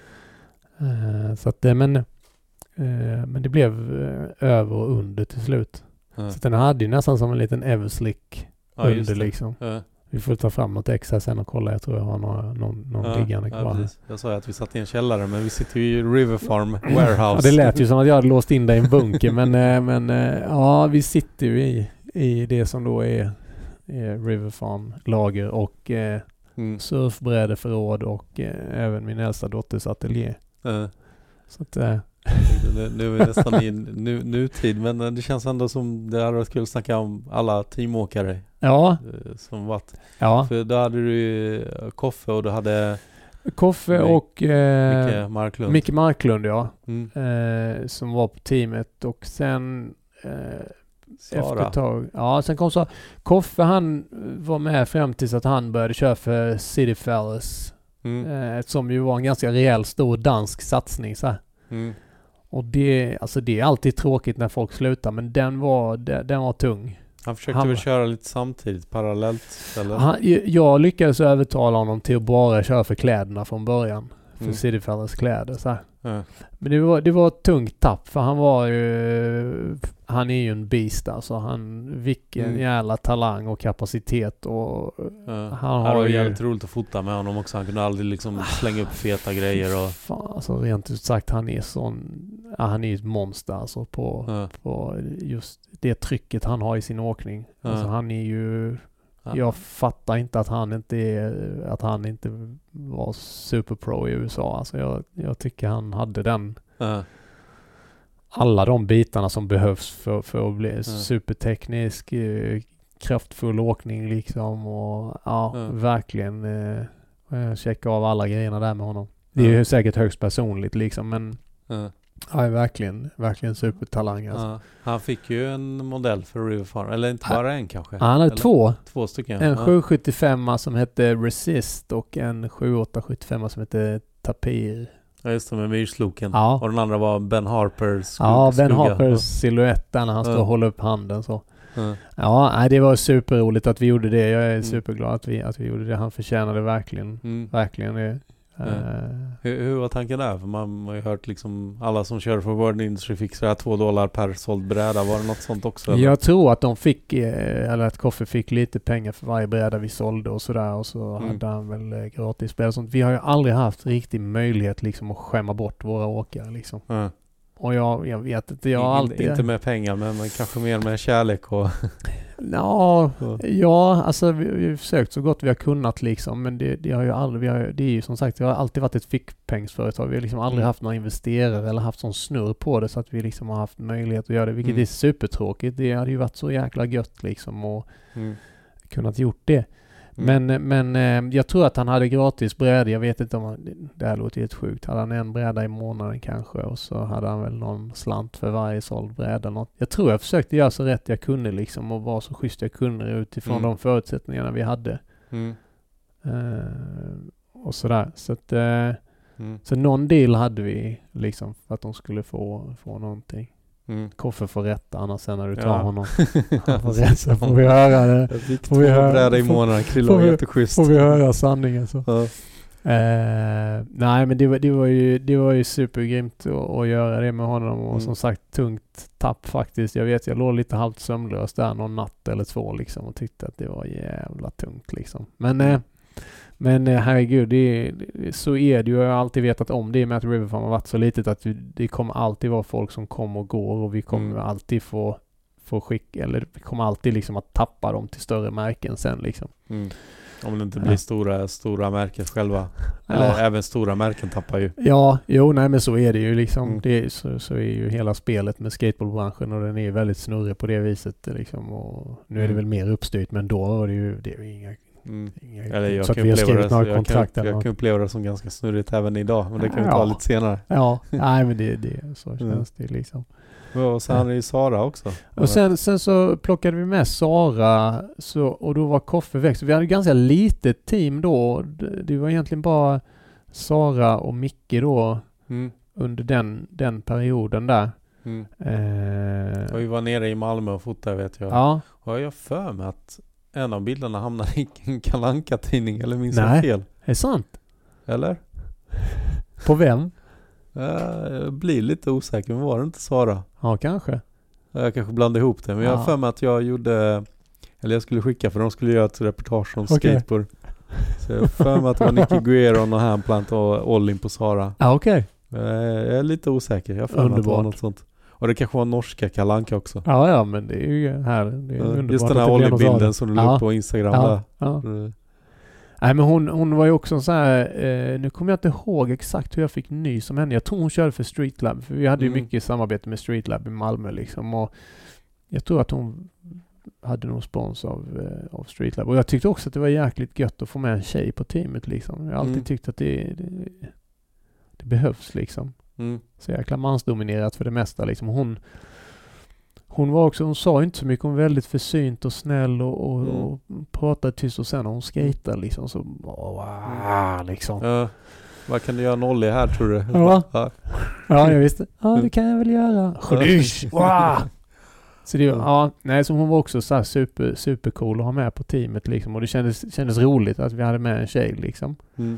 Uh, så att det, men uh, men det blev uh, över och under till slut. Mm. Så den hade ju nästan som en liten Everslick ja, under liksom. Uh. Vi får ta fram något ex här sen och kolla. Jag tror jag har några, någon, någon ja, liggande kvar. Ja, jag sa ju att vi satt i en källare, men vi sitter ju i Riverfarm Warehouse. Ja, det lät ju som att jag hade låst in dig i en bunker, men, men ja, vi sitter ju i, i det som då är, är Riverfarm lager och eh, mm. surfbrädeförråd och eh, även min äldsta dotters ateljé. Uh. Så att eh, nu, nu är vi nästan i nu, nutid, men det känns ändå som det hade varit kul att snacka om alla teamåkare. Ja. Som varit. Ja. För då hade du Koffe och du hade Koffe och eh, Micke Marklund. Micke Marklund, ja. Mm. Eh, som var på teamet och sen eh, efter ett tag. Ja, sen kom så Koffe, han var med fram tills att han började köra för City Fellas. Mm. Eh, som ju var en ganska rejäl stor dansk satsning så här. Mm. Och det, alltså det är alltid tråkigt när folk slutar, men den var, den, den var tung. Han försökte han, väl köra lite samtidigt, parallellt? Eller? Han, jag lyckades övertala honom till att bara köra för kläderna från början. För mm. Cityfellas kläder. Så här. Mm. Men det var, det var ett tungt tapp, för han var ju han är ju en beast alltså. Han, vilken mm. jävla talang och kapacitet. Och ja. Han har det var ju jävligt roligt att fota med honom också. Han kunde aldrig liksom slänga upp feta grejer. Och... Fan, alltså rent ut sagt, han är sån... Ja, han är ju ett monster alltså på, ja. på just det trycket han har i sin åkning. Ja. Alltså han är ju... Ja. Jag fattar inte att han inte är, att han inte var superpro i U S A. Alltså jag, jag tycker han hade den... Ja. Alla de bitarna som behövs för, för att bli mm. superteknisk, eh, kraftfull åkning liksom och ja, mm. verkligen eh, checka av alla grejerna där med honom. Det är mm. ju säkert högst personligt liksom, men mm. ja, verkligen, verkligen supertalang alltså. Ja. Han fick ju en modell för River Farm, eller inte bara en kanske. Han hade eller? två. Två stycken. En ja. sju sjuttiofem som hette Resist och en sju åtta sjuttiofem som hette Tapir. Ja, just det, med myrsloken. Ja. Och den andra var Ben Harpers skugga. Ja, Ben Harpers silhuett där när han ja. står och håller upp handen så. Ja, ja nej, det var superroligt att vi gjorde det. Jag är mm. superglad att vi, att vi gjorde det. Han förtjänade verkligen, mm. verkligen det. Ja. Uh, hur, hur var tanken där? För man har ju hört liksom alla som kör för World Industry fick så här två dollar per såld bräda. Var det något sånt också? Eller? Jag tror att de fick, eller att Koffe fick lite pengar för varje bräda vi sålde och sådär. Och så mm. hade han väl gratis spel och sånt. Vi har ju aldrig haft riktig möjlighet liksom att skämma bort våra åkare liksom. Mm. Och jag, jag vet inte, jag har alltid... Inte med pengar, men, men kanske mer med kärlek och... Ja, ja, alltså vi, vi har försökt så gott vi har kunnat liksom, men det, det har ju aldrig, vi har, det är ju som sagt, det har alltid varit ett fickpengsföretag. Vi har liksom aldrig mm. haft några investerare eller haft sån snurr på det så att vi liksom har haft möjlighet att göra det, vilket mm. är supertråkigt. Det hade ju varit så jäkla gött liksom och mm. kunnat gjort det. Mm. Men, men eh, jag tror att han hade gratis bräda. Jag vet inte om han, det här låter helt sjukt. Hade han en bräda i månaden kanske och så hade han väl någon slant för varje såld bräda. Något. Jag tror jag försökte göra så rätt jag kunde liksom och vara så schysst jag kunde utifrån mm. de förutsättningarna vi hade. Mm. Eh, och sådär. Så att eh, mm. så någon deal hade vi liksom för att de skulle få, få någonting. Mm. Koffe får rätta annars sen när du tar ja. honom. Han får rätta, får vi höra det. Jag fick två bräda i månaden, Krilla var jätteschysst. Får vi höra sanningen så. Ja. Eh, nej men det var, det var ju, det var ju supergrymt att, att göra det med honom och mm. som sagt tungt tapp faktiskt. Jag vet jag låg lite halvt sömnlös där någon natt eller två liksom och tyckte att det var jävla tungt liksom. Men eh, Men herregud, det, det, så är det ju. Jag har alltid vetat om det med att River Farm har varit så litet att det kommer alltid vara folk som kommer och går och vi kommer mm. alltid få, få skicka, eller vi kommer alltid liksom att tappa dem till större märken sen liksom. Mm. Om det inte blir ja. stora, stora märken själva. Eller ja. även stora märken tappar ju. Ja, jo, nej men så är det ju liksom. Mm. Det, så, så är ju hela spelet med skateboardbranschen och den är väldigt snurrig på det viset liksom. Och nu är det väl mer uppstyrt men då var det ju, det är ju inga Mm. Eller jag, kan uppleva, det, jag, kan, jag kan uppleva det som ganska snurrigt även idag, men det kan vi ta ja. lite senare. Ja, nej men det, det så känns mm. det liksom. Och sen är det Sara också. Och sen, sen så plockade vi med Sara så, och då var Koffe väck. Så vi hade ganska litet team då. Det, det var egentligen bara Sara och Micke då mm. under den, den perioden där. Mm. Eh, och vi var nere i Malmö och fotade vet jag. Ja. Och jag för mig att en av bilderna hamnar i en Kalle Anka-tidning, eller minns jag fel? Nej, är det sant? Eller? På vem? Jag blir lite osäker, men var det inte Sara? Ja, kanske. Jag kanske blandade ihop det, men ja. jag har för mig att jag gjorde, eller jag skulle skicka för de skulle göra ett reportage om okay. skateboard. Så jag har för mig att det var Nicky Guerron och Handplant och Ollin på Sara. Ja, okej. Okay. Jag är lite osäker, jag har för mig att det var något sånt. Och det kanske var norska Kalle Anka också. Ja, ja, men det är ju här. Det är ja, just den här Olli-bilden som du ja. la upp på Instagram. Ja, där. Ja. Mm. Nej, men hon, hon var ju också så här, eh, nu kommer jag inte ihåg exakt hur jag fick ny som henne. Jag tror hon körde för Street Lab. För vi hade mm. ju mycket samarbete med Street Lab i Malmö liksom. Och jag tror att hon hade någon spons av, eh, av Street Lab. Och jag tyckte också att det var jäkligt gött att få med en tjej på teamet liksom. Jag har alltid mm. tyckt att det, det, det behövs liksom. Mm. Så jäkla mansdominerat för det mesta liksom. Hon hon var också, hon sa inte så mycket, hon var väldigt försynt och snäll och, och, mm. och pratade tyst och sen när hon skejtade liksom så wow, liksom. Ja. Vad kan du göra nollig här tror du? Ja, ja. ja jag visste. Ja, det kan jag väl göra. Wow. Så det, ja, nej, så hon var också så här super, super cool att ha med på teamet liksom. Och det kändes, kändes roligt att vi hade med en tjej liksom. Mm.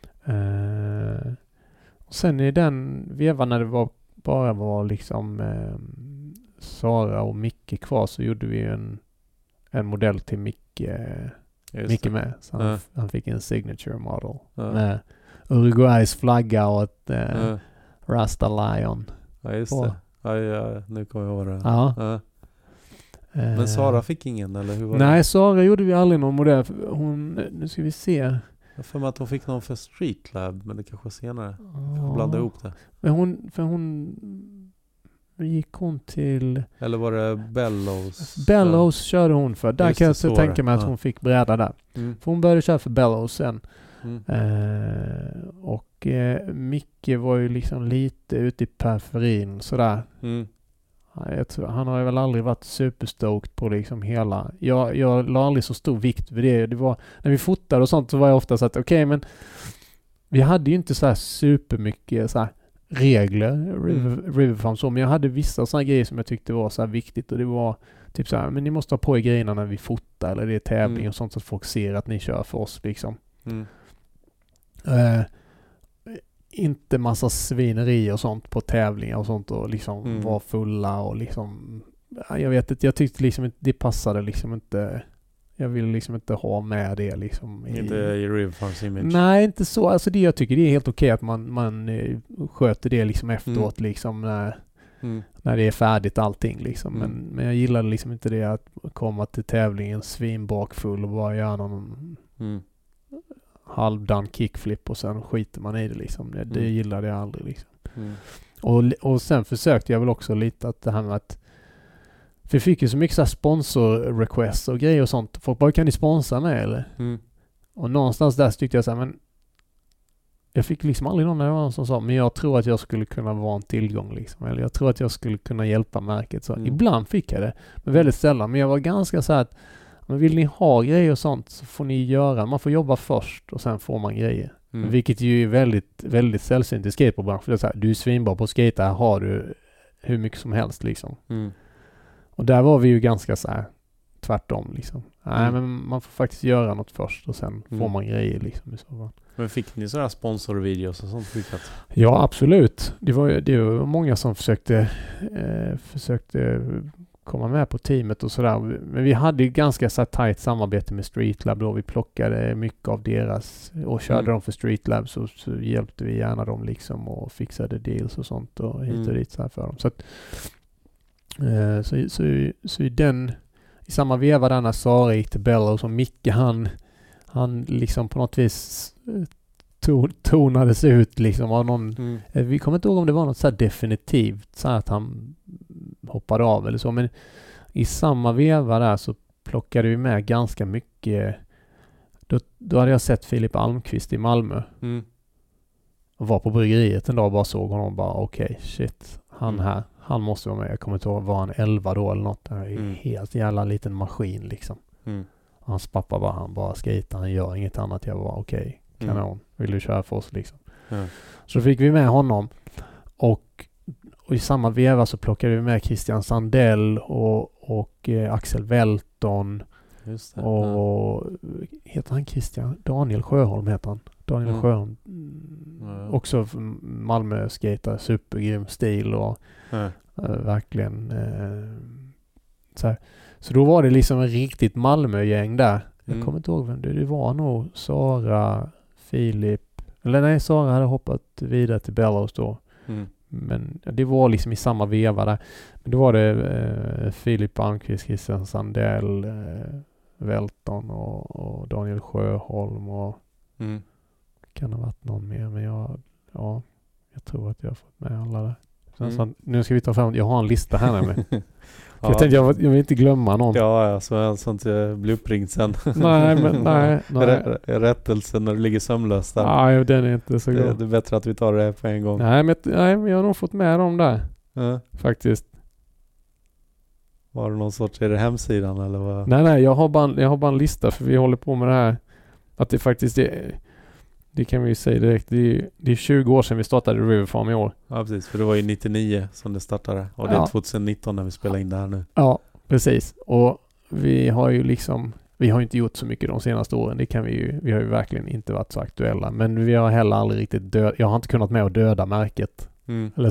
Uh, och sen i den vevan när det var, bara var liksom uh, Sara och Micke kvar så gjorde vi en, en modell till Micke, Micke med. Så han, ja. han fick en signature model Ja. med Uruguays flagga och ett eh, Ja. Rasta Lion. Ja, just Och- det. Ja, ja, nu kommer jag ihåg det. Ja. Ja. Eh, Men Sara fick ingen, eller hur var Nej, det? Sara gjorde vi aldrig någon modell. Hon, nu ska vi se. Jag har för mig att hon fick någon för Street Lab, men det kanske var senare. Jag blandade ihop det. Men hon, för hon gick hon till Eller var det Bellows? Bellows körde hon för. Där Just kan det, jag så så var tänka det. mig att Ja. hon fick bräda där. Mm. För hon började köra för Bellows sen. Mm. Eh, och eh, Micke var ju liksom lite ute i periferin sådär. Mm. Ja, jag tror, han har ju väl aldrig varit superstoked på liksom hela. Jag, jag la aldrig så stor vikt vid det. Det var, när vi fotade och sånt så var jag ofta så att okej okay, men vi hade ju inte så här supermycket så här regler, River, Mm. Riverfarm så, men jag hade vissa sådana grejer som jag tyckte var så här viktigt och det var typ så här, men ni måste ha på er grejerna när vi fotar eller det är tävling Mm. och sånt så att folk ser att ni kör för oss liksom. Mm. Eh, inte massa svineri och sånt på tävlingar och sånt och liksom Mm. vara fulla och liksom ja, jag vet inte, jag tyckte liksom inte, det passade liksom inte, jag ville liksom inte ha med det liksom i, Inte i Riverfarms image. nej inte så, alltså det jag tycker det är helt okej att man, man eh, sköter det liksom efteråt liksom när, Mm. när det är färdigt allting liksom, Mm. men, men jag gillade liksom inte det att komma till tävlingen svinbakfull och bara göra någon Mm. halvdan kickflip och sen skiter man i det liksom. Det, det Mm. gillade jag aldrig liksom. Mm. Och, och sen försökte jag väl också lite att det här med att för vi fick ju så mycket så här sponsor-requests och grejer och sånt. Folk bara, kan ni sponsra mig eller? Mm. Och någonstans där så tyckte jag så här, men jag fick liksom aldrig någon, någon som sa, men jag tror att jag skulle kunna vara en tillgång liksom. Eller jag tror att jag skulle kunna hjälpa märket. Så Mm. ibland fick jag det, men väldigt sällan. Men jag var ganska så här att, men vill ni ha grejer och sånt så får ni göra. Man får jobba först och sen får man grejer. Mm. Vilket ju är väldigt, väldigt sällsynt i skateboardbranschen. För det är så här, du är svinbra på att skata, här har du hur mycket som helst liksom. Mm. Och där var vi ju ganska så här tvärtom liksom. Nej, Mm. men man får faktiskt göra något först och sen Mm. får man grejer liksom i så fall. Men fick ni sådana sponsorvideos och sånt skickat? Ja, absolut. Det var ju det var många som försökte eh, försökte komma med på teamet och sådär. Men vi hade ju ganska så här tajt samarbete med Streetlab då. Vi plockade mycket av deras och körde Mm. dem för Streetlab så, så hjälpte vi gärna dem liksom och fixade deals och sånt och hit och Mm. dit så här för dem. Så att, eh, så, så, så i den i samma veva där när Sara gick till Bellows och Micke han han liksom på något vis eh, to, tonades ut liksom av någon. Mm. Eh, Vi kommer inte ihåg om det var något så här definitivt så här att han hoppade av eller så, men i samma veva där så plockade vi med ganska mycket. Då, då hade jag sett Filip Almqvist i Malmö Mm. och var på bryggeriet en dag och bara såg honom och bara okej, okay, shit, han Mm. här, han måste vara med. Jag kommer inte ihåg, var han elva då eller något? Det är Mm. helt jävla liten maskin liksom. Mm. Hans pappa bara, han bara skejtar, han gör inget annat. Jag bara okej, okay, kanon. Mm. Vill du köra för oss liksom? Ja. Så fick vi med honom och, och i samma veva så plockade vi med Christian Sandell och, och eh, Axel Welton Just det. och heter han Christian? Daniel Sjöholm heter han. Daniel Mm. Sjöholm. Ja. Också Malmö skater, supergrym stil och Ja. eh, verkligen eh, så här. Så då var det liksom en riktigt Malmö-gäng där. Jag Mm. kommer inte ihåg vem det, det var nog Sara, Filip, eller nej, Sara hade hoppat vidare till Bellows då. Mm. Men det var liksom i samma veva där. Men då var det eh, Filip Almqvist, Christian Sandell, eh, Welton och, och Daniel Sjöholm och Mm. kan ha varit någon mer, men jag, ja, jag tror att jag har fått med alla där. Sen, Mm. så, nu ska vi ta fram, jag har en lista här med mig. Ja. Jag tänkte jag, jag vill inte glömma någon. Ja, ja, så jag så inte jag blir uppringd sen. Nej, men nej. nej. Rä- Rättelsen när du ligger sömnlös där. Nej, den är inte så det, god. det är bättre att vi tar det på en gång. Nej men, nej, men jag har nog fått med dem där Ja. faktiskt. Var det någon sorts, är det hemsidan eller vad? Nej, nej, jag har, bara en, jag har bara en lista för vi håller på med det här. Att det faktiskt är, det kan vi ju säga direkt, det är, det är tjugo år sedan vi startade Riverfarm i år. Ja, precis. För det var ju nittionio som det startade. Och det är Ja. tjugonitton när vi spelar in det här nu. Ja, precis. Och vi har ju liksom, vi har ju inte gjort så mycket de senaste åren. Det kan vi ju, vi har ju verkligen inte varit så aktuella. Men vi har heller aldrig riktigt död, jag har inte kunnat med att döda märket. Mm. Eller så.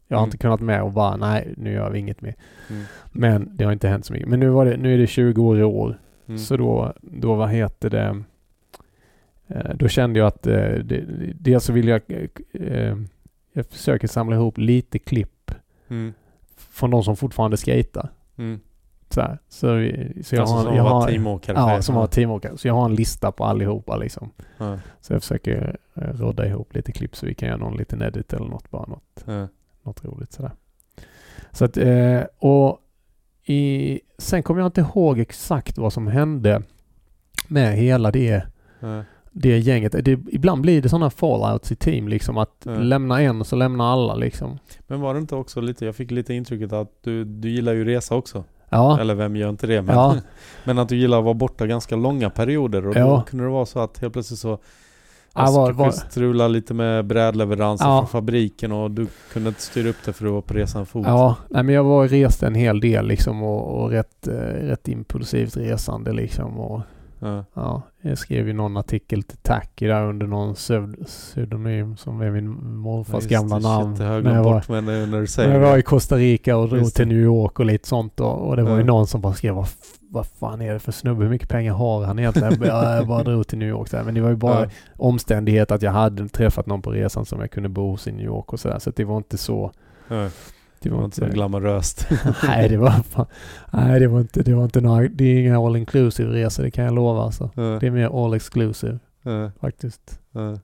Jag har Mm. inte kunnat med och bara, nej, nu gör vi inget mer. Mm. Men det har inte hänt så mycket. Men nu, var det, nu är det tjugo år i år. Mm. Så då, då, vad heter det? Eh, då kände jag att eh, det, dels så vill jag, eh, jag försöker samla ihop lite klipp Mm. från de som fortfarande skater. Mm. Så, här. så, vi, så jag Alltså har, som jag var har, teamåkare. ja, för er. som var teamåkare. Så jag har en lista på allihopa liksom. Ja. Så jag försöker eh, rodda ihop lite klipp så vi kan göra någon liten edit eller något, bara något, Ja. något roligt sådär. Så att, eh, och i, sen kommer jag inte ihåg exakt vad som hände med hela det, Ja. det gänget. Det, ibland blir det sådana fallouts i team liksom att Ja. lämna en så lämnar alla liksom. Men var det inte också lite, jag fick lite intrycket att du, du gillar ju resa också. Ja, Eller vem gör inte det? Men, Ja. men att du gillar att vara borta ganska långa perioder. Och Ja. då kunde det vara så att helt plötsligt så Ja, alltså, var- du var- strula lite med brädleveranser Ja. från fabriken och du kunde inte styra upp det för att du var på resan fot. ja nej, men jag var och reste en hel del liksom och, och rätt, eh, rätt impulsivt resande liksom och Ja. ja, jag skrev ju någon artikel till Tacky där under någon pseud- pseudonym som är min morfars Just gamla det, namn. shit, det har jag När jag glömt var- bort, men när du när säger jag var det. i Costa Rica och drog Just till det. New York och lite sånt och, och det var ju Ja. någon som bara skrev vad, f- vad fan är det för snubbe, hur mycket pengar har han egentligen? Jag bara, jag bara drog till New York så här. Men det var ju bara Ja. omständighet att jag hade träffat någon på resan som jag kunde bo hos i New York och sådär, så att det var inte så Ja. det Det var inte så glamoröst. nej, det var fan, nej, det var inte, det var inte några, det är inga all inclusive resor, det kan jag lova alltså. Ja. Det är mer all exclusive Ja. faktiskt. Ja.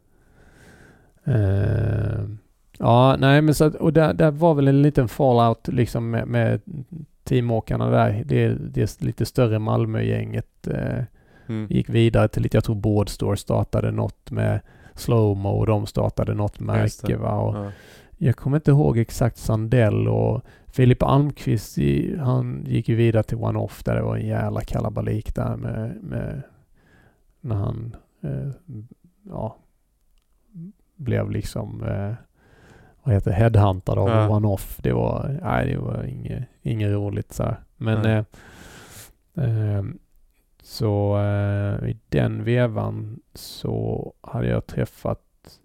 Uh, ja, nej men så att, och där, där var väl en liten fallout liksom med, med teamåkarna där. Det, det lite större Malmö-gänget uh, Mm. gick vidare till lite, jag tror Boardstore startade något med Slowmo och de startade något Just märke det. va. Och Ja. jag kommer inte ihåg exakt Sandell och Filip Almqvist, i, han gick ju vidare till One Off där det var en jävla kalabalik där med, med när han eh, ja, blev liksom eh, vad heter headhuntad av Ja. One Off. Det var, nej, det var inget, inget roligt så här. Men Nej. eh, eh, så eh, i den vevan så hade jag träffat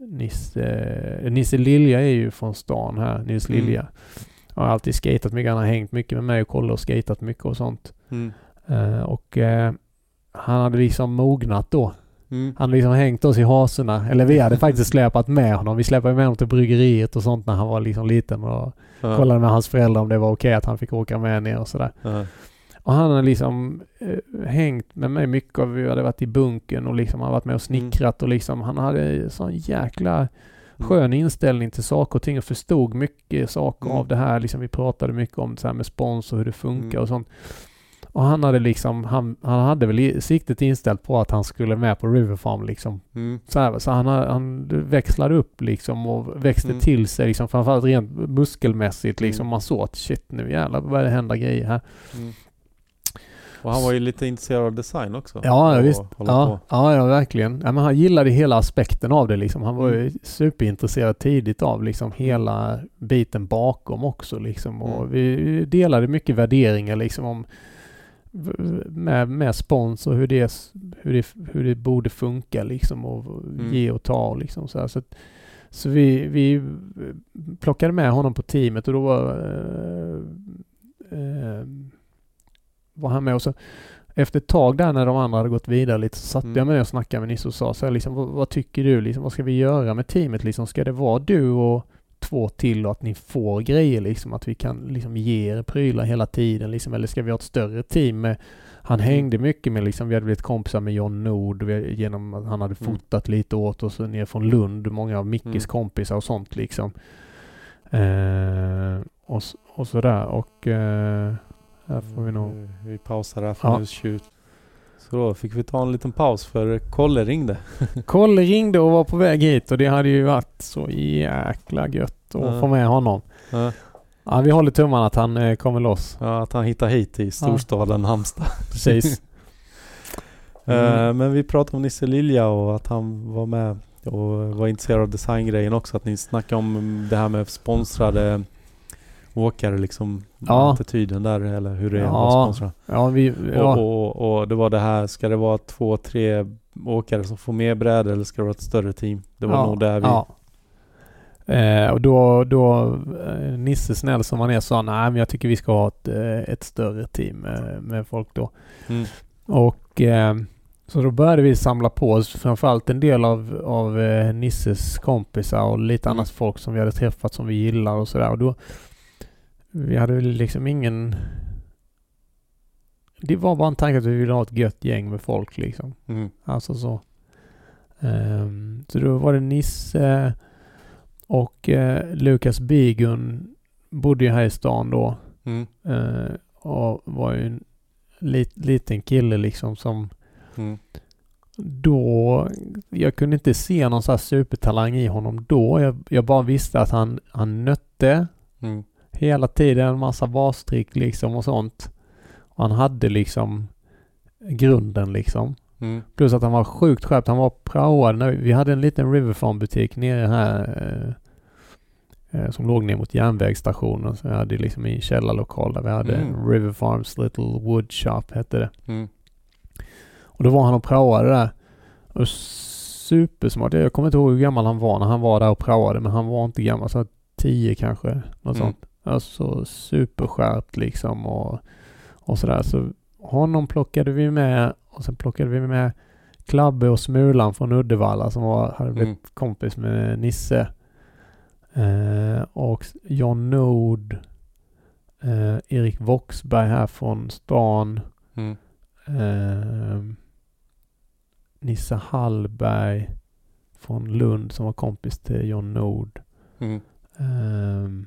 Nisse, Nisse Lilja är ju från stan här, Nils Mm. Lilja. Jag har alltid skatat mycket, han har hängt mycket med mig och kollat och skatat mycket och sånt. Mm. Eh, och eh, han hade liksom mognat då. Mm. Han hade liksom hängt oss i hasorna. Eller vi hade faktiskt släpat med honom. Vi släpade med honom till bryggeriet och sånt när han var liksom liten och Ja. kollade med hans föräldrar om det var okej att han fick åka med ner och sådär. Ja. Och han hade liksom eh, hängt med mig mycket och vi hade varit i bunkern och liksom han varit med och snickrat och liksom han hade sån jäkla skön inställning till saker och ting och förstod mycket saker Mm. av det här. Liksom vi pratade mycket om så här med spons och hur det funkar Mm. och sånt. Och han hade liksom, han, han hade väl i- siktet inställt på att han skulle med på River Farm liksom. Mm. Så, här, så han, han växlade upp liksom och växte Mm. till sig liksom, framförallt rent muskelmässigt liksom. Mm. Man såg att shit, nu jävlar börjar det hända grejer här. Mm. Och han var ju lite intresserad av design också. Ja, ja Och visst. hålla Ja, på. ja, ja, verkligen. Ja, men han gillade hela aspekten av det liksom. Han var ju Mm. superintresserad tidigt av liksom hela biten bakom också liksom. Och Mm. vi delade mycket värderingar liksom om med, med spons och hur det, hur, det, hur det borde funka liksom och Mm. ge och ta liksom så här. Så, att, så vi, vi plockade med honom på teamet och då var eh, eh, var han med och så efter ett tag där när de andra hade gått vidare lite så satt Mm. jag med och snackade med Nisse och sa så här, liksom, vad, vad tycker du? Liksom, vad ska vi göra med teamet? Liksom, ska det vara du och två till och att ni får grejer? Liksom, att vi kan liksom, ge er prylar hela tiden? Liksom, eller ska vi ha ett större team? Med, han Mm. hängde mycket med, liksom, vi hade blivit kompisar med John Nord vi, genom att han hade Mm. fotat lite åt oss ner från Lund. Många av Mickes Mm. kompisar och sånt liksom. Eh, och, s- och sådär. Och eh, här får vi nog... Vi, vi pausar här för Ja. nu tjugo. Så då fick vi ta en liten paus för Kolle ringde. Kolle ringde och var på väg hit och det hade ju varit så jäkla gött att Ja. få med honom. Ja, Ja, vi håller tummarna att han eh, kommer loss. ja, att han hittar hit i storstaden Halmstad. Precis. Eh, Mm. men vi pratade om Nisse Lilja och att han var med och var intresserad av designgrejen också. Att ni snackade om det här med sponsrade åkare liksom. Ja. Attityden där eller hur det är Ja. att vara sponsrad. Ja, vi... Och, Ja. och, och det var det här, ska det vara två, tre åkare som får mer brädor eller ska det vara ett större team? Det var ja, nog där vi... Ja. Eh, och då, då eh, Nisse snäll som han är sa, nej men jag tycker vi ska ha ett, eh, ett större team med, med folk då. Mm. Och eh, så då började vi samla på oss framförallt en del av, av eh, Nisses kompisar och lite Mm. annat folk som vi hade träffat som vi gillar och sådär. Och då, vi hade liksom ingen... Det var bara en tanke att vi ville ha ett gött gäng med folk liksom. Mm. Alltså så. Um, så då var det Nisse och uh, Lukas Bigun bodde ju här i stan då. Mm. Uh, och var ju en lit, liten kille liksom som Mm. då, jag kunde inte se någon sån här supertalang i honom då. Jag, jag bara visste att han, han nötte Mm. hela tiden, en massa bastrick liksom och sånt. Och han hade liksom grunden liksom. Mm. Plus att han var sjukt skärpt. Han var praoad. När vi, vi hade en liten Riverfarm-butik nere här eh, eh, som låg ner mot järnvägsstationen. Så jag hade liksom i en källarlokal där vi hade Mm. Riverfarms Little Wood Shop hette det. Mm. Och då var han och praoade där. Och supersmart. Jag kommer inte ihåg hur gammal han var när han var där och praoade. Men han var inte gammal. Så tio kanske. Något Mm. sånt. Alltså superskärpt liksom. Och, och sådär. Så honom plockade vi med. Och sen plockade vi med Klabbe och Smulan från Uddevalla som var, hade blivit Mm. kompis med Nisse. Eh, och John Nord. Eh, Erik Voxberg här från stan. Mm. Eh, Nisse Hallberg från Lund som var kompis till John Nord. Mm. Eh,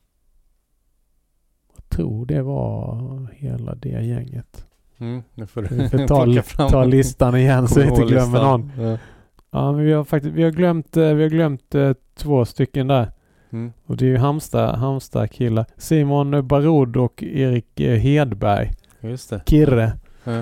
jag tror det var hela det gänget. Mm. Nu får Vi får du ta, plocka fram ta listan igen så vi inte glömmer listan. någon. Ja. Ja, men vi har faktiskt vi har glömt eh, vi har glömt eh, två stycken där. Mm. Och det är ju Halmstad Halmstad killar. Simon Barod och Erik eh, Hedberg. Just det. Kirre. Ja.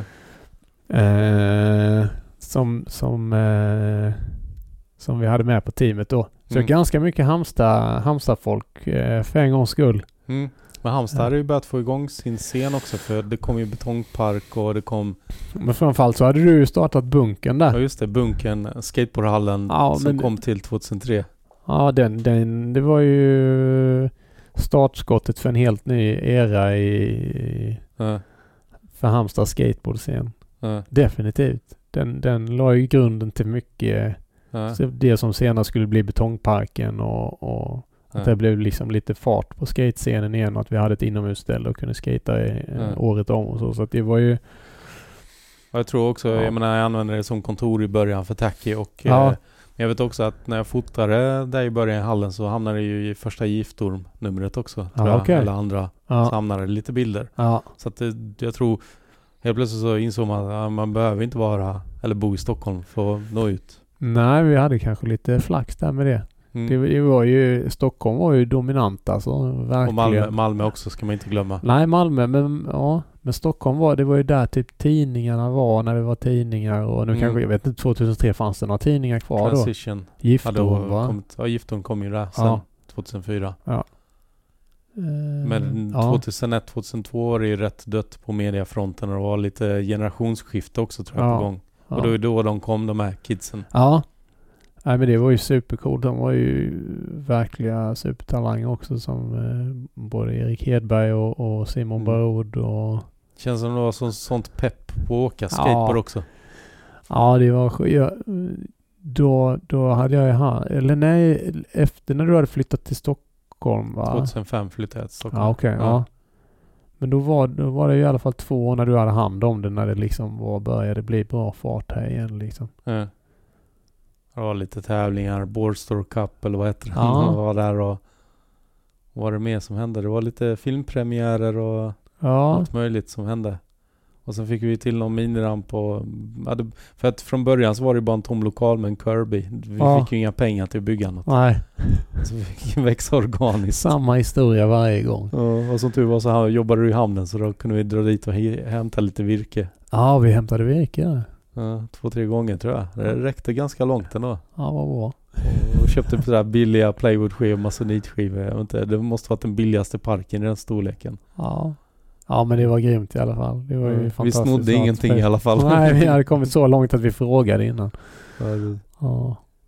Eh, som som eh, som vi hade med på teamet då. Så Mm. ganska mycket Halmstad Halmstad folk eh, för en gångs skull. Mm. Men Halmstad Ja. hade ju börjat få igång sin scen också, för det kom ju betongpark och det kom, Men framförallt så hade du ju startat bunkern där. ja just det, bunkern, skateboardhallen Ja, som men- kom till tjugohundratre. Ja, den, den, det var ju startskottet för en helt ny era i, Ja. för Halmstad skateboardscen. Ja. Definitivt. Den, den la ju grunden till mycket. Ja. Så det som senare skulle bli betongparken och, och att Ja. det blev liksom lite fart på skatescenen igen och att vi hade ett inomhusställe och kunde skata i, eh, Ja. året om och så. Så att det var ju... Och jag tror också, Ja. jag menar jag använde det som kontor i början för Tacky och Ja. eh, jag vet också att när jag fotade där i början i hallen så hamnade det ju i första Giftorm-numret också, tror Ja, jag, okej. eller andra. Så Ja, hamnade det lite bilder. ja, Så att det, jag tror, helt plötsligt så insåg man att ja, man behöver inte vara, eller bo i Stockholm för att nå ut. nej, vi hade kanske lite flax där med det. Mm. Det, det var ju, Stockholm var ju dominant alltså, verkligen. Och Malmö, Malmö också ska man inte glömma. Nej, Malmö, men ja, men Stockholm var, det var ju där typ tidningarna var när det var tidningar och nu Mm. kanske, jag vet inte, tjugohundratre fanns det några tidningar kvar då? Transition hade Giftorm va? kommit, ja Giftorm kom ju där sen Ja. tjugohundrafyra. Eh, Men ja. tjugohundraett tjugohundratvå var det ju rätt dött på mediafronten och det var lite generationsskifte också tror jag Ja. på gång. Ja. Och då är då de kom, de här kidsen. Ja. Nej, men det var ju supercoolt. De var ju verkliga supertalanger också som eh, både Erik Hedberg och, och Simon Mm. Barod och Känns som det var så, sånt pepp på att åka skateboard Ja. också. ja, det var sk- jag, då, då hade jag ju här, eller nej, efter när du hade flyttat till Stockholm va? tjugohundrafem flyttade jag till Stockholm. Ja, okej. ja. Men då var, då var det i alla fall två år när du hade hand om det när det liksom var, började bli bra fart här igen liksom. Ja. Det var lite tävlingar, Boardstore Cup eller vad heter det? Ja. Man var där och vad var det mer som hände? Det var lite filmpremiärer och Ja, allt möjligt som hände. Och sen fick vi till någon miniramp och ja, det, för att från början så var det bara en tom lokal med en Kirby. Vi Ja. fick ju inga pengar till att bygga något. nej. Så vi fick ju växa organiskt. Samma historia varje gång. Ja, och som tur var så här, jobbade du i hamnen så då kunde vi dra dit och he- hämta lite virke. Ja, vi hämtade virke där. Ja, två, tre gånger tror jag. Det räckte ganska långt ändå. Ja, vad bra. Och köpte sådär billiga plywoodskivor, masonitskivor. Jag vet inte, det måste varit den billigaste parken i den storleken. Ja. Ja, men det var grymt i alla fall. Det var ju Mm. Vi fantastiskt. snodde ingenting i alla fall. Nej, vi hade kommit så långt att vi frågade innan. Ja, det- Ja.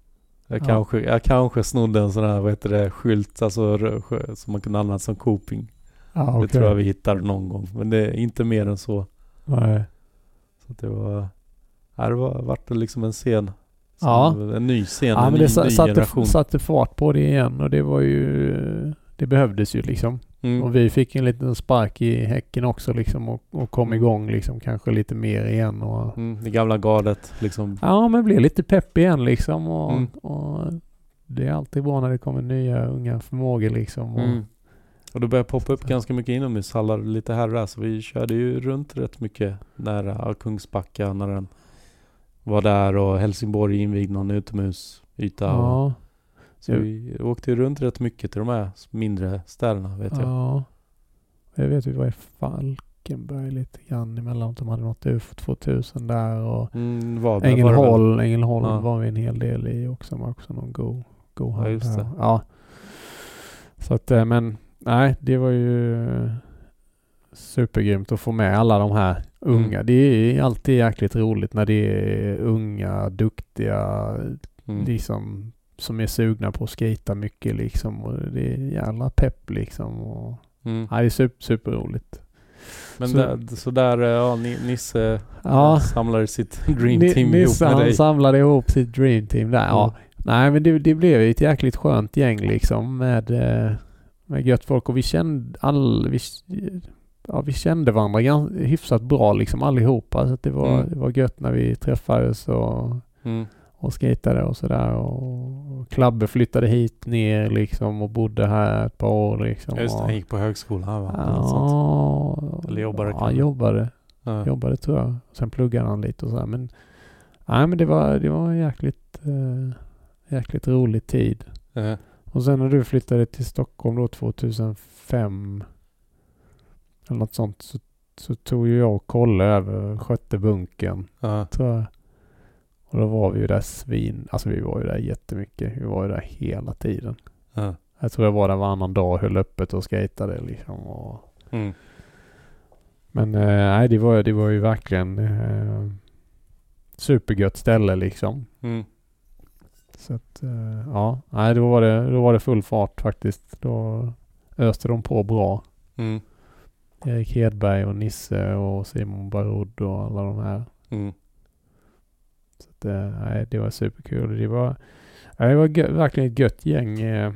Jag, Ja. kanske, jag kanske snodde en sån här, vad heter det, skylt alltså, rö- som man kunde använda som coping. Ja, Det okej. tror jag vi hittade någon gång. Men det är inte mer än så. Nej. Så att det var... Ja, det var, vart det liksom en scen. Som Ja. En ny scen, Ja, en men ny, det sa- ny satte, generation. satte fart på det igen och det var ju... Det behövdes ju liksom. Mm. Och vi fick en liten spark i häcken också liksom och, och kom Mm. igång liksom kanske lite mer igen och... Mm, det gamla gardet liksom. Ja, men blev lite pepp igen liksom och, Mm. och det är alltid bra när det kommer nya unga förmågor liksom. Och, Mm. Och då började poppa upp ganska mycket inomhushallar lite här och där. Så vi körde ju runt rätt mycket nära Kungsbacka när den var där och Helsingborg invigde någon utomhusyta. Och, ja, så vi åkte ju runt rätt mycket till de här mindre städerna vet jag. ja. Jag vet vi var i Falkenberg lite grann emellan. De hade något U F O tvåtusen där och Mm, Varberg var det väl? Ängelholm, Ängelholm Ja. var vi en hel del i också. Var också någon god, god Ja, hand just där. det. Ja. Så att, eh, men nej, det var ju supergrymt att få med alla de här unga. Mm. Det är alltid jäkligt roligt när det är unga, duktiga, Mm. liksom som är sugna på att skata mycket liksom. Och det är jävla pepp liksom. Och, Mm. ja, det är super, superroligt. Men Så- där, så där, ja, Ni- Nisse Ja. samlade sitt dream Ni- team ihop Nisse, med han dig. samlade ihop sitt dream team där. Ja. Mm. Nej, men det, det blev ju ett jäkligt skönt gäng liksom med, eh, med gött folk och vi kände all, vi, ja, vi kände varandra ganska hyfsat bra liksom allihopa. Så att det var, Mm. det var gött när vi träffades och, Mm. och skatade och sådär. Och, och Klabbe flyttade hit ner liksom och bodde här ett par år liksom. Just det, och, han gick på högskolan va? Eller något sånt. ja, Eller jobbade ja, kanske. han jobbade. Ja. Jobbade tror jag. Sen pluggade han lite och så här. Men, nej, men det var, det var en jäkligt, eh, jäkligt rolig tid. Ja. Och sen när du flyttade till Stockholm då tjugohundrafem eller något sånt så, så tog ju jag och Kolle över skötte bunken Ja. tror jag. Och då var vi ju där svin, alltså vi var ju där jättemycket. Vi var ju där hela tiden. Ja. Jag tror jag var där varannan dag och höll öppet och skatade liksom. Och, Mm. men eh, nej, det var, det var ju verkligen eh, supergött ställe liksom. Mm. Så att, eh, ja, nej, då var det, då var det full fart faktiskt. Då öste de på bra. Mm. Erik Hedberg och Nisse och Simon Barod och alla de här. Mm. Så att, eh, nej, det var superkul. Det var, nej, det var gö- verkligen ett gött gäng. Eh,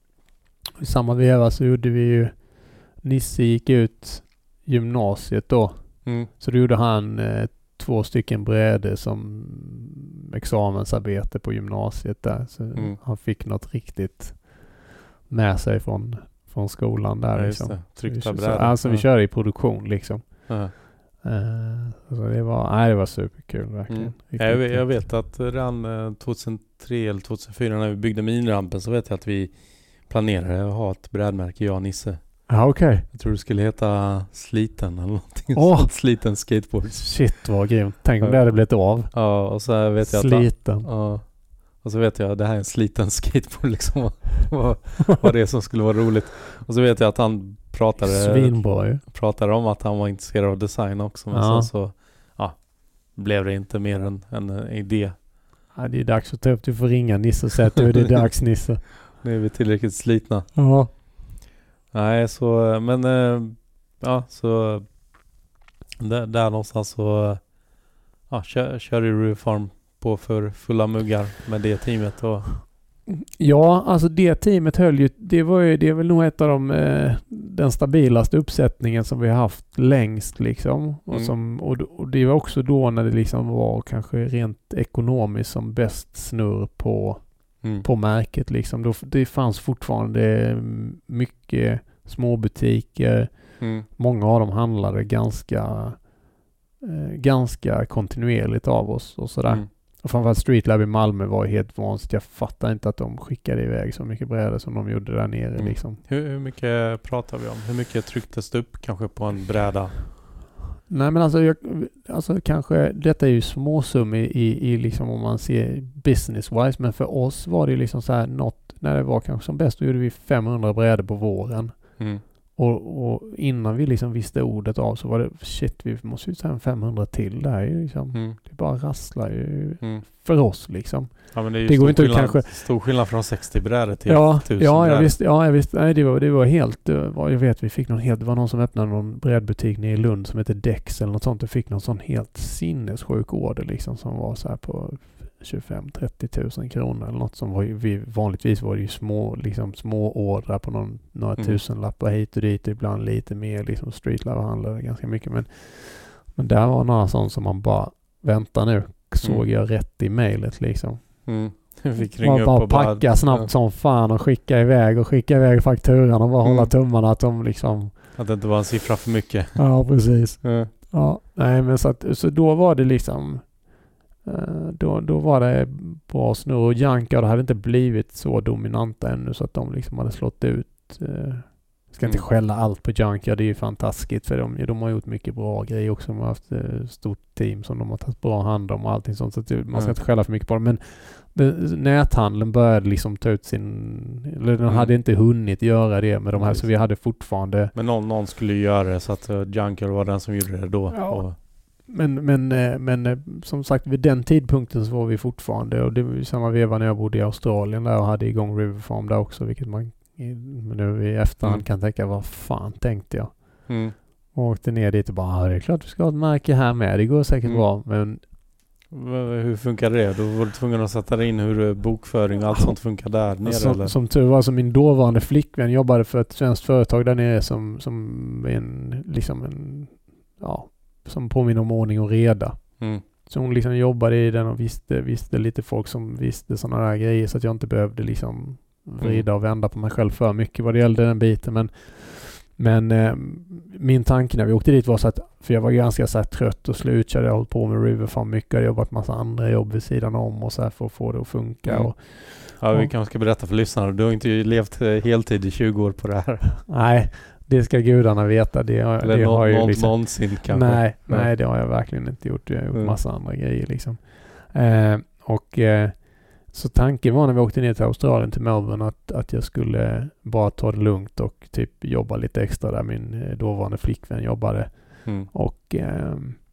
I samma veva så gjorde vi ju, Nisse gick ut gymnasiet då. Mm. Så då gjorde han eh, två stycken brädor som examensarbete på gymnasiet där. Så Mm. han fick något riktigt med sig från, från skolan där. Ja, just liksom. det. Tryckta Vi- så- brädor. Alltså vi Ja. körde i produktion liksom. Ja. Eh, så det var, nej, det var superkul verkligen. Mm. Riktigt Jag, vet, jag gött. vet att redan eh, tjugohundratre eller tjugohundrafyra när vi byggde minirampen så vet jag att vi planerade att ha ett brädmärke, jag och Nisse. Ja, okej. Jag tror det skulle heta Sliten eller någonting Åh! sånt. Sliten skateboard. Shit vad grymt. Tänk om Ja. det hade blivit av. Ja, och så vet jag att... Sliten. Ja. Och så vet jag att det här är en sliten skateboard liksom. vad, vad det är som skulle vara roligt. Och så vet jag att han pratade, Svinbra ju. pratade om att han var intresserad av design också. Men Ja. sen så ja, blev det inte mer än en, en idé. Ja, det är dags att ta upp. Du får ringa Nisse och säga att du, det är dags Nisse. Nu är vi tillräckligt slitna. Ja. Nej, så men eh, ja, så där, där någonstans så ja, kör, kör ju Reform på för fulla muggar med det teamet och Ja, alltså det teamet höll ju, det var ju, det är väl nog ett av de, eh, den stabilaste uppsättningen som vi har haft längst liksom. Och, Mm. som, och, och det var också då när det liksom var kanske rent ekonomiskt som bäst snurr på, mm. på märket liksom. Då, det fanns fortfarande mycket småbutiker. Mm. Många av dem handlade ganska, eh, ganska kontinuerligt av oss och sådär. Mm. Och framförallt Streetlab i Malmö var helt vansinnigt. Jag fattar inte att de skickade iväg så mycket brädor som de gjorde där nere Mm. liksom. Hur, hur mycket pratar vi om? Hur mycket trycktes det upp kanske på en bräda? Nej men alltså, jag, alltså kanske, detta är ju småsum i, i, i liksom om man ser business-wise, men för oss var det liksom så här något, när det var kanske som bäst, då gjorde vi femhundra brädor på våren. Mm. Och, och innan vi liksom visste ordet av så var det shit, vi måste ju ta en femhundra till där liksom. Mm. Det bara rasslar ju mm. för oss liksom. Ja, men det är ju det stor, går inte skillnad, kanske... stor skillnad från sextio brädor till ja, tusen ja, brädor. Jag visste, ja, jag visste. Nej, det var, det var helt... Det var, jag vet, vi fick någon helt... Det var någon som öppnade någon brädbutik nere i Lund som heter Dex eller något sånt. Och fick någon sån helt sinnessjuk order liksom som var så här på tjugofem till trettio tusen kronor eller något som var ju... Vi, vanligtvis var det ju små, liksom små ordrar på någon, några mm. tusen lappar hit och dit. Ibland lite mer liksom streetlevel-handlare ganska mycket. Men, men där var några sånt som man bara... Vänta nu, såg mm. jag rätt i mejlet liksom. Mm. Fick ringa man upp bara och packa bara, snabbt ja. som fan och skicka iväg och skicka iväg fakturan och bara mm. hålla tummarna att de liksom... Att det inte var en siffra för mycket. Ja, precis. Mm. Ja, nej men så att, så då var det liksom då, då var det bra snurr och Junkyard hade inte blivit så dominanta ännu så att de liksom hade slått ut. Jag ska inte mm. skälla allt på Junkyard, det är ju fantastiskt för de, de har gjort mycket bra grejer också. De har haft ett stort team som de har tagit bra hand om och allting sånt så att man ska mm. inte skälla för mycket på det. Men det, näthandeln började liksom ta ut sin... Eller den mm. hade inte hunnit göra det med de här, så vi hade fortfarande... Men någon, någon skulle göra det så att uh, Junkyard var den som gjorde det då. Ja. Och... Men, men, men som sagt, vid den tidpunkten så var vi fortfarande, och det var ju samma veva när jag bodde i Australien där och hade igång River Farm där också, vilket man nu i efterhand mm. kan tänka, vad fan tänkte jag? Mm. Och åkte ner dit och bara, det är klart vi ska ha ett märke här med, det går säkert mm. bra, men... Hur funkar det? Då var du tvungen att sätta in hur bokföring och allt sånt funkar där nere som, eller? Som tur var, så min dåvarande flickvän jobbade för ett svenskt företag där nere som, som en, liksom en, ja, som påminner om ordning och reda. Mm. Så hon liksom jobbade i den och visste, visste lite folk som visste sådana där grejer så att jag inte behövde liksom vrida och vända på mig själv för mycket vad det gällde den biten. Men, men eh, min tanke när vi åkte dit var så att, för jag var ganska så här trött och slut, jag hade hållit på med River Farm mycket, jag hade jobbat massa andra jobb vid sidan om och så här för att få det att funka. Mm. Och, ja, vi och, kanske ska berätta för lyssnarna, du har inte levt heltid i tjugo år på det här. Nej, det ska gudarna veta. Det, Eller det nå- har ju nå- liksom, någonsin kanske. Nej, ja. nej, det har jag verkligen inte gjort. Jag har gjort mm. massa andra grejer liksom. Eh, och eh, så tanken var när vi åkte ner till Australien, till Melbourne, att, att jag skulle bara ta det lugnt och typ jobba lite extra där min eh, dåvarande flickvän jobbade. Mm. Och eh,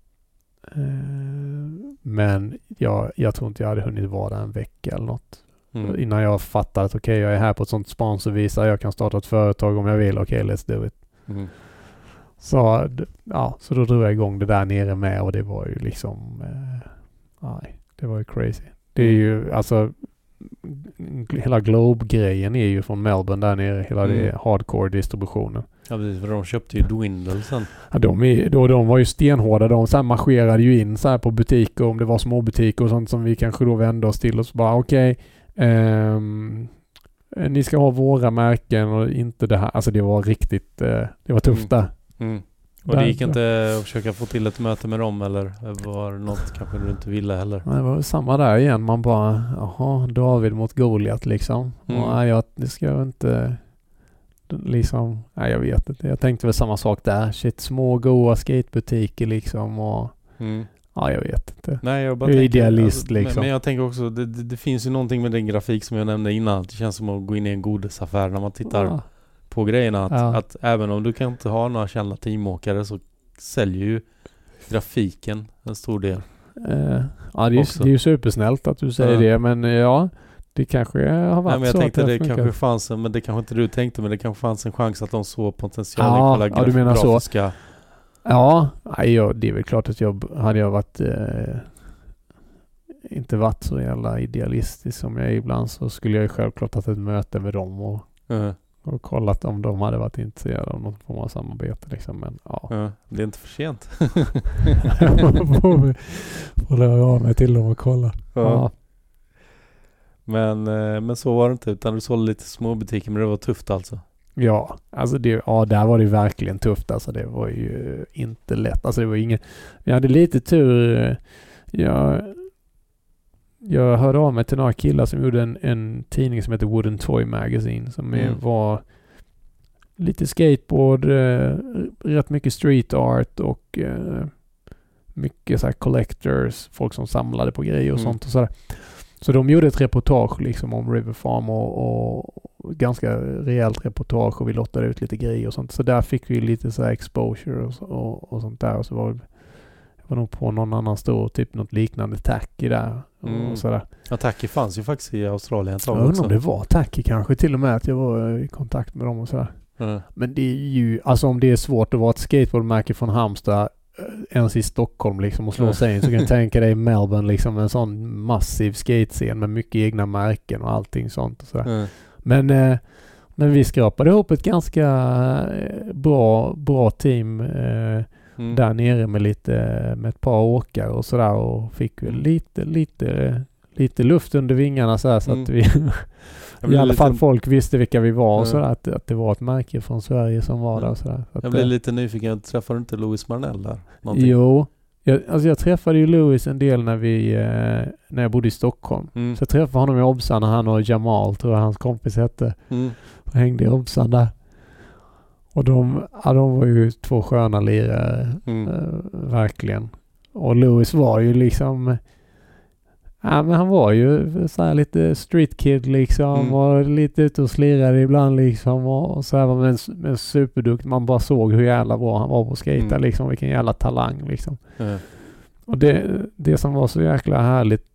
eh, men jag, jag tror inte jag hade hunnit vara där en vecka eller något. Mm. Innan jag fattade att okej, okay, jag är här på ett sånt sponsorvisa, jag kan starta ett företag om jag vill, okej, okay, let's do it. Mm. Så, ja, så då drog jag igång det där nere med och det var ju liksom eh, nej, det var ju crazy. Det är ju, alltså hela Globe-grejen är ju från Melbourne där nere, hela mm. det hardcore-distributionen. Ja, precis, för de köpte ju Dwindle sen. Ja, de, är, då, de var ju stenhårda, de så här marscherade ju in så här på butiker, om det var små butiker och sånt som vi kanske då vände oss till och så bara okej, okay, um, ni ska ha våra märken och inte det här. Alltså det var riktigt, uh, det var tufft där. Mm. Mm. Och där, det gick inte att försöka få till ett möte med dem eller var det något kanske du inte ville heller? Nej, det var samma där igen. Man bara, jaha, David mot Goliat liksom. Mm. Och nej, jag, det ska jag inte liksom, nej jag vet inte. Jag tänkte väl samma sak där. Shit, små goa skatebutiker liksom och mm. ja, jag vet inte. Nej, jag bara jag är tänker, idealist alltså, liksom. Men, men jag tänker också, det, det, det finns ju någonting med den grafik som jag nämnde innan. Det känns som att gå in i en godisaffär när man tittar ja. på grejerna. Att, ja. att även om du kan inte ha några kända teamåkare så säljer ju grafiken en stor del. Uh, ja, det är, det är ju supersnällt att du säger ja. det, men ja, det kanske har varit. Nej, men jag så tänkte att det, det kanske fanns en, men det kanske inte du tänkte, men det kanske fanns en chans att de såg potentialen ja, i ja, du menar grafiska. Så. Ja, nej, jag, det är väl klart att jag hade jag varit eh, inte varit så jävla idealistisk som jag är ibland, så skulle jag ju självklart haft ett möte med dem och, uh-huh. och kollat om de hade varit intresserade av något form av samarbete liksom, men ja. Uh, det är inte för sent. får får lära av mig till dem och kolla. Uh. Ja. Men, men så var det inte, utan du sålde lite små butiker, men det var tufft alltså. Ja, alltså det, ja, där var det verkligen tufft. Alltså det var ju inte lätt. Alltså det var ingen... Jag hade lite tur. Jag, jag hörde av mig till några killar som gjorde en, en tidning som heter Wooden Toy Magazine, som mm. är, var lite skateboard, eh, rätt mycket street art och eh, mycket så här collectors, folk som samlade på grejer och mm. sånt och sådär. Så de gjorde ett reportage liksom om River Farm och, och ganska rejält reportage och vi lottade ut lite grejer och sånt. Så där fick vi lite så här exposure och, och, och sånt där. Och så var det, jag var nog på någon annan stor, typ något liknande Tacky där. Och Mm. sådär. Ja, Tacky fanns ju faktiskt i Australien. Jag undrar om det var Tacky kanske till och med att jag var i kontakt med dem och sådär. Mm. Men det är ju, alltså om det är svårt att vara ett skateboardmärke från Halmstad ens i Stockholm liksom och slå sig in, så kan jag tänka dig Melbourne liksom, en sån massiv skatescen med mycket egna märken och allting sånt och sådär. Mm. Men, eh, men vi skrapade ihop ett ganska eh, bra, bra team eh, Mm. där nere med lite, med ett par åkare och sådär, och fick väl lite, lite, lite luft under vingarna så, här, så Mm. att vi i alla fall folk visste vilka vi var och sådär, att, att det var ett märke från Sverige som var där och sådär. Så jag att, blev eh, lite nyfiken, träffade du inte Louis Marnell där? Någonting? Jo, jag, alltså jag träffade ju Louis en del när vi eh, när jag bodde i Stockholm. Mm. Så jag träffade honom i Obsan när han och Jamal, tror jag hans kompis hette, Mm. och hängde i Obsan där. Och de, ja, de var ju två sköna lirare, Mm. eh, verkligen. Och Louis var ju liksom, ja men han var ju så här lite street kid liksom, Mm. och lite ute och slirade ibland liksom, och, och så här, med en, med en superdukt. Man bara såg hur jävla bra han var på att skata Mm. liksom, vilken jävla talang liksom. Mm. Och det, det som var så jäkla härligt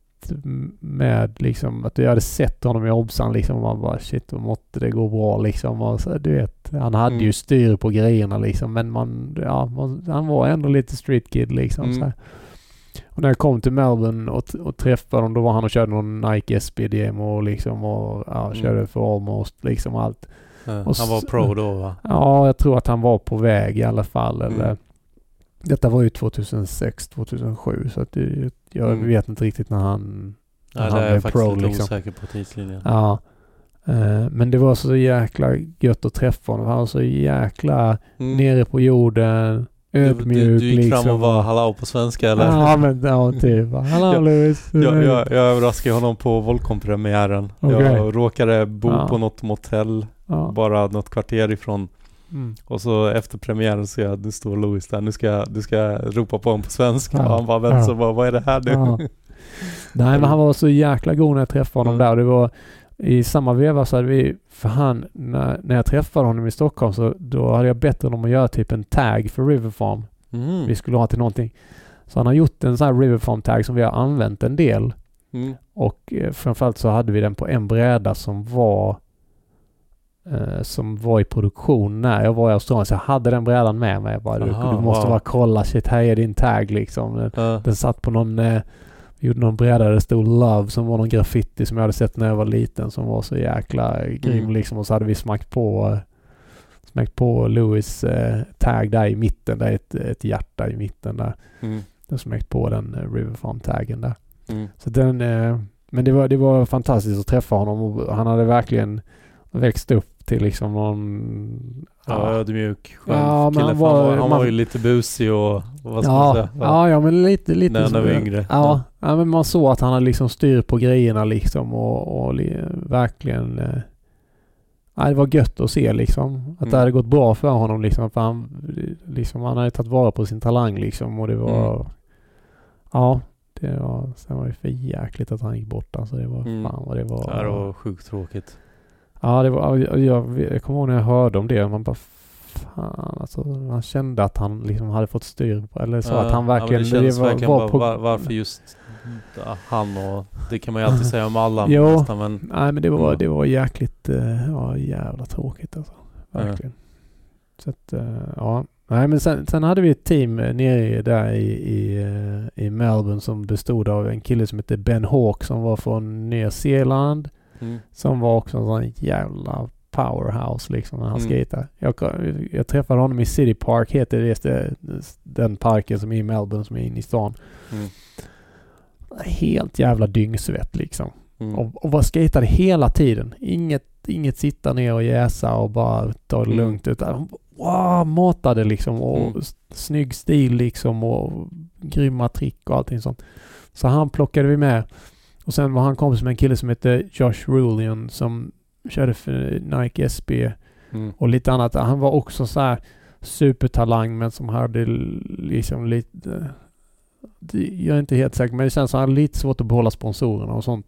med liksom att jag hade sett honom i Obsan liksom, och man bara shit, vad måtte det gå bra liksom, och så, du vet, han hade Mm. ju styr på grejerna liksom, men man, ja, man, han var ändå lite street kid liksom. Mm. Så här. Och när jag kom till Melbourne och, och träffade honom, då var han och körde någon Nike S P D M och liksom, och ja, Mm. körde för Almost liksom allt. Mm. Och Han var s- pro då, va? Ja, jag tror att han var på väg i alla fall. Mm. Eller, detta var ju tjugohundrasex tjugohundrasju, så att det, jag Mm. vet inte riktigt när han, när Nej, han det är jag blev faktiskt pro lite liksom. osäker på tidslinjen. Ja. Eh, men det var så jäkla gött att träffa honom. Han var så jäkla Mm. nere på jorden, Du, ödmjuk du, du gick liksom. fram och var hallå på svenska, eller? Ja, men ja, typ. Hallå Ja, Louis. Jag, jag, jag överraskade honom på Volcom-premiären. Okej. Jag råkade bo Ja. på något motell, Ja. bara något kvarter ifrån. Mm. Och så efter premiären så jag, nu står Louis där, nu ska jag, du ska jag ropa på honom på svenska. Ja. Och han bara, vem Ja. så bara, vad är det här nu? Ja. Nej, men han var så jäkla god när jag träffade honom Mm. där. Det var i samma veva så hade vi, för han, när, när jag träffade honom i Stockholm, så då hade jag bett honom att göra typ en tag för River Farm. Mm. Vi skulle ha till någonting. Så han har gjort en sån här River Farm tag som vi har använt en del. Mm. Och eh, framförallt så hade vi den på en bräda som var eh, som var i produktion när jag var i Australien. Så jag hade den brädan med mig. Jag bara, du, Aha, du måste wow. bara kolla, shit, här är din tag liksom. Den, Ja. den satt på någon, eh, vi gjorde någon bräda där det stod Love, som var någon graffiti som jag hade sett när jag var liten, som var så jäkla grym Mm. liksom. Och så hade vi smakt på eh, smakt på Louis eh, tag där i mitten, där är ett, ett hjärta i mitten där. Mm. Jag smäkt på den eh, River Farm-taggen där. Mm. Så den, eh, men det var, det var fantastiskt att träffa honom, och han hade verkligen växt upp till liksom någon... Ja, ödmjuk, skön Ja, men kille. han Han var, var- han man- var ju lite busig och vad ska man Ja, säga? ja, ja, men lite, lite När så- han var yngre. Ja, ja, men man såg att han hade liksom styr på grejerna liksom, och, och li, verkligen... Eh, ja, det var gött att se liksom. Att Mm. det hade gått bra för honom liksom. För han, liksom, han hade tagit vara på sin talang liksom, och det var... Mm. Ja, det var... Sen var det för jäkligt att han gick bort. Alltså det var... Mm. Fan vad det var... Ja, det var sjukt tråkigt. Ja, det var... Jag, jag, jag kommer ihåg när jag hörde om det. Man bara... Fan, alltså, man kände att han liksom hade fått styr på, eller så, Ja, att han ja, men verkligen... det känns var, verkligen var bara, på, var, varför just ja, han, och det kan man ju alltid säga om alla Jo. nästan, men Nej, men det var, Mm. det var jäkligt... Uh, ja, jävla tråkigt alltså. Verkligen. Så att, uh, ja. Nej, men sen, sen hade vi ett team uh, nere där i, i, uh, i Melbourne som bestod av en kille som heter Ben Hawk, som var från Nya Zeeland, mm. som var också en sån jävla powerhouse liksom när han Mm. skejtade. Jag, jag träffade honom i City Park, heter det, det den parken som är i Melbourne, som är inne i stan. Mm. Helt jävla dyngsvett liksom. Mm. Och, och var skejtade hela tiden. Inget, inget sitta ner och jäsa och bara ta det Mm. lugnt, utan wow, matade liksom, och Mm. s- snygg stil liksom, och grymma trick och allting sånt. Så han plockade vi med. Och sen var han kompis med en kille som heter Josh Rulian, som körde för Nike S B Mm. och lite annat. Han var också så här supertalang, men som hade liksom lite... Jag är inte helt säker, men det känns som att han hade lite svårt att behålla sponsorerna och sånt.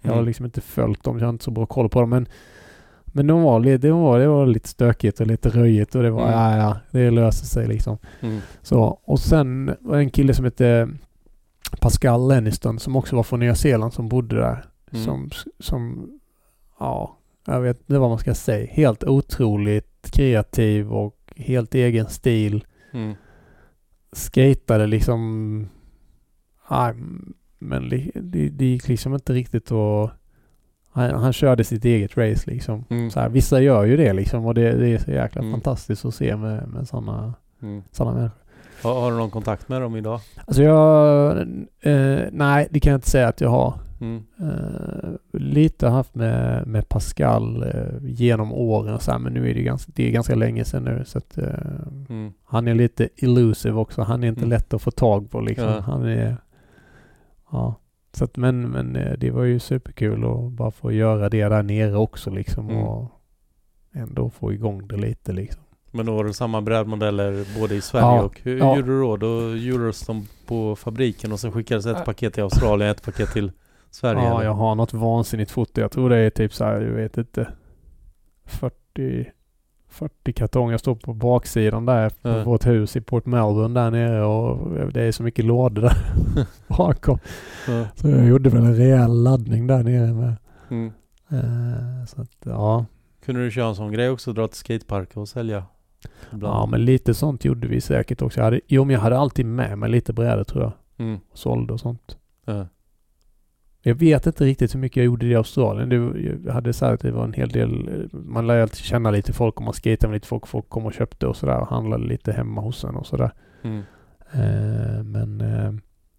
Jag har Mm. liksom inte följt dem, jag har inte så bra koll på dem, men men de var, li- det, var, det var lite stökigt och lite röjigt och det var, Mm. ja ja, det löser sig liksom. Mm. Så, och sen var det en kille som hette Pascal Lenniston som också var från Nya Zeeland som bodde där. Mm. Som, som, ja, jag vet inte vad man ska säga. Helt otroligt kreativ och helt egen stil. Mm. Skatade liksom, ja, men det, det, det gick liksom inte riktigt att, han, han körde sitt eget race liksom. Mm. Så här, vissa gör ju det liksom och det, det är så jäkla Mm. fantastiskt att se med, med sådana Mm. såna människor. Har, har du någon kontakt med dem idag? Alltså jag, eh, nej det kan jag inte säga att jag har. Mm. Eh, lite haft med, med Pascal eh, genom åren och så här, men nu är det ganska, det är ganska länge sedan nu så att eh, Mm. han är lite elusive också. Han är inte Mm. lätt att få tag på liksom. Ja. Han är, ja. Så att, men, men eh, det var ju superkul att bara få göra det där nere också liksom Mm. och ändå få igång det lite liksom. Men då var det samma brädmodeller både i Sverige Ja, och hur ja. gjorde du då? Då gjordes de på fabriken och sen skickades ett paket till Australien, ett paket till Sverige. Ja, eller? jag har något vansinnigt foto. Jag tror det är typ så här, jag vet inte, fyrtio, fyrtio kartonger. Jag står på baksidan där på Ja. vårt hus i Port Melbourne där nere och det är så mycket lådor där bakom. Ja. Så jag gjorde väl en rejäl laddning där nere med. Mm. Eh, så att, ja. Kunde du köra en sån grej också, dra till skateparker och sälja? Ibland? Ja, men lite sånt gjorde vi säkert också. Jag hade, jo, men jag hade alltid med mig lite brädor tror jag. Mm. Och sålde och sånt. Ja. Jag vet inte riktigt hur mycket jag gjorde det i Australien. Det, jag hade sagt att det var en hel del, man lär alltid känna lite folk om man skejtade med lite folk, folk kom och köpte och sådär och handlade lite hemma hos en och sådär. Mm. Eh, men eh,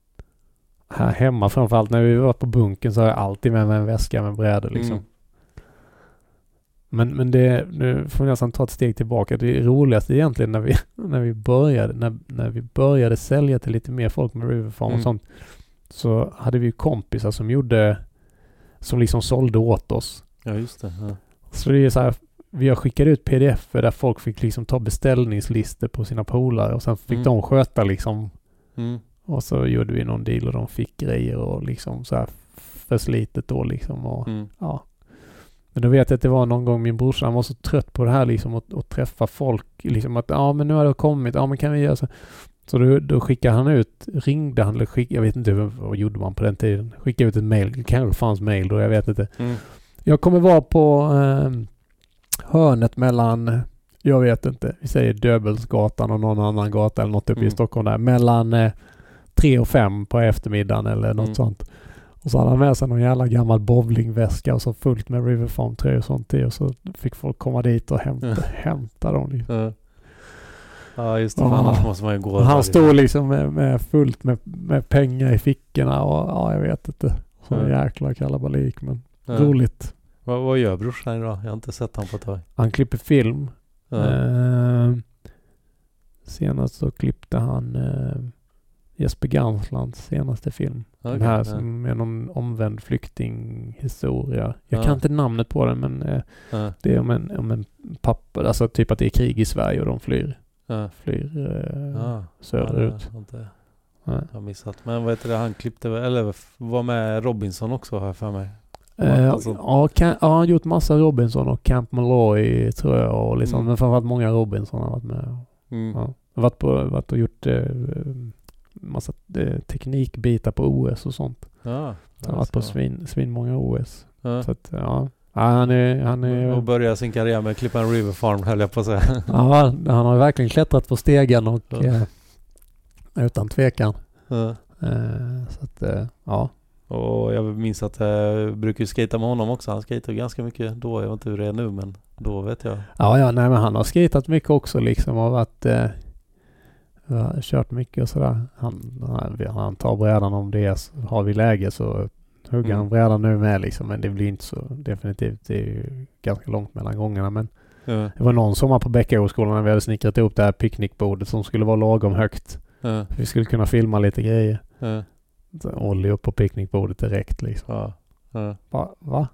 här hemma framförallt när vi var på bunken så har jag alltid med mig en väska med brädor liksom. Mm. Men, men det, nu får jag nästan ta ett steg tillbaka. Det roligaste egentligen när vi, när vi började när, när vi började sälja till lite mer folk med Riverfarm Mm. och sånt, så hade vi ju kompisar som gjorde, som liksom sålde åt oss. Ja, just det. Ja. Så det är så här, vi har skickat ut pdf där folk fick liksom ta beställningslistor på sina polare och sen fick Mm. de sköta liksom, Mm. och så gjorde vi någon deal och de fick grejer och liksom så här förslitet då liksom och Mm. ja. Men då vet jag att det var någon gång min brorsa, han var så trött på det här liksom att, att träffa folk liksom att ja men nu har det kommit, ja men kan vi göra så. Så då, då skickade han ut, ringde han eller skick, jag vet inte vad, vad gjorde man på den tiden. Skickade ut ett mail, det kanske fanns mail då, jag vet inte. Mm. Jag kommer vara på eh, hörnet mellan, jag vet inte, vi säger Döbelsgatan och någon annan gata eller något uppe Mm. i Stockholm där, mellan eh, tre och fem på eftermiddagen eller något Mm. sånt. Och så hade han med sig någon jävla gammal bowlingväska och så fullt med Riverfarm tröjor och sånt i och så fick folk komma dit och hämta, Mm. hämta dem. Liksom. Ja. Ja, just det. För Ja. annars måste man ju gå. Han där. stod liksom med, med fullt med, med pengar i fickorna och ja, jag vet inte. Så Mm. jäkla kalabalik men Ja. roligt. Vad, vad gör brorsan idag? Jag har inte sett han på ett tag. Han klipper film. Ja. Eh, senast så klippte han eh, Jesper Ganslands senaste film. Okej, Den här ja. som är någon omvänd flyktinghistoria. Jag Ja. kan inte namnet på den men eh, Ja. det är om en, om en pappa, alltså typ att det är krig i Sverige och de flyr, Ja. flyr eh, Ja. söderut. Ja, det har inte Nej. jag har missat. Men vad heter det? Han klippte väl- eller var med Robinson också har jag för mig. Eh, Alltså- ja, kan, ja, han har gjort massa Robinson och Camp Malloy tror jag och liksom, Mm. men framförallt många Robinson har varit med. Mm. Ja. Jag har varit, på, varit och gjort eh, massa eh, teknikbitar på O S och sånt. Ja. Han har varit på svin, svin många O S. Ja. Så att, ja. Ja, han är... Han är Och börja sin karriär med att klippa en Riverfarm höll jag på att säga. ja, han har verkligen klättrat på stegen och Ja. eh, utan tvekan. Ja. Eh, så att, eh, ja. Och jag minns att jag brukar ju skata med honom också. Han skater ganska mycket då. Jag vet inte hur det är nu men då vet jag. Ja, ja, nej men han har skatat mycket också liksom och varit... Eh, har kört mycket och sådär. Han, han, han tar brädan om det är, så har vi läge så hugger Mm. han brädan nu med liksom. Men det blir inte så definitivt. Det är ju ganska långt mellan gångerna. Men Ja. det var någon sommar på Bäckaåskolan när vi hade snickrat ihop det här picknickbordet som skulle vara lagom högt. Ja. Vi skulle kunna filma lite grejer. Ja. Så Olli upp på picknickbordet direkt liksom. Ja. Ja. Va? Va?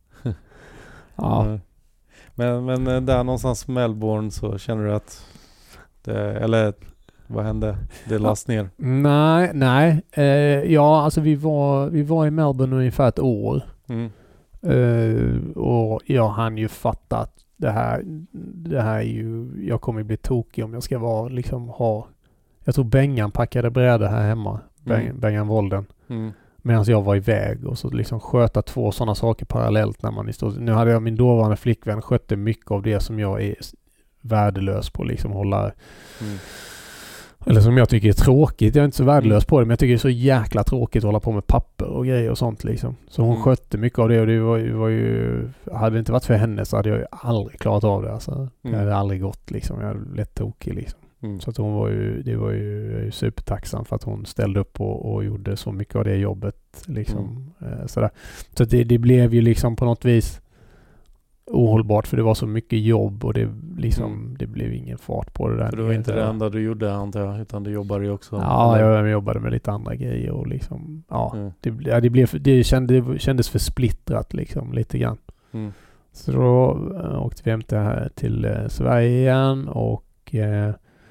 ja. Ja. Men, men eh, där någonstans i Melbourne så känner du att det, eller vad hände? Det lades ner. Nej, nej. Eh, ja, alltså vi var, vi var i Melbourne ungefär ett år. Mm. Uh, och jag hann ju fatta att det här, det här är ju, jag kommer bli tokig om jag ska vara liksom ha, jag tror Bengan packade brädor här hemma, Beng, Mm. Bengan Volden, Mm. medan jag var iväg och så liksom sköta två sådana saker parallellt när man i stort, nu hade jag min dåvarande flickvän skötte mycket av det som jag är värdelös på, liksom hålla Mm. eller som jag tycker är tråkigt. Jag är inte så värdelös Mm. på det, men jag tycker det är så jäkla tråkigt att hålla på med papper och grejer och sånt liksom. Så hon Mm. skötte mycket av det och det var, ju- var ju... Hade det inte varit för henne så hade jag ju aldrig klarat av det. Alltså. Det Mm. hade aldrig gått liksom. Jag hade lätt tokig liksom. Mm. Så att hon var ju... Det var ju, jag är ju supertacksam för att hon ställde upp och, och gjorde så mycket av det jobbet liksom. Mm. Eh, sådär. Så att det, det blev ju liksom på något vis ohållbart för det var så mycket jobb och det liksom Mm. det blev ingen fart på det där. För det var inte det enda du gjorde antar jag, utan du jobbade ju också. Ja, eller? jag jobbade med lite andra grejer och liksom, ja, Mm. det, ja, det, blev, det, kände, det kändes för splittrat liksom, lite grann. Mm. Så då äh, åkte vi hem till, här, till äh, Sverige igen och äh,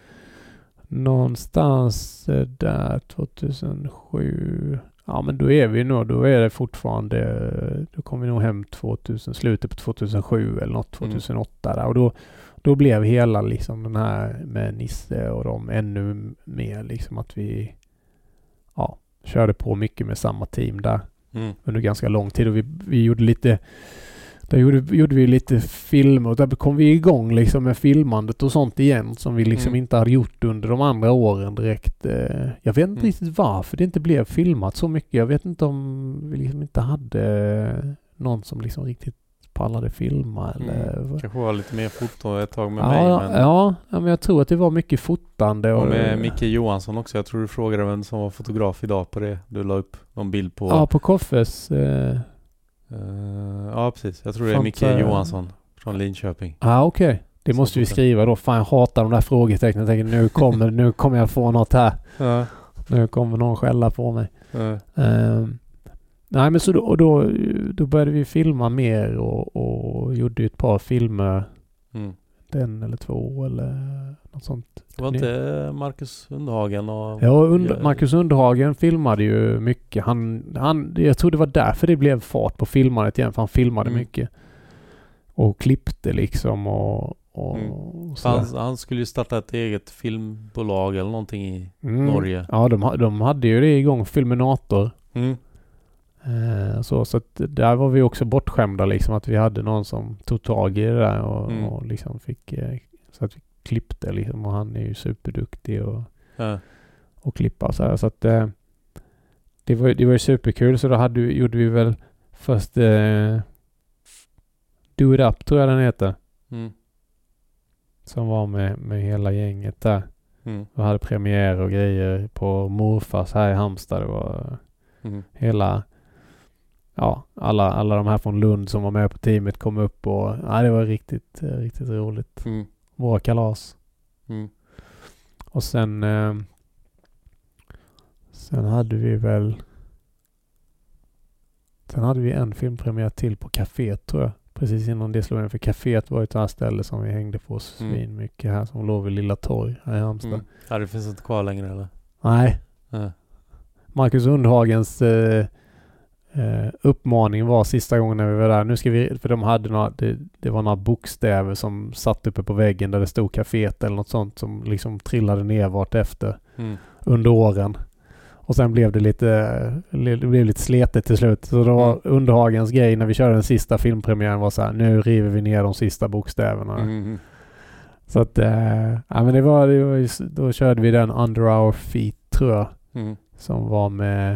någonstans äh, där tjugohundrasju, ja men då är vi nog, då är det fortfarande, då kom vi nog hem tvåtusen, slutet på tjugohundrasju eller något, tjugohundraåtta där och då Då blev hela liksom den här med Nisse och de ännu mer liksom att vi ja, körde på mycket med samma team där Mm. under ganska lång tid och vi, vi gjorde lite där gjorde, gjorde vi lite filmer och där kom vi igång liksom med filmandet och sånt igen som vi liksom Mm. inte hade gjort under de andra åren direkt. Jag vet inte Mm. riktigt varför det inte blev filmat så mycket. Jag vet inte om vi liksom inte hade någon som liksom riktigt pallade filma eller... Mm. Kanske var lite mer foto ett tag med ja, mig. Men... Ja, ja, men jag tror att det var mycket fotande. Och, och med Micke Johansson också. Jag tror du frågade vem som var fotograf idag på det. Du la upp någon bild på... Ja, på Koffes... Eh... Uh, ja, precis. Jag tror det är Sånt, Micke äh... Johansson från Linköping. Ja, ah, okej. Okay. Det måste vi skriva då. Fan, jag hatar de där frågetecknen. Jag tänker, nu kommer, nu kommer jag få något här. Ja. Nu kommer någon skälla på mig. Ja. Uh, nej, men så då, och då, då började vi filma mer och, och gjorde ett par filmer. Mm. Den eller två eller något sånt. Det var inte Marcus Underhagen och... Ja, und- Marcus Underhagen filmade ju mycket. Han, han, jag tror det var därför det blev fart på filmandet igen. För han filmade Mm. mycket. Och klippte liksom och, och, Mm. och han, han skulle ju starta ett eget filmbolag eller någonting i mm. Norge. Ja, de, de hade ju det igång. Filminator. Mm. Eh, så, så att där var vi också bortskämda liksom. Att vi hade någon som tog tag i det där och, Mm. och liksom fick... Eh, så att vi klippte liksom. Och han är ju superduktig och... Ja. och klippa så här. Så att eh, det var det var ju superkul så då hade gjorde vi väl först eh, Do It Up tror jag den heter. Mm. Som var med, med hela gänget där. Mm. Vi hade premiär och grejer på Morfars här i Halmstad. Det var Mm. hela ja, alla, alla de här från Lund som var med på teamet kom upp och ja, det var riktigt, riktigt roligt. Mm. Våra kalas. Mm. Och sen eh, sen hade vi väl sen hade vi en filmpremiär till på kaféet tror jag. Precis innan det slog in. För kaféet var ett annat ställe som vi hängde på svin Mm. mycket här som låg vid Lilla Torg här i Halmstad. Mm. Ja, det finns inte kvar längre eller? Nej. Ja. Marcus Undhagens eh, eh, uppmaning var sista gången när vi var där. Nu ska vi, för de hade några, det, det var några bokstäver som satt uppe på väggen där det stod kaféet eller något sånt som liksom trillade ner vart efter Mm. under åren. Och sen blev det lite det blev lite sletet till slut. Så då var Mm. Underhagens grej när vi körde den sista filmpremiären var så här, nu river vi ner de sista bokstäverna. Mm. Så att, äh, ja men det var, det var ju, då körde vi den Under Our Feet tror jag. Mm. Som var med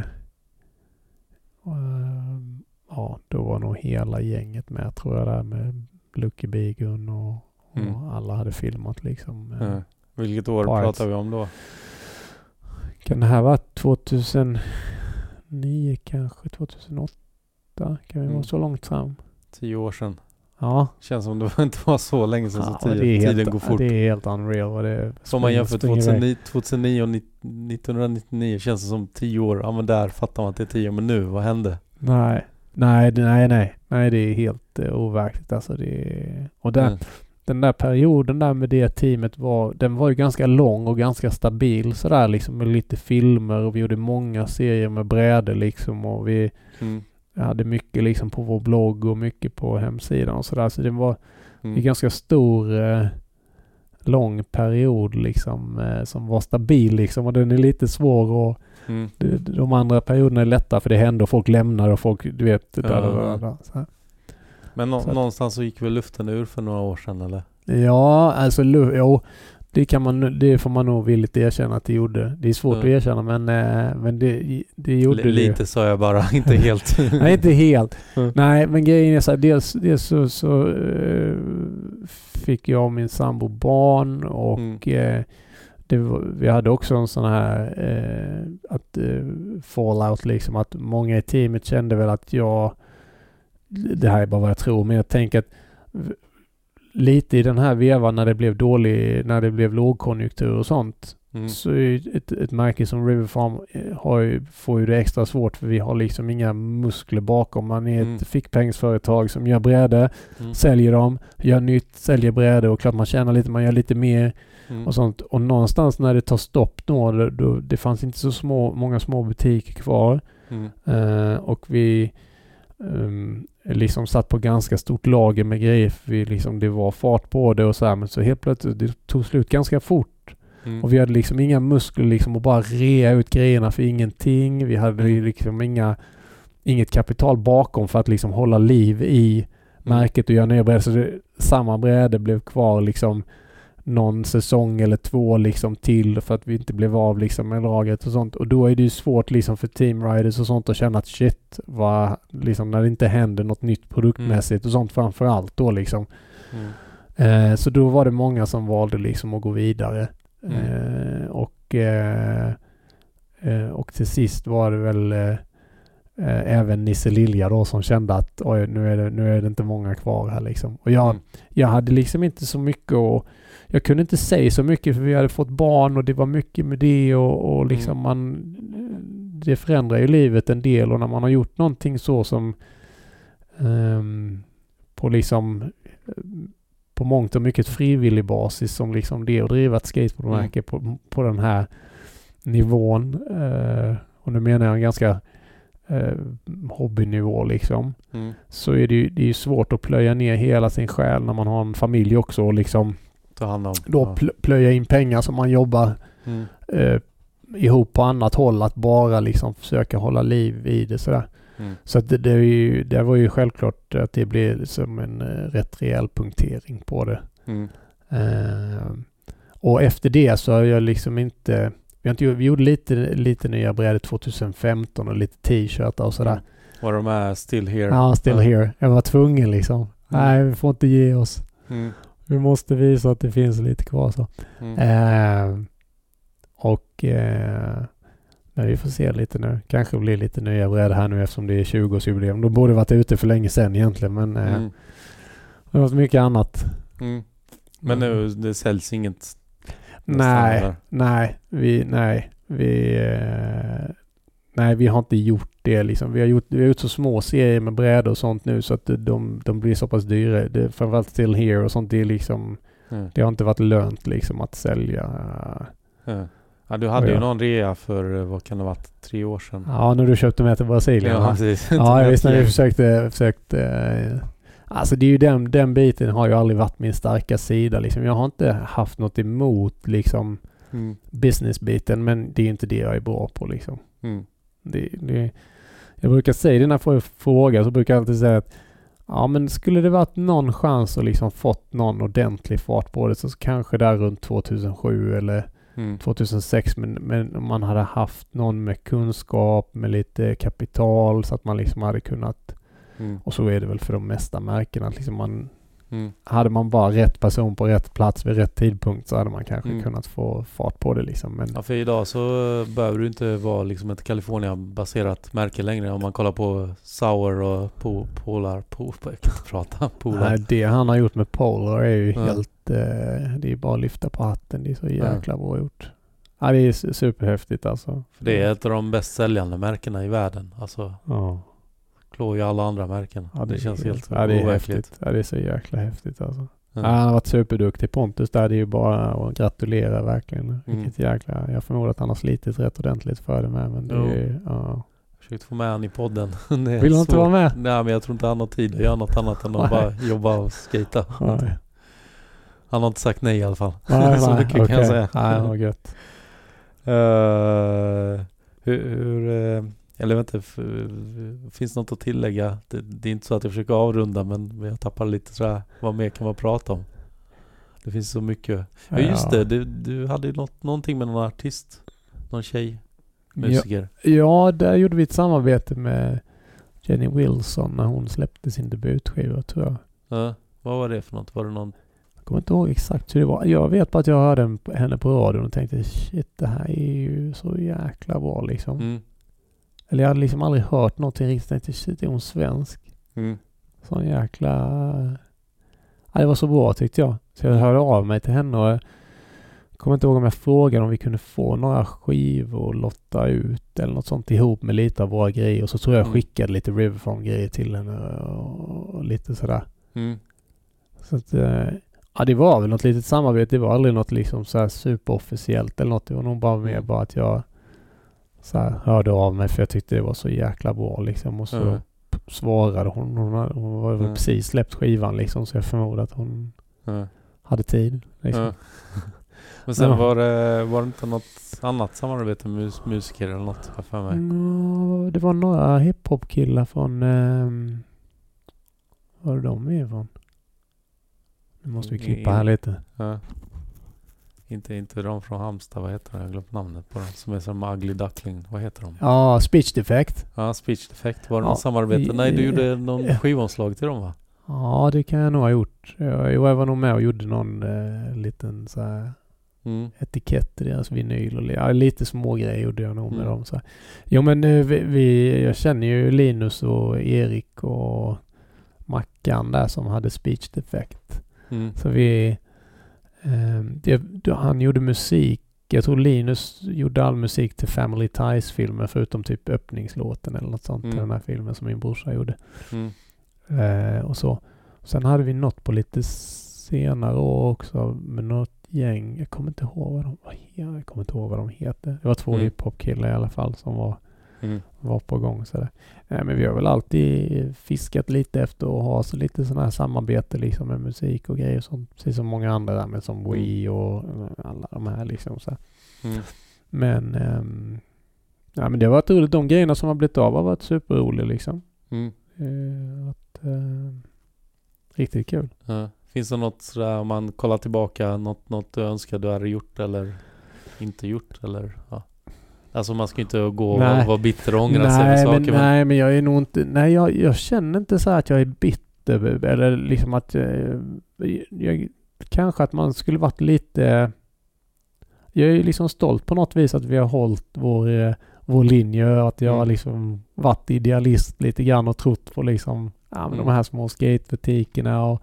uh, ja, då var nog hela gänget med tror jag där med Lucky Bigun och, och Mm. alla hade filmat liksom. Ja. Vilket år Parts. pratar vi om då? Kan det här vara tjugohundranio kanske? tjugohundraåtta? Kan vi Mm. vara så långt fram? Tio år sedan. Ja. Känns som det inte var så länge sedan Ja, så tio, det är tiden helt, går fort. Det är helt unreal. Vad det Som man jämför springer iväg. tjugohundranio och nittonhundranittionio känns det som tio år. Ja men där fattar man att det är tio. Men nu, vad hände? Nej, nej, det- nej, nej. Nej, det är helt uh, overkligt. Alltså det är, och där, Mm. den där perioden där med det teamet var, den var ju ganska lång och ganska stabil sådär liksom med lite filmer och vi gjorde många serier med brädor liksom och vi Mm. jag hade mycket liksom på vår blogg och mycket på hemsidan och sådär. Så det var Mm. en ganska stor eh, lång period liksom eh, som var stabil liksom, och den är lite svår och Mm. de, de andra perioderna är lätta för det händer och folk lämnar och folk, du vet, där, Ja. där, där, där, så här. Men nå- Så att- någonstans så gick väl luften ur för några år sedan, eller? Ja, alltså lu- jo, det kan man, det får man nog villigt erkänna att det gjorde. Det är svårt Mm. att erkänna, men, eh, men det, det gjorde L- det. lite sa jag bara, inte helt. Nej, inte helt. Mm. Nej, men grejen är så här, dels, dels så, så eh, fick jag och min sambo barn och Mm. eh, det var, vi hade också en sån här eh, att eh, fallout liksom, att många i teamet kände väl att jag, det här är bara vad jag tror, men jag tänker att v- lite i den här vevan när det blev dålig, när det blev lågkonjunktur och sånt, Mm. så är ju ett, ett märke som River Farm eh, har ju, får ju det extra svårt för vi har liksom inga muskler bakom. Man är Mm. ett fickpengsföretag som gör brädor, Mm. säljer dem, gör nytt, säljer brädor och klart man tjänar lite, man gör lite mer Mm. och sånt. Och någonstans när det tar stopp då, då, då det fanns inte så små, många små butiker kvar. Mm. Eh, och vi um, liksom satt på ganska stort lager med grejer för vi liksom, det var fart på det och så här, men så helt plötsligt det tog slut ganska fort. Mm. Och vi hade liksom inga muskler liksom att bara rea ut grejerna för ingenting. Vi hade Mm. liksom inga, inget kapital bakom för att liksom hålla liv i märket och göra nya brädor. Så det, samma brädor blev kvar liksom någon säsong eller två liksom till för att vi inte blev av liksom med lagret och sånt. Och då är det ju svårt liksom för team riders och sånt att känna att shit, vad, liksom när det inte händer något nytt produktmässigt och sånt framför allt då liksom. Mm. Eh, så då var det många som valde liksom att gå vidare. Mm. Eh, och, eh, eh, och till sist var det väl eh, eh, även Nisse Lilja då som kände att oj, nu är det, nu är det inte många kvar här liksom. Och jag, Mm. jag hade liksom inte så mycket och jag kunde inte säga så mycket för vi hade fått barn och det var mycket med det och, och liksom Mm. man, det förändrar ju livet en del och när man har gjort någonting så som um, på liksom på mångt och mycket frivillig basis som liksom det att driva ett skateboardmärke mm. på, på den här nivån. Uh, och nu menar jag en ganska uh, hobbynivå liksom. Mm. Så är det ju det är svårt att plöja ner hela sin själ när man har en familj också och liksom Ta hand om. då Ja. pl- plöja in pengar som man jobbar Mm. uh, ihop på annat håll att bara liksom försöka hålla liv i det sådär. Mm. Så att det, det, är ju, det var ju självklart att det blev som en uh, rätt rejäl punktering på det. Mm. Uh, och efter det så har jag liksom inte vi, har inte, vi gjorde lite, lite nya brädor tjugohundrafemton och lite t-shirtar och sådär. Mm. Var de är still here? Ja, still Ja. here. Jag var tvungen liksom. Mm. Nej, vi får inte ge oss. Mm. Vi måste visa att det finns lite kvar så. Mm. Uh, och uh, men vi får se lite nu. Kanske blir lite nya brädor här nu eftersom det är tjugoårsjubileum. De borde varit ute för länge sedan egentligen, men uh, Mm. det var så mycket annat. Mm. Men nu, det säljs inget nästan, Nej, eller? nej, vi, nej, vi, eh, nej, vi har inte gjort det liksom. Vi har gjort, vi har gjort så små serier med brädor och sånt nu så att de, de blir så pass dyra. Det, framförallt Still Here och sånt, det är liksom, Mm. det har inte varit lönt liksom att sälja. Ja. Ja, du hade Ja. ju någon rea för, vad kan det ha varit, tre år sedan? Ja, när du köpte med till Brasilien. Ja, va? precis. Ja, jag visste när vi försökte, försökte eh, alltså det är ju den, den biten har ju aldrig varit min starka sida liksom. Jag har inte haft något emot liksom Mm. businessbiten, men det är inte det jag är bra på liksom. Mm. Det, det, jag brukar säga det när jag får fråga, så brukar jag alltid säga att ja, men skulle det varit någon chans att liksom fått någon ordentlig fart på det så kanske där runt tjugohundrasju eller Mm. tjugohundrasex, men, men om man hade haft någon med kunskap, med lite kapital så att man liksom hade kunnat, Mm. och så är det väl för de mesta märkena att liksom man, Mm. hade man bara rätt person på rätt plats vid rätt tidpunkt så hade man kanske Mm. kunnat få fart på det liksom. Men Ja, för idag så behöver du inte vara liksom ett California-baserat märke längre. Om man kollar på Sour och po- Polar, po- jag kan inte prata, Polar. nej, det han har gjort med Polar är ju Ja. helt, eh, det är bara att lyfta på hatten. Det är så jäkla bra gjort. Ja, det är su- superhäftigt alltså. För det är ett av de bäst säljande märkena i världen. Alltså, Ja. klår ju alla andra märken. Ja, det, känns helt ja, det är overkligt. häftigt. Ja, det är så jäkla häftigt alltså. Ja. Ja, han har varit superduktig. Pontus där, det är ju bara att gratulera verkligen. Mm. Vilket jäkla, jag förmodar att han har slitit rätt ordentligt för det med, men det Jo. är, ja. Försökt få med han i podden. Vill han inte vara med? Nej, men jag tror inte han har tid att göra något annat än att bara jobba och skata. Nej. Han har inte sagt nej i alla fall. Nej, så nej, mycket okay. kan jag säga. Nej, vad gött. Uh, hur, hur, uh, eller vänta, finns det något att tillägga? Det, det är inte så att jag försöker avrunda, men jag tappar lite sådär. Vad mer kan man prata om? Det finns så mycket. Ja, just det. Du, du hade ju något, någonting med någon artist. Någon tjej. Musiker. Ja, ja, där gjorde vi ett samarbete med Jenny Wilson när hon släppte sin debutskiva, tror jag. Ja, vad var det för något? Var det någon? Jag kommer inte ihåg exakt hur det var. Jag vet bara att jag hörde henne på radion och tänkte shit, det här är ju så jäkla bra liksom. Mm. Eller jag hade liksom aldrig hört någonting riktigt. Jag tänkte shit, är hon svensk? Mm. Sån jäkla... Ja, det var så bra tyckte jag. Så jag hörde av mig till henne och jag kommer inte ihåg om jag frågade om vi kunde få några skivor och lotta ut eller något sånt ihop med lite av våra grejer. Och så tror jag jag skickade lite Riverfarm-grejer till henne och, och lite sådär. Mm. Så att, ja, det var väl något litet samarbete. Det var aldrig något liksom så här superofficiellt eller något. Det var nog bara mer bara att jag så här hörde av mig för jag tyckte det var så jäkla bra liksom. Och så mm. svarade hon. Hon, hade, hon var väl mm. precis släppt skivan liksom, så jag förmodade att hon mm. hade tid liksom. Mm. Men sen ja. var, det, var det inte något annat samarbete med mus- musiker eller något för mig? Mm, det var några hiphop-killar från um, var är de med från? Nu måste vi klippa här lite. Ja. Inte, inte de från Halmstad, vad heter det? Jag har glömt namnet på dem. Som är som Ugly Duckling. Vad heter de? Ja, Speech Defect. Ja, Speech Defect. Var det ja, något samarbete? I, Nej, du i, gjorde någon skivomslag till dem, va? Ja, det kan jag nog ha gjort. Jag, jag var nog med och gjorde någon eh, liten så här mm. etikett i deras vinyl. Och, ja, lite små grejer gjorde jag nog med mm. dem. Så. Jo, men vi, vi, jag känner ju Linus och Erik och Mackan där som hade Speech Defect. Mm. Så vi eh, det, han gjorde musik. Jag tror Linus gjorde all musik till Family Ties-filmer förutom typ öppningslåten eller något sånt mm. till den här filmen som min brorsa gjorde. Mm. Eh, och så. Sen hade vi något på lite senare år också med något gäng. Jag kommer inte ihåg vad de, jag kommer inte ihåg vad de heter. Det var två mm. hiphop-killar i alla fall som var Mm. var på gång sådär. Eh, men vi har väl alltid fiskat lite efter att ha så lite sådana här samarbete liksom med musik och grejer sånt, precis som många andra där med som Wii och alla de här liksom så. Mm. Men ehm, ja, men det har varit roligt. De grejerna som har blivit av har varit superroliga liksom. Mm. Eh, att, eh, riktigt kul. Ja. Finns det något sådär om man kollar tillbaka, något, något du önskar du hade gjort eller inte gjort eller ja? Alltså man ska inte gå och vara bitter och ångra sig för saker. Men, men... Nej, men jag är nog inte... Nej, jag, jag känner inte så att jag är bitter. Eller liksom att... Jag, jag, kanske att man skulle varit lite... Jag är liksom stolt på något vis att vi har hållit vår, vår linje. Att jag har mm. liksom varit idealist lite grann och trott på liksom... Ja, men mm. de här små skatebutikerna och...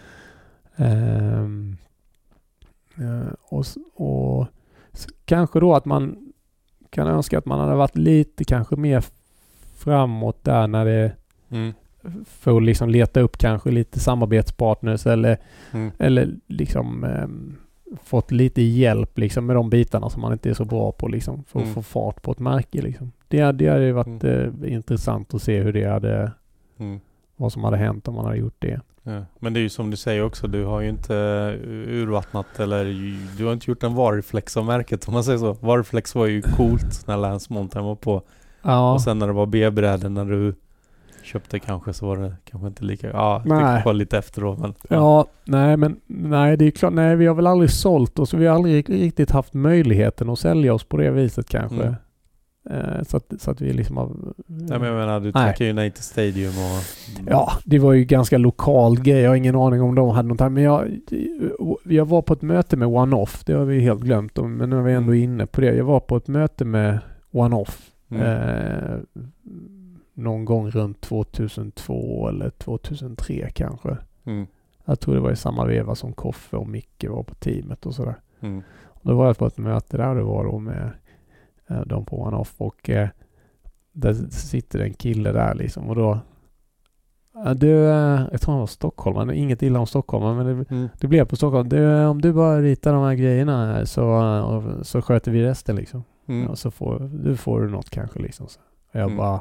Um, och, och kanske då att man kan önska att man hade varit lite kanske mer framåt där när det mm. får liksom leta upp kanske lite samarbetspartners eller, mm. eller liksom um, fått lite hjälp liksom med de bitarna som man inte är så bra på liksom för mm. att få fart på ett märke liksom. Det, det hade varit mm. uh, intressant att se hur det hade mm. vad som hade hänt om man hade gjort det. Ja. Men det är ju som du säger också, du har ju inte urvattnat eller du har inte gjort en varuflex av märket om man säger så. Varuflex var ju coolt när Lance Mountain var på. Ja. Och sen när det var B-bräden när du köpte kanske så var det kanske inte lika, ja, det var lite efter då. Men, ja. ja, nej men nej det är klart, nej vi har väl aldrig sålt oss, vi har aldrig riktigt haft möjligheten att sälja oss på det viset kanske. Mm. Så att, så att vi liksom har... Nej, men jag menar, du tackar ju nej till Stadium och... Ja, det var ju ganska lokal grej. Jag har ingen aning om de hade något här. Men jag, jag var på ett möte med One Off. Det har vi helt glömt om. Men nu är vi ändå inne på det. Jag var på ett möte med One Off. Mm. Eh, någon gång runt tvåtusentvå eller tvåtusentre kanske. Mm. Jag tror det var i samma veva som Koffe och Micke var på teamet och sådär. Mm. Och då var jag på ett möte där det var då med de på One Off och eh, där sitter en kille där liksom och då du, jag tror han var Stockholm, inget illa om Stockholm men det, mm. det blev på Stockholm. Du, om du bara ritar de här grejerna här så, och, så sköter vi resten liksom. Mm. Och så får du får du något kanske liksom så. Och jag Mm. bara...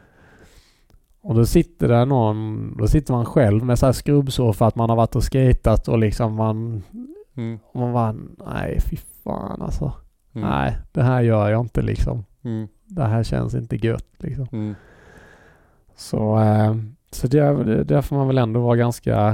Och då sitter där någon... Då sitter man själv med så här skrubbsår för att man har varit och skatat och liksom man... Mm. Och man bara, nej fy fan alltså. Mm. Nej, det här gör jag inte liksom. Mm. Det här känns inte gött liksom. Mm. Så, äh, så det, det får man väl ändå vara ganska...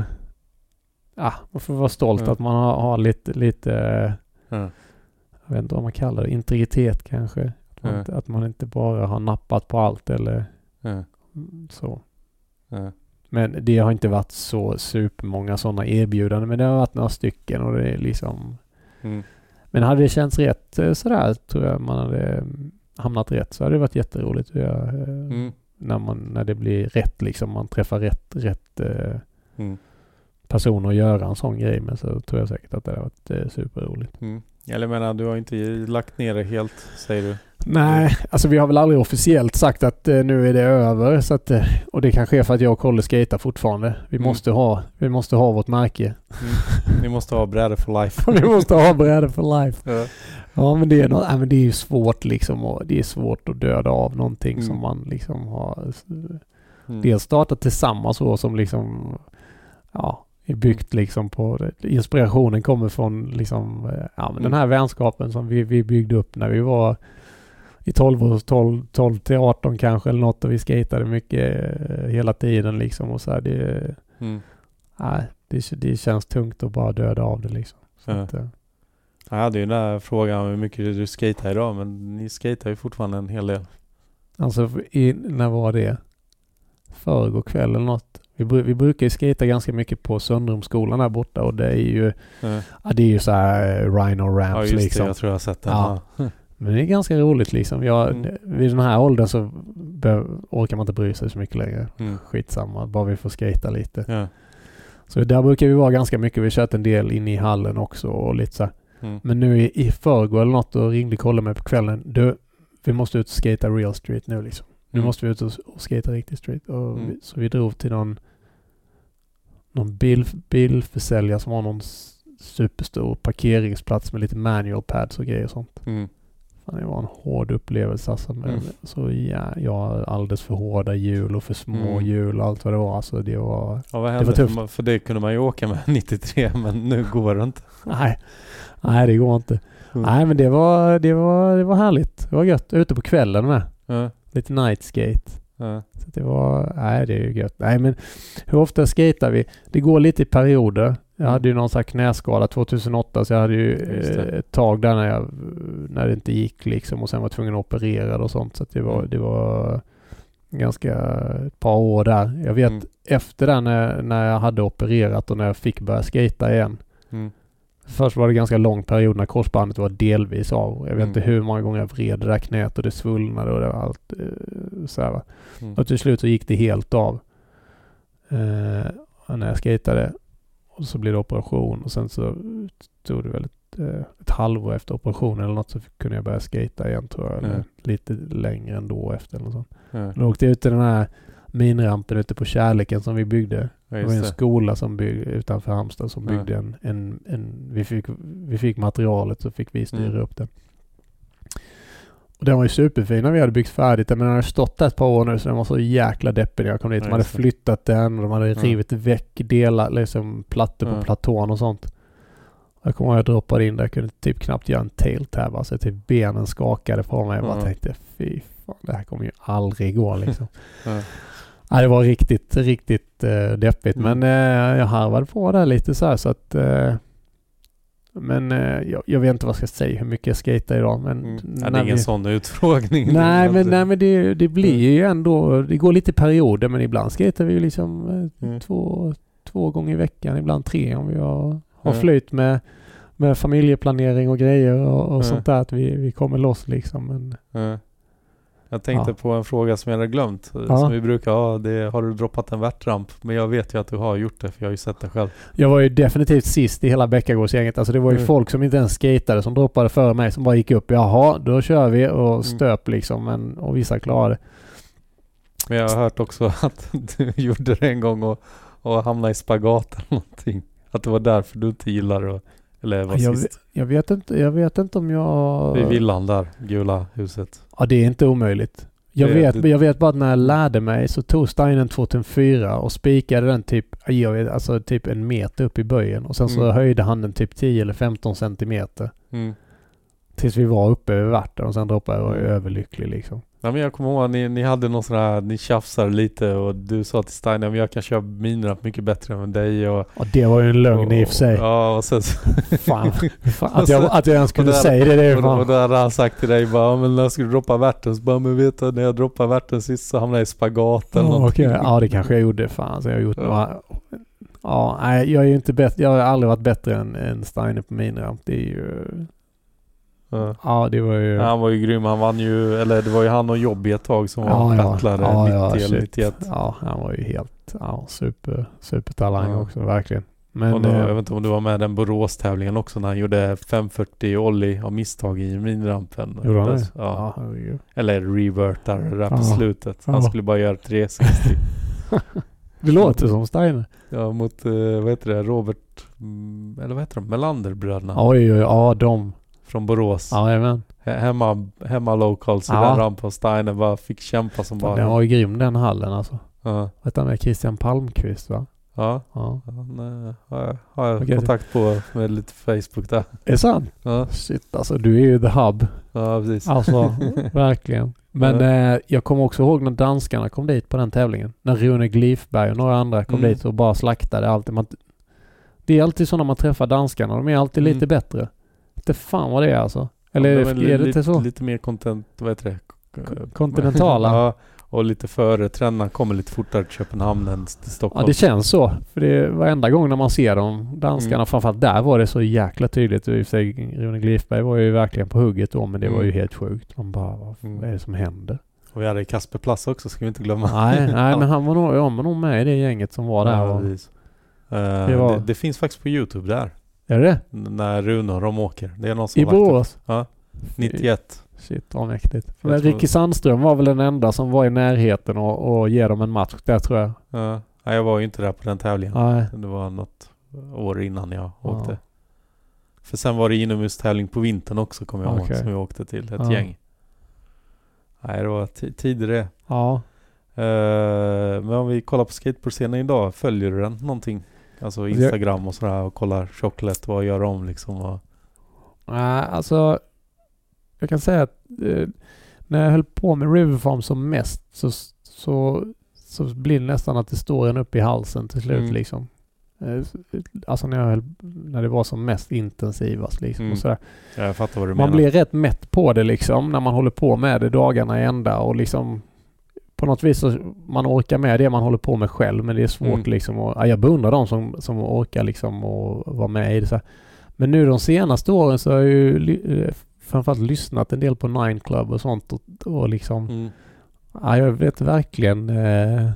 Ja, man får vara stolt Ja. att man har, har lite, lite Ja. jag vet inte vad man kallar det, integritet kanske. Att man, Ja. inte, att man inte bara har nappat på allt eller Ja. så. Ja. Men det har inte varit så supermånga sådana erbjudanden, men det har varit några stycken och det är liksom... Mm. Men hade det känts rätt sådär, tror jag man hade hamnat rätt, så hade det varit jätteroligt att göra, eh, Mm. när, man, när det blir rätt liksom, man träffar rätt, rätt eh, Mm. personer att göra en sån grej med, så tror jag säkert att det hade varit eh, superroligt. Mm. Eller jag menar, du har inte lagt ner det helt, säger du? Nej, alltså vi har väl aldrig officiellt sagt att eh, nu är det över, så att, eh, och det kanske är för att jag och Kolle skater fortfarande. Vi, Mm. måste ha, vi måste ha vårt märke. Mm. Ni måste ha brädor for life. Vi måste ha brädor for life. Ja. Ja, men det är, no- nej, men det är ju svårt liksom, och det är svårt att döda av någonting Mm. som man liksom har Mm. dels startat tillsammans och som liksom ja, är byggt liksom på det. Inspirationen kommer från liksom ja, men Mm. den här vänskapen som vi, vi byggde upp när vi var i tolv, och tolv, tolv till arton kanske eller något, och vi skatade mycket eh, hela tiden liksom, och så här, det, Mm. nej, det, det känns tungt att bara döda av det liksom. Så Ja. att, eh, Jag hade ju den där frågan hur mycket du skater idag, men ni skater ju fortfarande en hel del. alltså i, när var det? Förrgår kväll eller något. Vi, bru- vi brukar ju skata ganska mycket på Söndrumsskolan där borta, och det är ju Ja, ja, det är ju så här eh, Rhino Ramps ja just liksom. det, jag tror jag har sett den. Ja. Ja. Men det är ganska roligt liksom. Jag, Mm. Vid den här åldern så be- orkar man inte bry sig så mycket längre. Mm. Skitsamma, bara vi får skata lite. Ja. Så där brukar vi vara ganska mycket. Vi har kört en del in i hallen också och lite så här. Mm. Men nu i, i förrgår eller något, och ringde Kolla mig på kvällen. Du, vi måste ut och skata real street nu liksom. Nu Mm. måste vi ut och, och skata riktigt street. Och Mm. vi, så vi drog till någon någon bil, bilförsäljare som har någon s- superstor parkeringsplats med lite manual pads och grejer och sånt. Mm. Fan, det var en hård upplevelse alltså. Men Mm. så ja, jag har alldeles för hårda hjul och för små Mm. hjul och allt vad det var. Alltså det var... Ja, vad Det hände? var tufft. För, man- för det kunde man ju åka med nittiotre, men nu går det inte. Nej, nej det går inte. Mm. Nej, men det var, det var, det var härligt. Det var gött. Ute på kvällen med. Ja. Lite night skate. Ja. Så det var, nej det är ju gött. Nej, men hur ofta skater vi? Det går lite i perioder. Jag Mm. hade ju någon sån här knäskada tjugohundraåtta, så jag hade ju Just det. eh, ett tag där när, jag, när det inte gick liksom, och sen var tvungen att operera och sånt. Så att det var, Mm. det var ganska ett par år där. Jag vet Mm. efter det när, när jag hade opererat och när jag fick börja skata igen. Mm. Först var det ganska lång period när korsbandet var delvis av. Jag vet Mm. inte hur många gånger jag vred det där knät och det svullnade och det var allt eh, så här, va. Mm. Och till slut så gick det helt av. Eh, när jag skatade. Och så blev det operation. Och sen så tog det väl ett, eh, ett halvår efter operationen eller något, så kunde jag börja skata igen tror jag. Eller Mm. lite längre ändå efter eller något sånt. Ja. Då åkte jag ut till den här minrampen ute på Kärleken som vi byggde. Ja, Det var en just det. skola som byggde utanför Halmstad som Ja. byggde en, en, en vi, fick, vi fick materialet, så fick vi styra Mm. upp den. Och den var ju superfin när vi hade byggt färdigt den, men den hade stått där ett par år nu, så den var så jäkla deppig när jag kom dit. Ja, De hade just det. flyttat den och de hade Ja. rivit väck delar, liksom plattor på Ja. platån och sånt. Jag kommer ihåg att jag droppade in där, jag kunde typ knappt göra en tail tab, alltså typ benen skakade på mig. Jag bara Ja. tänkte, fy fan, det här kommer ju aldrig gå liksom. Ja. Ja, det var riktigt, riktigt uh, deppigt. Mm. Men uh, jag harvade på där lite så här, så att... Uh, men uh, jag, jag vet inte vad jag ska säga, hur mycket jag skater idag. Men Mm. Ja, när det är ingen vi... sån utfrågning. Nej, men, Alltså. nej, men det, det blir ju ändå... Det går lite i perioder, men ibland skater vi ju liksom uh, Mm. två, två gånger i veckan. Ibland tre om vi har, har Ja. flyt med, med familjeplanering och grejer och, och Ja. sånt där. Att vi, vi kommer loss liksom. Men, Ja. Jag tänkte Ja. på en fråga som jag hade glömt. Ja. Som vi brukar ha. Det, har du droppat en värtramp? Men jag vet ju att du har gjort det, för jag har ju sett det själv. jag var ju definitivt sist i hela Bäckagårdsgänget. Alltså det var ju Mm. folk som inte ens skatade som droppade före mig, som bara gick upp. Jaha, då kör vi Mm. och stöp liksom. Men, och vissa klarade. Men jag har hört också att du gjorde det en gång och, och hamnade i spagat eller någonting. Att det var därför du inte gillade att, eller var Jag, sist. jag, vet inte, jag vet inte om jag... I villan där, gula huset. Ja, det är inte omöjligt. Jag det, vet, det, jag vet bara att när jag lärde mig så tog Steinen tjugohundrafyra och spikade den typ, jag vet, alltså typ en meter upp i böjen. Och sen så Mm. höjde han den typ tio eller femton centimeter. mm. Tills vi var uppe över vatten och sen droppade jag, var jag Mm. överlycklig liksom. Ja, men jag kommer ihåg, ni, ni hade någon sån här, ni tjafsade lite och du sa till Steiner, men jag kan köra miniramp mycket bättre än dig. Och, Och det var ju en lögn och, i och för sig. Ja, och sen så, Fan, fan att, jag, att jag ens kunde där- säga det, det är och, då- och fan. då hade han sagt till dig bara, ja, men när ska du droppa värten? Så bara, men vet du, när jag droppade värten sist så hamnade jag i spagat eller Ja, någonting. okej. Ja, det kanske jag gjorde. Fan, så jag har gjort Ja. några... Ja, nej, jag är ju inte bättre. Jag har aldrig varit bättre än, än Steiner på miniramp. Det är ju... Ja. Ja, det var ju... Ja, han var ju grym. Han vann ju, eller det var ju han och Jobby ett tag som var battlare ja, ja, nittio eller shit. nittioett. Ja, han var ju helt ja, super, supertalang Ja. också, verkligen. Men, och då, eh, jag vet inte om du var med den Borås-tävlingen också när han gjorde fem fyrtio ollie av misstag i minirampen. Gjorde han det? Ja. Ja, herregud. Eller revertar där på Ja. slutet. Han Ja. skulle bara göra tre sextio. Det låter som Steiner. Ja, mot, uh, vad heter det, Robert, mm, eller vad heter de? Melander-bröderna Oj, oj, ja, de. från Borås. Ja, jajamän. He- Hemma, hemma locals i Ja. den rampen. Steiner bara fick kämpa som bara. Den var ju grym den hallen alltså. Ja. Vet du med Christian Palmqvist, va? Ja. Ja. Han eh, har jag, har jag Okej. kontakt på med lite Facebook där. Är det sant? Ja, Shit, alltså du är ju the hub. ja precis. Alltså, verkligen. Men Ja. eh, jag kommer också ihåg när danskarna kom dit på den tävlingen. När Rune Glifberg och några andra kom Mm. dit och bara slaktade allt. Man, det är alltid så när man träffar danskarna. De är alltid Mm. lite bättre. Inte fan vad det är alltså. Eller Ja, är, men det, är det lite, inte så? Lite mer content, vad heter det? K- kontinentala. Ja, och lite före. Trenderna kommer lite fortare till Köpenhamn än till Ja, Stockholm. det känns så. För det är varenda gång när man ser dem, danskarna, Mm. framförallt där var det så jäkla tydligt. Och i och för sig, Rune Glifberg var ju verkligen på hugget då, men det var ju Mm. helt sjukt. Man bara, vad Mm. vad är det som händer? Och vi hade Kasper Plass också, ska vi inte glömma. nej, nej men han var nog, ja, men nog med i det gänget som var där. Ja, och, precis. Eh, Det var- det, det finns faktiskt på YouTube där. är det N- När Rune och de åker. Det är någon som i har lagt upp. Borås? Ja, nittioett. Shit, vad mäktigt. Jag Men tror- Ricky Sandström var väl den enda som var i närheten och, och ge dem en match där, tror jag. Ja. Nej, jag var ju inte där på den tävlingen. Nej. Det var något år innan jag Ja. åkte. För sen var det inomhustävling på vintern också, kommer jag ihåg, Okej. som jag åkte till. Ett Ja. gäng. Nej, det var t- tider det. Ja. Eh, men om vi kollar på skateboardscenen idag, följer du den någonting? Alltså Instagram och sådär och kollar Chocolate, vad gör de liksom? Och... Nej, alltså jag kan säga att eh, när jag höll på med River Farm som mest så, så, så blir det nästan att det står en upp i halsen till slut Mm. liksom. Eh, Alltså när jag höll, när det var som mest intensivast liksom Mm. och sådär. Ja, jag fattar vad du Man menar. blir rätt mätt på det liksom när man håller på med det dagarna i ända och liksom på något vis så man orkar med det man håller på med själv, men det är svårt Mm. liksom och, ja, jag beundrar de som, som orkar liksom och vara med i det så här. Men nu de senaste åren så har jag ju ly- eh, framförallt lyssnat en del på Nine Club och sånt och, och liksom Mm. ja, jag vet verkligen eh,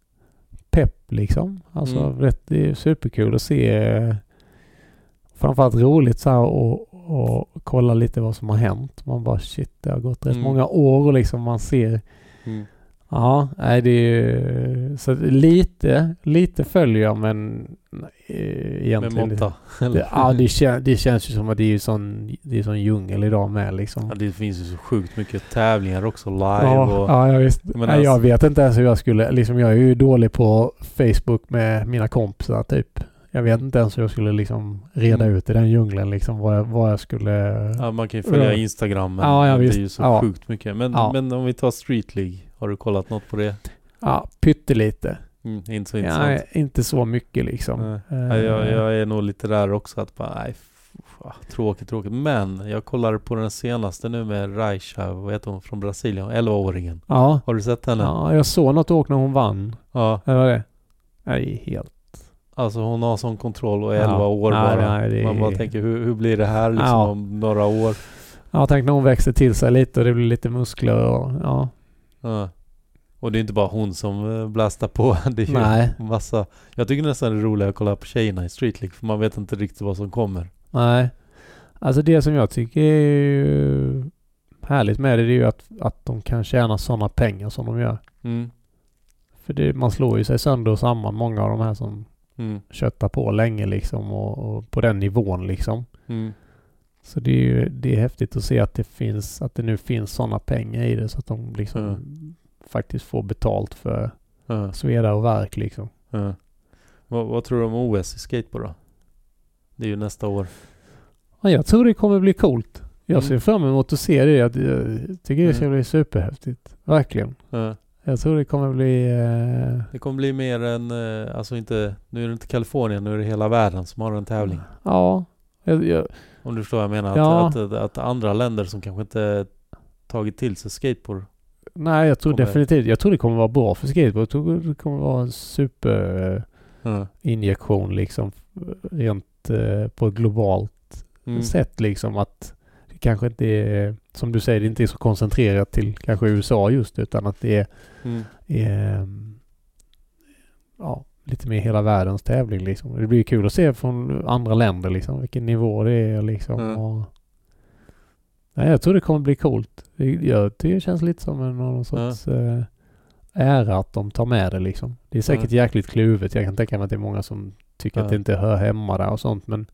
pepp liksom. Alltså Mm. vet, det är superkul att se eh, framförallt roligt så här och, och kolla lite vad som har hänt. Man bara shit, det har gått rätt Mm. många år och liksom man ser Mm. ja, nej det är ju så lite, lite följer jag men eh, Med egentligen måtta. det, ja, det, kän, det känns ju som att det är sån, det är sån djungel idag med liksom. Ja, det finns ju så sjukt mycket tävlingar också live. Ja, och, ja, jag, visst. Men Nej, alltså- jag vet inte ens hur jag skulle, liksom jag är ju dålig på Facebook med mina kompisar typ. Jag vet inte ens hur jag skulle liksom reda Mm. ut i den djungeln liksom vad jag, vad jag skulle... ja, man kan ju följa Ja. Instagram, men Ja, ja, det visst. är ju så Ja. sjukt mycket. Men, Ja. men om vi tar Street League, har du kollat något på det? Ja, pyttelite. Mm, inte så intressant. Ja, inte så mycket liksom. Nej. Eh, Ja, jag, jag är nog lite där också att bara, nej, f- ah, tråkigt, tråkigt. Men jag kollade på den senaste nu med Raisha, vad heter hon, från Brasilien, elvaåringen. Ja. Har du sett henne? Ja, jag såg något åk när hon vann. Ja, Det var det. Nej, helt... alltså hon har sån kontroll och är Ja. elva år Nej, bara. nej, det är- Man bara tänker, hur, hur blir det här liksom Ja. om några år? Ja, tänk när hon växer till sig lite och det blir lite muskler och ja. Ja. Och det är inte bara hon som eh, blastar på. Det är ju Nej. massa. Jag tycker nästan det är roligt att kolla på tjejerna i Street League, för man vet inte riktigt vad som kommer. Nej. Alltså det som jag tycker är ju härligt med det, det är ju att, att de kan tjäna sådana pengar som de gör. Mm. För det, man slår ju sig sönder och samman, många av de här som Mm. köttar på länge liksom och, och på den nivån liksom. Mm. Så det är ju det är häftigt att se att det finns att det nu finns sådana pengar i det så att de liksom Mm. faktiskt får betalt för Ja. sveda och verk liksom. Ja. Vad, vad tror du om O S i skateboard då? Det är ju nästa år. Ja, jag tror det kommer bli coolt. Jag ser Mm. fram emot att se det. Jag, jag tycker det ska Mm. bli superhäftigt. Verkligen. Ja. Jag tror det kommer bli... Eh, Det kommer bli mer än, eh, alltså inte, nu är det inte Kalifornien, nu är det hela världen som har en tävling. ja. Jag, jag, Om du förstår vad jag menar. Ja. Att, att, att andra länder som kanske inte tagit till sig skateboard. nej, jag tror Kommer- definitivt... Jag tror det kommer vara bra för skateboard. Jag tror det kommer vara en superinjektion Ja. liksom. Rent eh, på ett globalt Mm. sätt liksom. Att det kanske inte är... Som du säger, det inte är så koncentrerat till kanske U S A just. Utan att det är... Mm. är ja, lite mer hela världens tävling liksom. Det blir kul att se från andra länder liksom, vilken nivå det är liksom. Mm. Och, nej, jag tror det kommer bli coolt. Det, jag tycker det känns lite som en någon sorts eh, ära att de tar med det liksom. Det är säkert Mm. jäkligt kluvet. Jag kan tänka mig att det är många som tycker Mm. att det inte hör hemma där och sånt, men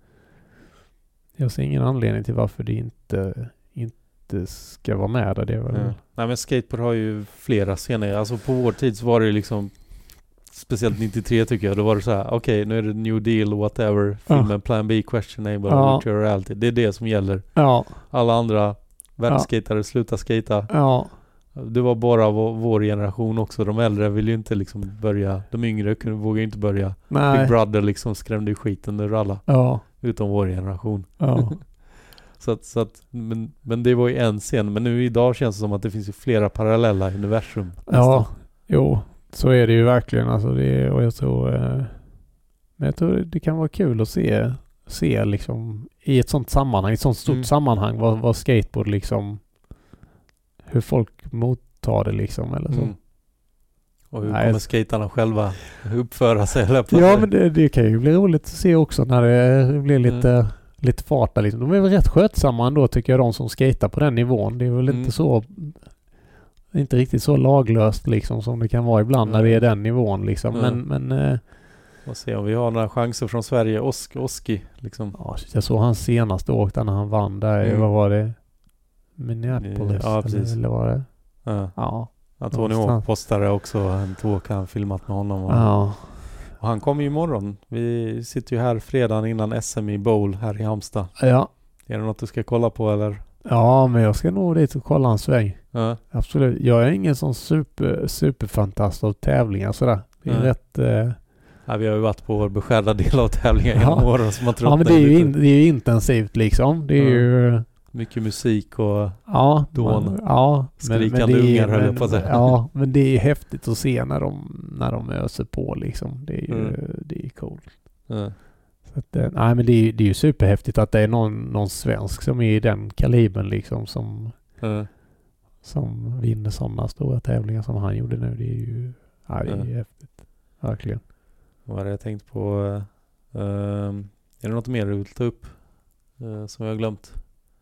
jag ser ingen anledning till varför det inte, inte ska vara med där. Det är väl... Ja. Nej, men skateboard har ju flera scener. Alltså på vår tid så var det liksom, speciellt nittiotre tycker jag, då var det så här: okej, okay, nu är det New Deal, whatever, filmen Ja. Plan B, Questionable, Ja. Virtual Reality. Det är det som gäller. Ja, Alla andra världsskatare slutar skata. ja, Det var bara vår, vår generation också. De äldre vill ju inte liksom börja, de yngre kunde, vågar ju inte börja. nej. Big Brother liksom skrämde ju skiten ur alla, Ja, utom vår generation. ja. Så att, så att, men, men det var ju en scen. Men nu idag känns det som att det finns ju flera parallella universum. Ja, jo, så är det ju verkligen. Alltså det är, och jag tror, eh, men jag tror det kan vara kul att se, se liksom i ett sånt sammanhang, i ett sånt stort Mm. sammanhang, vad, vad skateboard liksom, hur folk mottar det liksom, eller så. Mm. Och hur Nej, kommer skaterna själva uppföra sig? Eller på Ja, sig? men det, det kan ju bli roligt att se också när det blir lite, Mm. lite fart där liksom. De är väl rätt skötsamma ändå tycker jag, de som skater på den nivån. Det är väl Mm. inte så, inte riktigt så laglöst liksom som det kan vara ibland när det är den nivån liksom. Mm. Men, men eh, Och se om vi har några chanser från Sverige. Osk, Oski liksom. ja, jag såg hans senaste åk där när han vann där. Mm. Vad var det? Minneapolis? Ja, precis. Eller, eller var det? Ja. Ja. Antonio Någonstans. postade också en åk han filmat med honom. Och, Ja. och han kommer ju imorgon. Vi sitter ju här fredagen innan S M i Bowl här i Halmstad. Ja. Är det något du ska kolla på eller? Ja, men jag ska nog dit och kolla en sväng. Ja. Absolut. Jag är ingen sån super, superfantast av tävlingar sådär. Det är Nej. rätt... Eh, Ja, vi har ju varit på vår beskärda del av tävlingar Ja. genom åren som har ja, men det är, ju in, det är ju intensivt liksom. Det är Ja. ju... mycket musik och Ja, Dån. man, ja Skrikande det är- ungar, höll jag men- på att säga. Ja, men det är häftigt att se när de, när de öser på liksom. Det är ju Mm. det är coolt. ja. Så att, eh, nej, men det är ju det är ju superhäftigt att det är någon, någon svensk som är i den kalibern liksom som, Ja. som vinner sådana stora tävlingar som han gjorde nu. Det är ju ja, det är Ja. ju häftigt. Verkligen. Vad hade jag tänkt på? ehm, är det något mer du vill ta upp eh, som jag har glömt?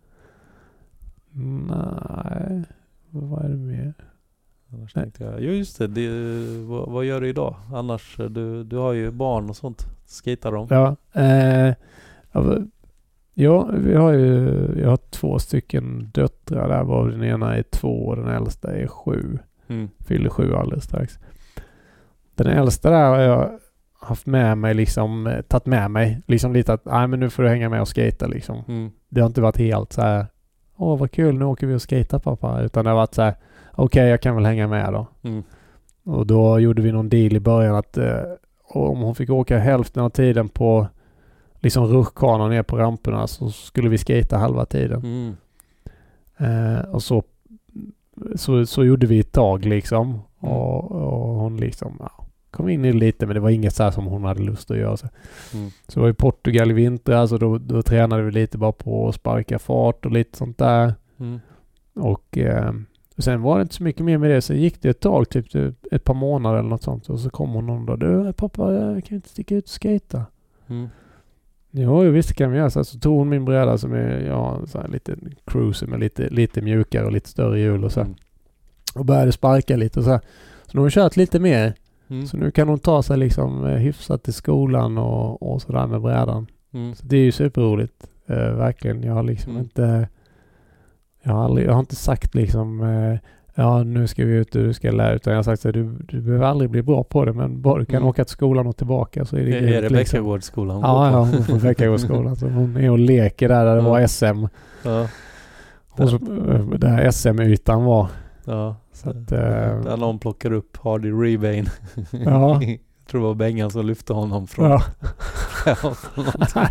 Nej, vad är det mer? Annars Nej. tänkte jag, jo just det, det vad, vad gör du idag? Annars, du, du har ju barn och sånt. Skatar de? Ja, eh, ja, ja, vi har ju jag har två stycken döttrar där, var den ena är två och den äldsta är sju. Mm. Fyller sju alldeles strax. Den äldsta där har jag haft med mig liksom, eh, tagit med mig liksom lite att, nej men nu får du hänga med och skata liksom. Mm. Det har inte varit helt så här, åh vad kul, nu åker vi och skata pappa, utan det har varit så här, okej okay, jag kan väl hänga med då. Mm. Och då gjorde vi någon deal i början att eh, om hon fick åka hälften av tiden på liksom rutschkanan ner på ramperna så skulle vi skata halva tiden. Mm. Eh, och så, så så gjorde vi ett tag liksom. Mm. Och, och hon liksom ja, kom in i lite, men det var inget så här som hon hade lust att göra. Så, Mm. så var i Portugal i vinter, alltså då, då tränade vi lite bara på att sparka fart och lite sånt där. Mm. Och eh, sen var det inte så mycket mer med det. Så gick det ett tag, typ ett par månader eller något sånt. Och så kom hon någon dag. Du pappa, jag kan inte sticka ut och skata. Mm. Jo, visst kan vi göra. Så, så tog hon min bräda som är ja, så här lite cruiser med lite, lite mjukare och lite större hjul och så. Mm. Och började sparka lite och så. Så nu har hon kört lite mer. Mm. Så nu kan hon ta sig liksom hyfsat till skolan och, och sådär med brädan. Mm. Så det är ju superroligt. Uh, verkligen. Jag har liksom Mm. inte... Jag har, aldrig, jag har inte sagt liksom... Uh, ja, nu ska vi ut och du ska lära. Utan jag har sagt att du, du behöver aldrig bli bra på det. Men bara du kan Mm. åka till skolan och tillbaka så är det Är, är grymt, det liksom. Bäckagårdsskolan hon Ja, går på? ja, hon får Bäckagårdsskolan. Så hon är och leker där, där det Ja. var S M. Ja. Och så, uh, där S M-ytan var. Ja. Så att, Där uh, någon plockar upp Hardy Rebane. ja. Jag tror det var Bengan som lyfte honom från... Ja. från någonting.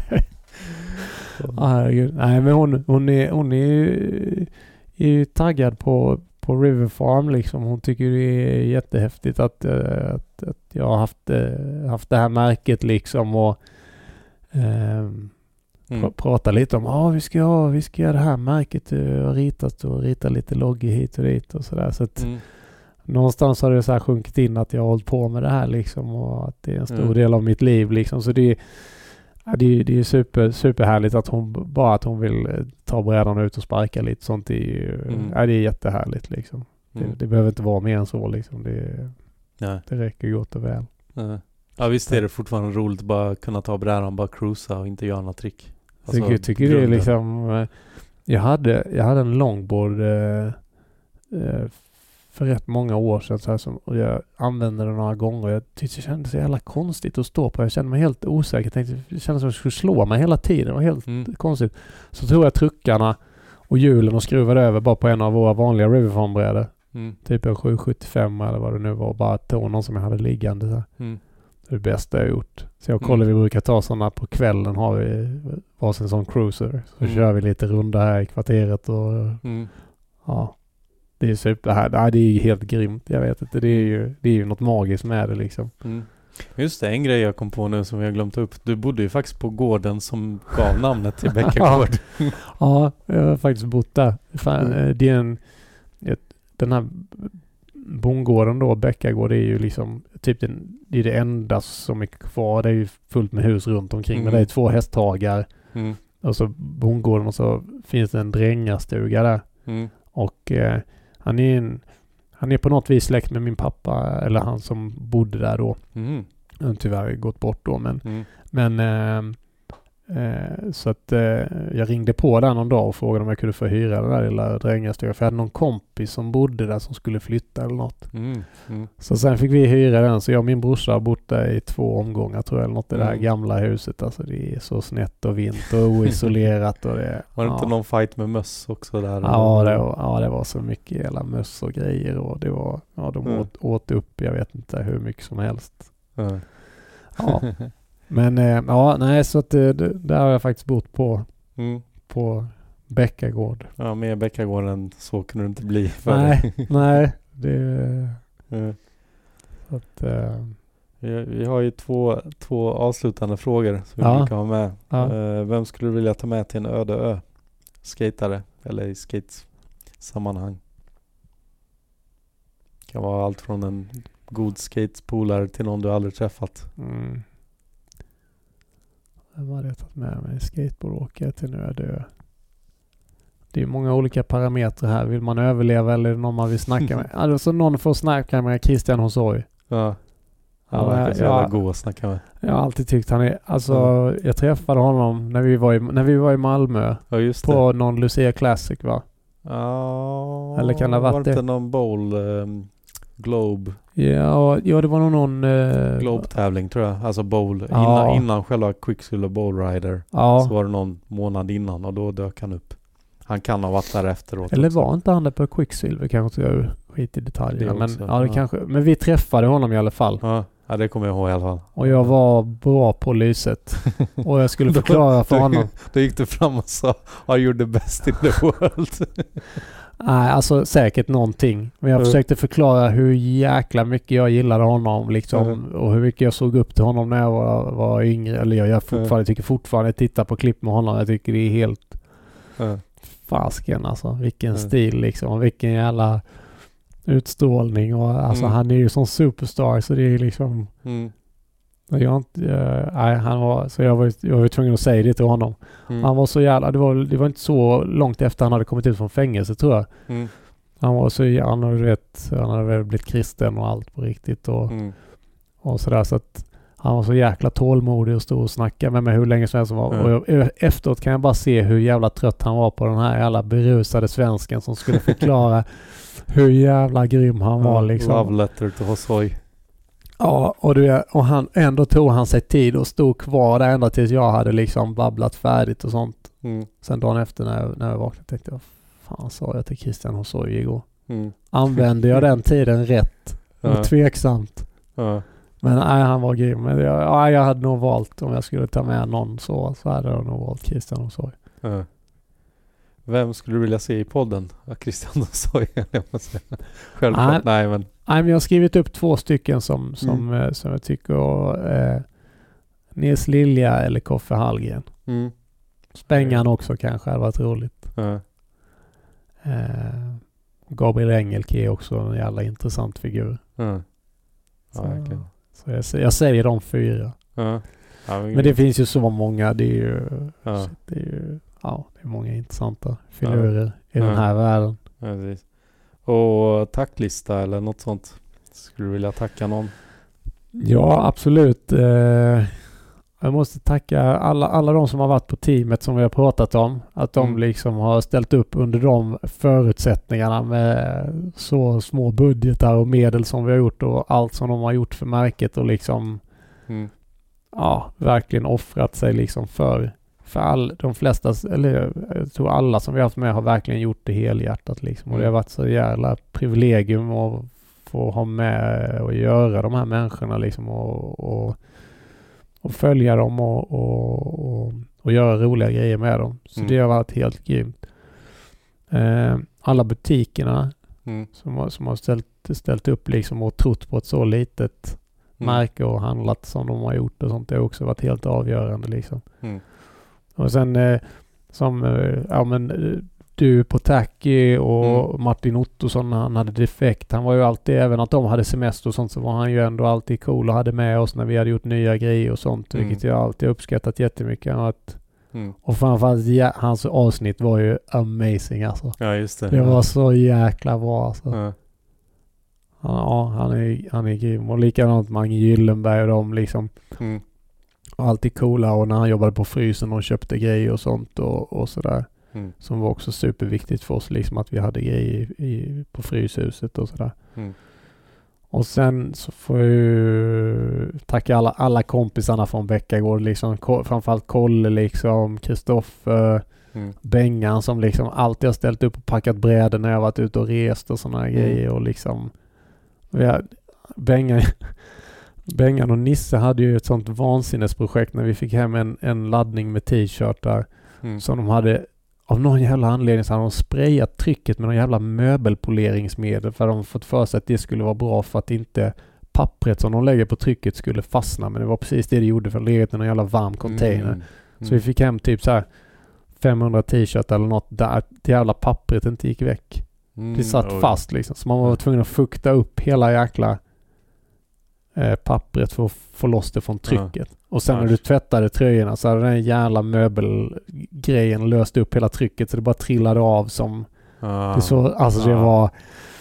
Ja, herregud. Nej, men hon, hon är, hon är, ju, är ju taggad på, på River Farm liksom. Hon tycker det är jättehäftigt att, äh, att, att jag har haft, äh, haft det här märket liksom och äh, Mm. pr- prata lite om ah, vi ska ha, vi ska göra det här märket. Jag har ritat och ritat lite loggor hit och dit och sådär. Så att Mm. någonstans har det så här sjunkit in att jag har hållit på med det här liksom och att det är en stor Mm. del av mitt liv liksom. Så det är Ja, det är, det är super, superhärligt att hon bara att hon vill ta brädan ut och sparka lite sånt är ju, Mm. ja, det är jättehärligt liksom. Mm. Det, det behöver inte vara mer än så liksom. Det, Nej. det räcker gott och väl. Ja. Ja, visst är det fortfarande roligt att bara kunna ta brädan, bara cruisa och inte göra några trick. Alltså, Tycker, tycker det är grunden. liksom eh, jag hade, jag hade en longboard eh, eh, för rätt många år sedan så här, som, och jag använde den några gånger. Jag tyckte det kändes så jävla konstigt att stå på. Jag kände mig helt osäker. Jag tänkte, det kändes som att jag skulle slå mig hela tiden. Det var helt Mm. konstigt. Så tog jag truckarna och hjulen och skruvade över bara på en av våra vanliga Riverfarm-brädor. Mm. Typ en sju sjuttiofem eller vad det nu var. Bara tog någon som jag hade liggande. Så här. Mm. Det är det bästa jag har gjort. Så jag och Mm. Colin, vi brukar ta sådana på kvällen. Har vi varsin sån cruiser. Så Mm. kör vi lite runda här i kvarteret och Mm. ja. Det är super här. Nej, det är helt grymt. Jag vet inte. Det är ju, det är ju något magiskt med det liksom. Mm. Just det, en grej jag kom på nu som vi har glömt upp. Du bodde ju faktiskt på gården som gav namnet till Bäckagård. Ja, jag har faktiskt bott där. Fan, Mm. eh, det är en, ett, den här bondgården då, Bäckagård, det är ju liksom typ den, det är det enda som är kvar. Det är ju fullt med hus runt omkring. Mm. Men det är två hästhagar. Mm. Och så bondgården och så finns det en drängarstuga där. Mm. Och eh, han är en, han är på något vis släkt med min pappa, eller han som bodde där då. Mm. Han har tyvärr gått bort då, men, Mm. men eh, eh, så att eh, jag ringde på där någon dag och frågade om jag kunde få hyra den där lilla drängarstugan. För jag hade någon kompis som bodde där som skulle flytta eller något. Mm. Mm. Så sen fick vi hyra den, så jag och min brorsa har bott där i två omgångar tror jag, eller något i det här Mm. gamla huset. Alltså det är så snett och vint och oisolerat och det. Var det ja. inte någon fight med möss också där? Ja det, var, ja, det var så mycket hela möss och grejer och det var, ja de Mm. åt, åt upp, jag vet inte hur mycket som helst. Ja. Ja, men eh, ja, nej så att det, det, där har jag faktiskt bott på, Mm. på Bäckagård. Ja, mer Bäckagård än så kunde det inte bli för Nej, dig. nej, det, Ja. så att, eh, Vi, vi har ju två, två avslutande frågor som vi Ja. brukar ha med. Ja. Eh, vem skulle du vilja ta med till en öde ö? Skatare eller i skatesammanhang? Det kan vara allt från en god skatespolare till någon du aldrig träffat. mm. Vem hade jag tagit med mig? Skateboardåkare till en öde ö. Det är många olika parametrar här. Vill man överleva eller är det någon man vill snacka med? Alltså någon får snacka med Christian Hosoi. Ja. Ja, Han verkar så ja. jävla god att snacka med. Jag har alltid tyckt han är, alltså Mm. jag träffade honom när vi var i, när vi var i Malmö Ja, just det. på någon Lucia Classic va? Ja, Eller kan det ha varit var det? inte någon bowl um, Globe Ja, ja det var nog någon... Eh, Globe-tävling tror jag. Alltså bowl. Ja. Innan, innan själva Quicksilver Bowl Rider. ja. Så var det någon månad innan och då dök han upp. Han kan ha varit där efteråt. Eller också. var inte han där på Quicksilver? Kanske inte jag skit i detaljerna. Det Men, också, ja, det ja. kanske, men vi träffade honom i alla fall. Ja, ja, det kommer jag ihåg i alla fall. Och jag var bra på lyset. Och jag skulle förklara för då, honom. Då gick du fram och sa Are you the best in the world? Nej, alltså säkert någonting. Men jag Mm. försökte förklara hur jäkla mycket jag gillade honom liksom. Mm. Och hur mycket jag såg upp till honom när jag var, var yngre. Eller jag, jag fortfarande Mm. tycker fortfarande titta på klipp med honom. Jag tycker det är helt Ja. fasken alltså. Vilken Mm. stil liksom. Vilken jävla utstrålning. Och alltså Mm. han är ju som superstar så det är liksom... Mm. Jag har inte, uh, nej, han var, så jag var, jag var tvungen att säga det till honom. Mm. Han var så jävla, det var, det var inte så långt efter han hade kommit ut från fängelse tror jag. Mm. Han var så jävla, han hade, du vet, han hade väl blivit kristen och allt på riktigt och, Mm. och sådär så att han var så jäkla tålmodig och stod och snackade med mig hur länge som helst. Var. Mm. Och jag, efteråt kan jag bara se hur jävla trött han var på den här jävla berusade svensken som skulle förklara hur jävla grym han var. Liksom. Love letter to Hosoi. Ja, och, du, och han, ändå tog han sig tid och stod kvar där ända tills jag hade liksom babblat färdigt och sånt. Mm. Sen dagen efter när jag, när jag vaknade tänkte jag, fan sa jag till Christian Hosoi igår. Mm. Använde jag den tiden rätt? Ja. Och tveksamt. Ja. Men nej, han var grym. Men jag, ja, jag hade nog valt, om jag skulle ta med någon så, så hade jag nog valt Christian Hosoi. Ja. Vem skulle du vilja se i podden? Ja, Christian Hosoi, jag måste säga. Självklart, nej. nej men... Nej, men jag har skrivit upp två stycken som, som, Mm. eh, som jag tycker och, eh, Nils Lilja eller Koffe Hallgren. Mm. Spengan också kanske hade varit roligt. Ja. Eh, Gabriel Engelke är också en jävla intressant figur. Ja. Ja, Så, verkligen. så jag, jag säger de fyra. Ja. Ja, men Men det finns ju så många. Det är ju, Ja. det är ju ja, det är många intressanta filurer i Ja. den här världen. Ja, precis. Och tacklista eller något sånt. Skulle du vilja tacka någon? Ja, absolut. Eh, jag måste tacka alla, alla de som har varit på teamet som vi har pratat om. Att de Mm. liksom har ställt upp under de förutsättningarna med så små budgetar och medel som vi har gjort och allt som de har gjort för märket och liksom Mm. ja, verkligen offrat sig liksom för, för all, de flesta, eller jag tror alla som vi har haft med har verkligen gjort det helhjärtat liksom. Och det har varit så jävla privilegium att få ha med och göra de här människorna liksom och, och, och följa dem och, och, och, och göra roliga grejer med dem. Så Mm. det har varit helt grymt. Eh, alla butikerna Mm. som har, som har ställt, ställt upp liksom och trott på ett så litet Mm. märke och handlat som de har gjort och sånt. Det har också varit helt avgörande liksom. Mm. Och sen eh, som eh, ja men eh, du på Tacky och Mm. Martin Ottosson när han hade defekt. Han var ju alltid, även att de hade semester och sånt, så var han ju ändå alltid cool och hade med oss när vi hade gjort nya grejer och sånt. Mm. Vilket jag alltid uppskattat jättemycket. Att, Mm. och framförallt ja, hans avsnitt var ju amazing alltså. Ja, just det. Det var så jäkla bra alltså. Ja. Han, ja, han är, han är grym. Och likadant Mange Gyllenberg och de liksom. Mm. Alltid coola, och när han jobbade på Frysen och köpte grejer och sånt och, och sådär. Mm. Som var också superviktigt för oss liksom, att vi hade grejer i, i, på Fryshuset och sådär. Mm. Och sen så får jag ju tacka alla, alla kompisarna från Bäckagård liksom. Ko, framförallt Kolle liksom, Kristoffer, Mm. Bengan som liksom alltid har ställt upp och packat brädor när jag varit ute och rest och sådana Mm. grejer och liksom vi har, Bengan Bengan och Nisse hade ju ett sånt vansinnesprojekt när vi fick hem en, en laddning med t-shirtar Mm. som de hade, av någon jävla anledning så hade de sprayat trycket med någon jävla möbelpoleringsmedel för de fått för sig att det skulle vara bra för att inte pappret som de lägger på trycket skulle fastna, men det var precis det det gjorde, för det legat i någon jävla varm container. Mm. Så vi fick hem typ så här femhundra t-shirt eller något där det jävla pappret inte gick väck. Mm. Det satt Oj. fast liksom. Så man var tvungen att fukta upp hela jäkla eh, pappret för att få loss det från trycket. Och sen Ja. när du tvättade tröjorna så hade den jävla möbelgrejen löst upp hela trycket så det bara trillade av som Ah. det så, alltså det Ah. var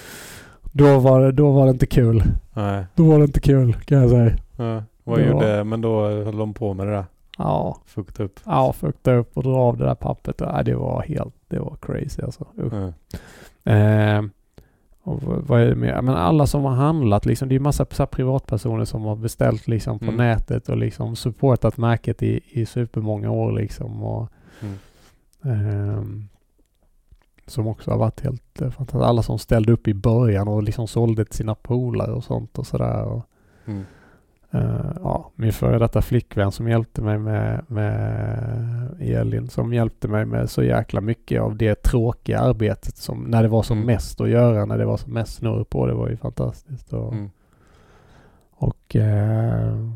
då var det, då var det inte kul. Nej. Då var det inte kul kan jag säga. Ja. Vad Det gjorde, men då höll de på med det där. Ja, Fukta upp. ja, fukta upp och dra av det där pappret. Ja, det var helt, det var crazy alltså. Usch. Ja. Eh, och v- vad är det mer? Men alla som har handlat liksom, det är ju massa så här privatpersoner som har beställt liksom på Mm. nätet och liksom supportat märket i, i supermånga år liksom och Mm. ehm, som också har varit helt eh, fantastiskt. Alla som ställde upp i början och liksom sålde till sina polare och sånt och sådär. Och, Mm. eh, ja, min före detta flickvän som hjälpte mig med, med Elin, som hjälpte mig med så jäkla mycket av det tråkiga arbetet som när det var som Mm. mest att göra, när det var som mest snurr på. Det var ju fantastiskt. Och, Mm. och eh,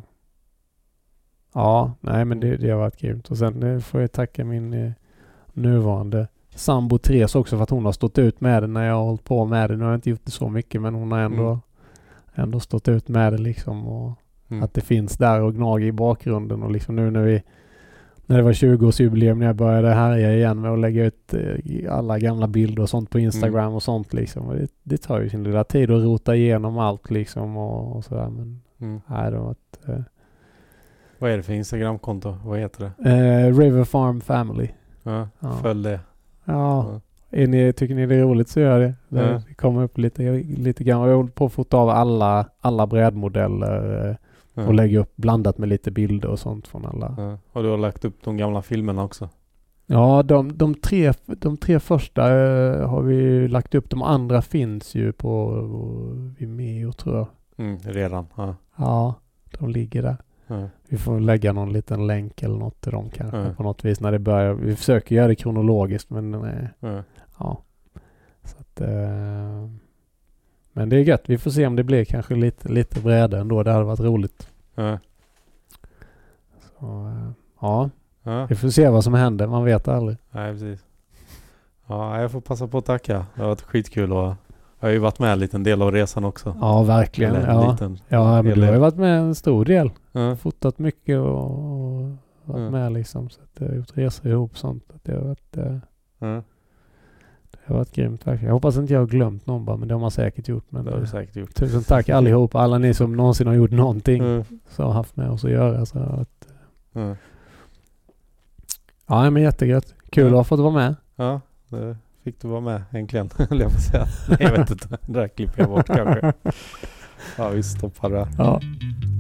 ja, nej men det, det har varit grymt. Och sen eh, får jag tacka min eh, nuvarande sambo Therese också för att hon har stått ut med det när jag har hållit på med det. Nu har jag inte gjort det så mycket, men hon har ändå, Mm. ändå stått ut med det liksom. Och Mm. att det finns där och gnager i bakgrunden. Och liksom nu när vi när det var tjugo-årsjubileum när jag började härja igen med att lägga ut eh, alla gamla bilder och sånt på Instagram Mm. och sånt liksom. Och det, det tar ju sin lilla tid att rota igenom allt liksom och, och sådär. Men Mm. nej, det har varit, eh, Vad är det för Instagramkonto? Vad heter det? Eh, River Farm Family. Ja, Ja. följ det. Ja. Ja. Är ni, tycker ni det är roligt så gör det. Det, Ja. det kommer upp lite, lite grann. Jag håller på att fota av alla, alla brädmodeller eh, Ja. och lägga upp blandat med lite bilder och sånt från alla. Ja. Och du har lagt upp de gamla filmerna också. Ja, de, de, tre, de tre första eh, har vi ju lagt upp. De andra finns ju på Vimeo tror jag. Mm, redan. Ja. Ja, de ligger där. Ja. Vi får lägga någon liten länk eller något till dem kanske Ja. på något vis när det börjar. Vi försöker göra det kronologiskt men eh, Ja. ja. Så att, eh, men det är gött. Vi får se om det blir kanske lite, lite bräda ändå. Det hade varit roligt. Ja. Så, eh, ja, Ja. vi får se vad som händer. Man vet aldrig. Nej, precis. Ja, jag får passa på att tacka. Det har varit skitkul och jag har ju varit med en liten del av resan också. Ja, verkligen. Eller en Ja, liten. ja men du eller- har ju varit med en stor del. Ja. Fotat mycket och, och varit Ja. med liksom. Så att jag har gjort resor ihop och sånt. Att det har varit, eh, Ja. det har varit grymt verkligen. Jag hoppas inte jag har glömt någon bara, men det har man säkert gjort. Men Det har du eh, säkert gjort. tusen tack allihop. Alla ni som någonsin har gjort någonting Ja. som har haft med oss att göra. Så att, Ja. ja, men jättegött. Kul Ja. att ha fått vara med. Ja, det fick du vara med äntligen. Höll jag på att säga. Nej, jag vet inte. Det där klipper jag bort kanske. Ja, vi stoppar det. Ja.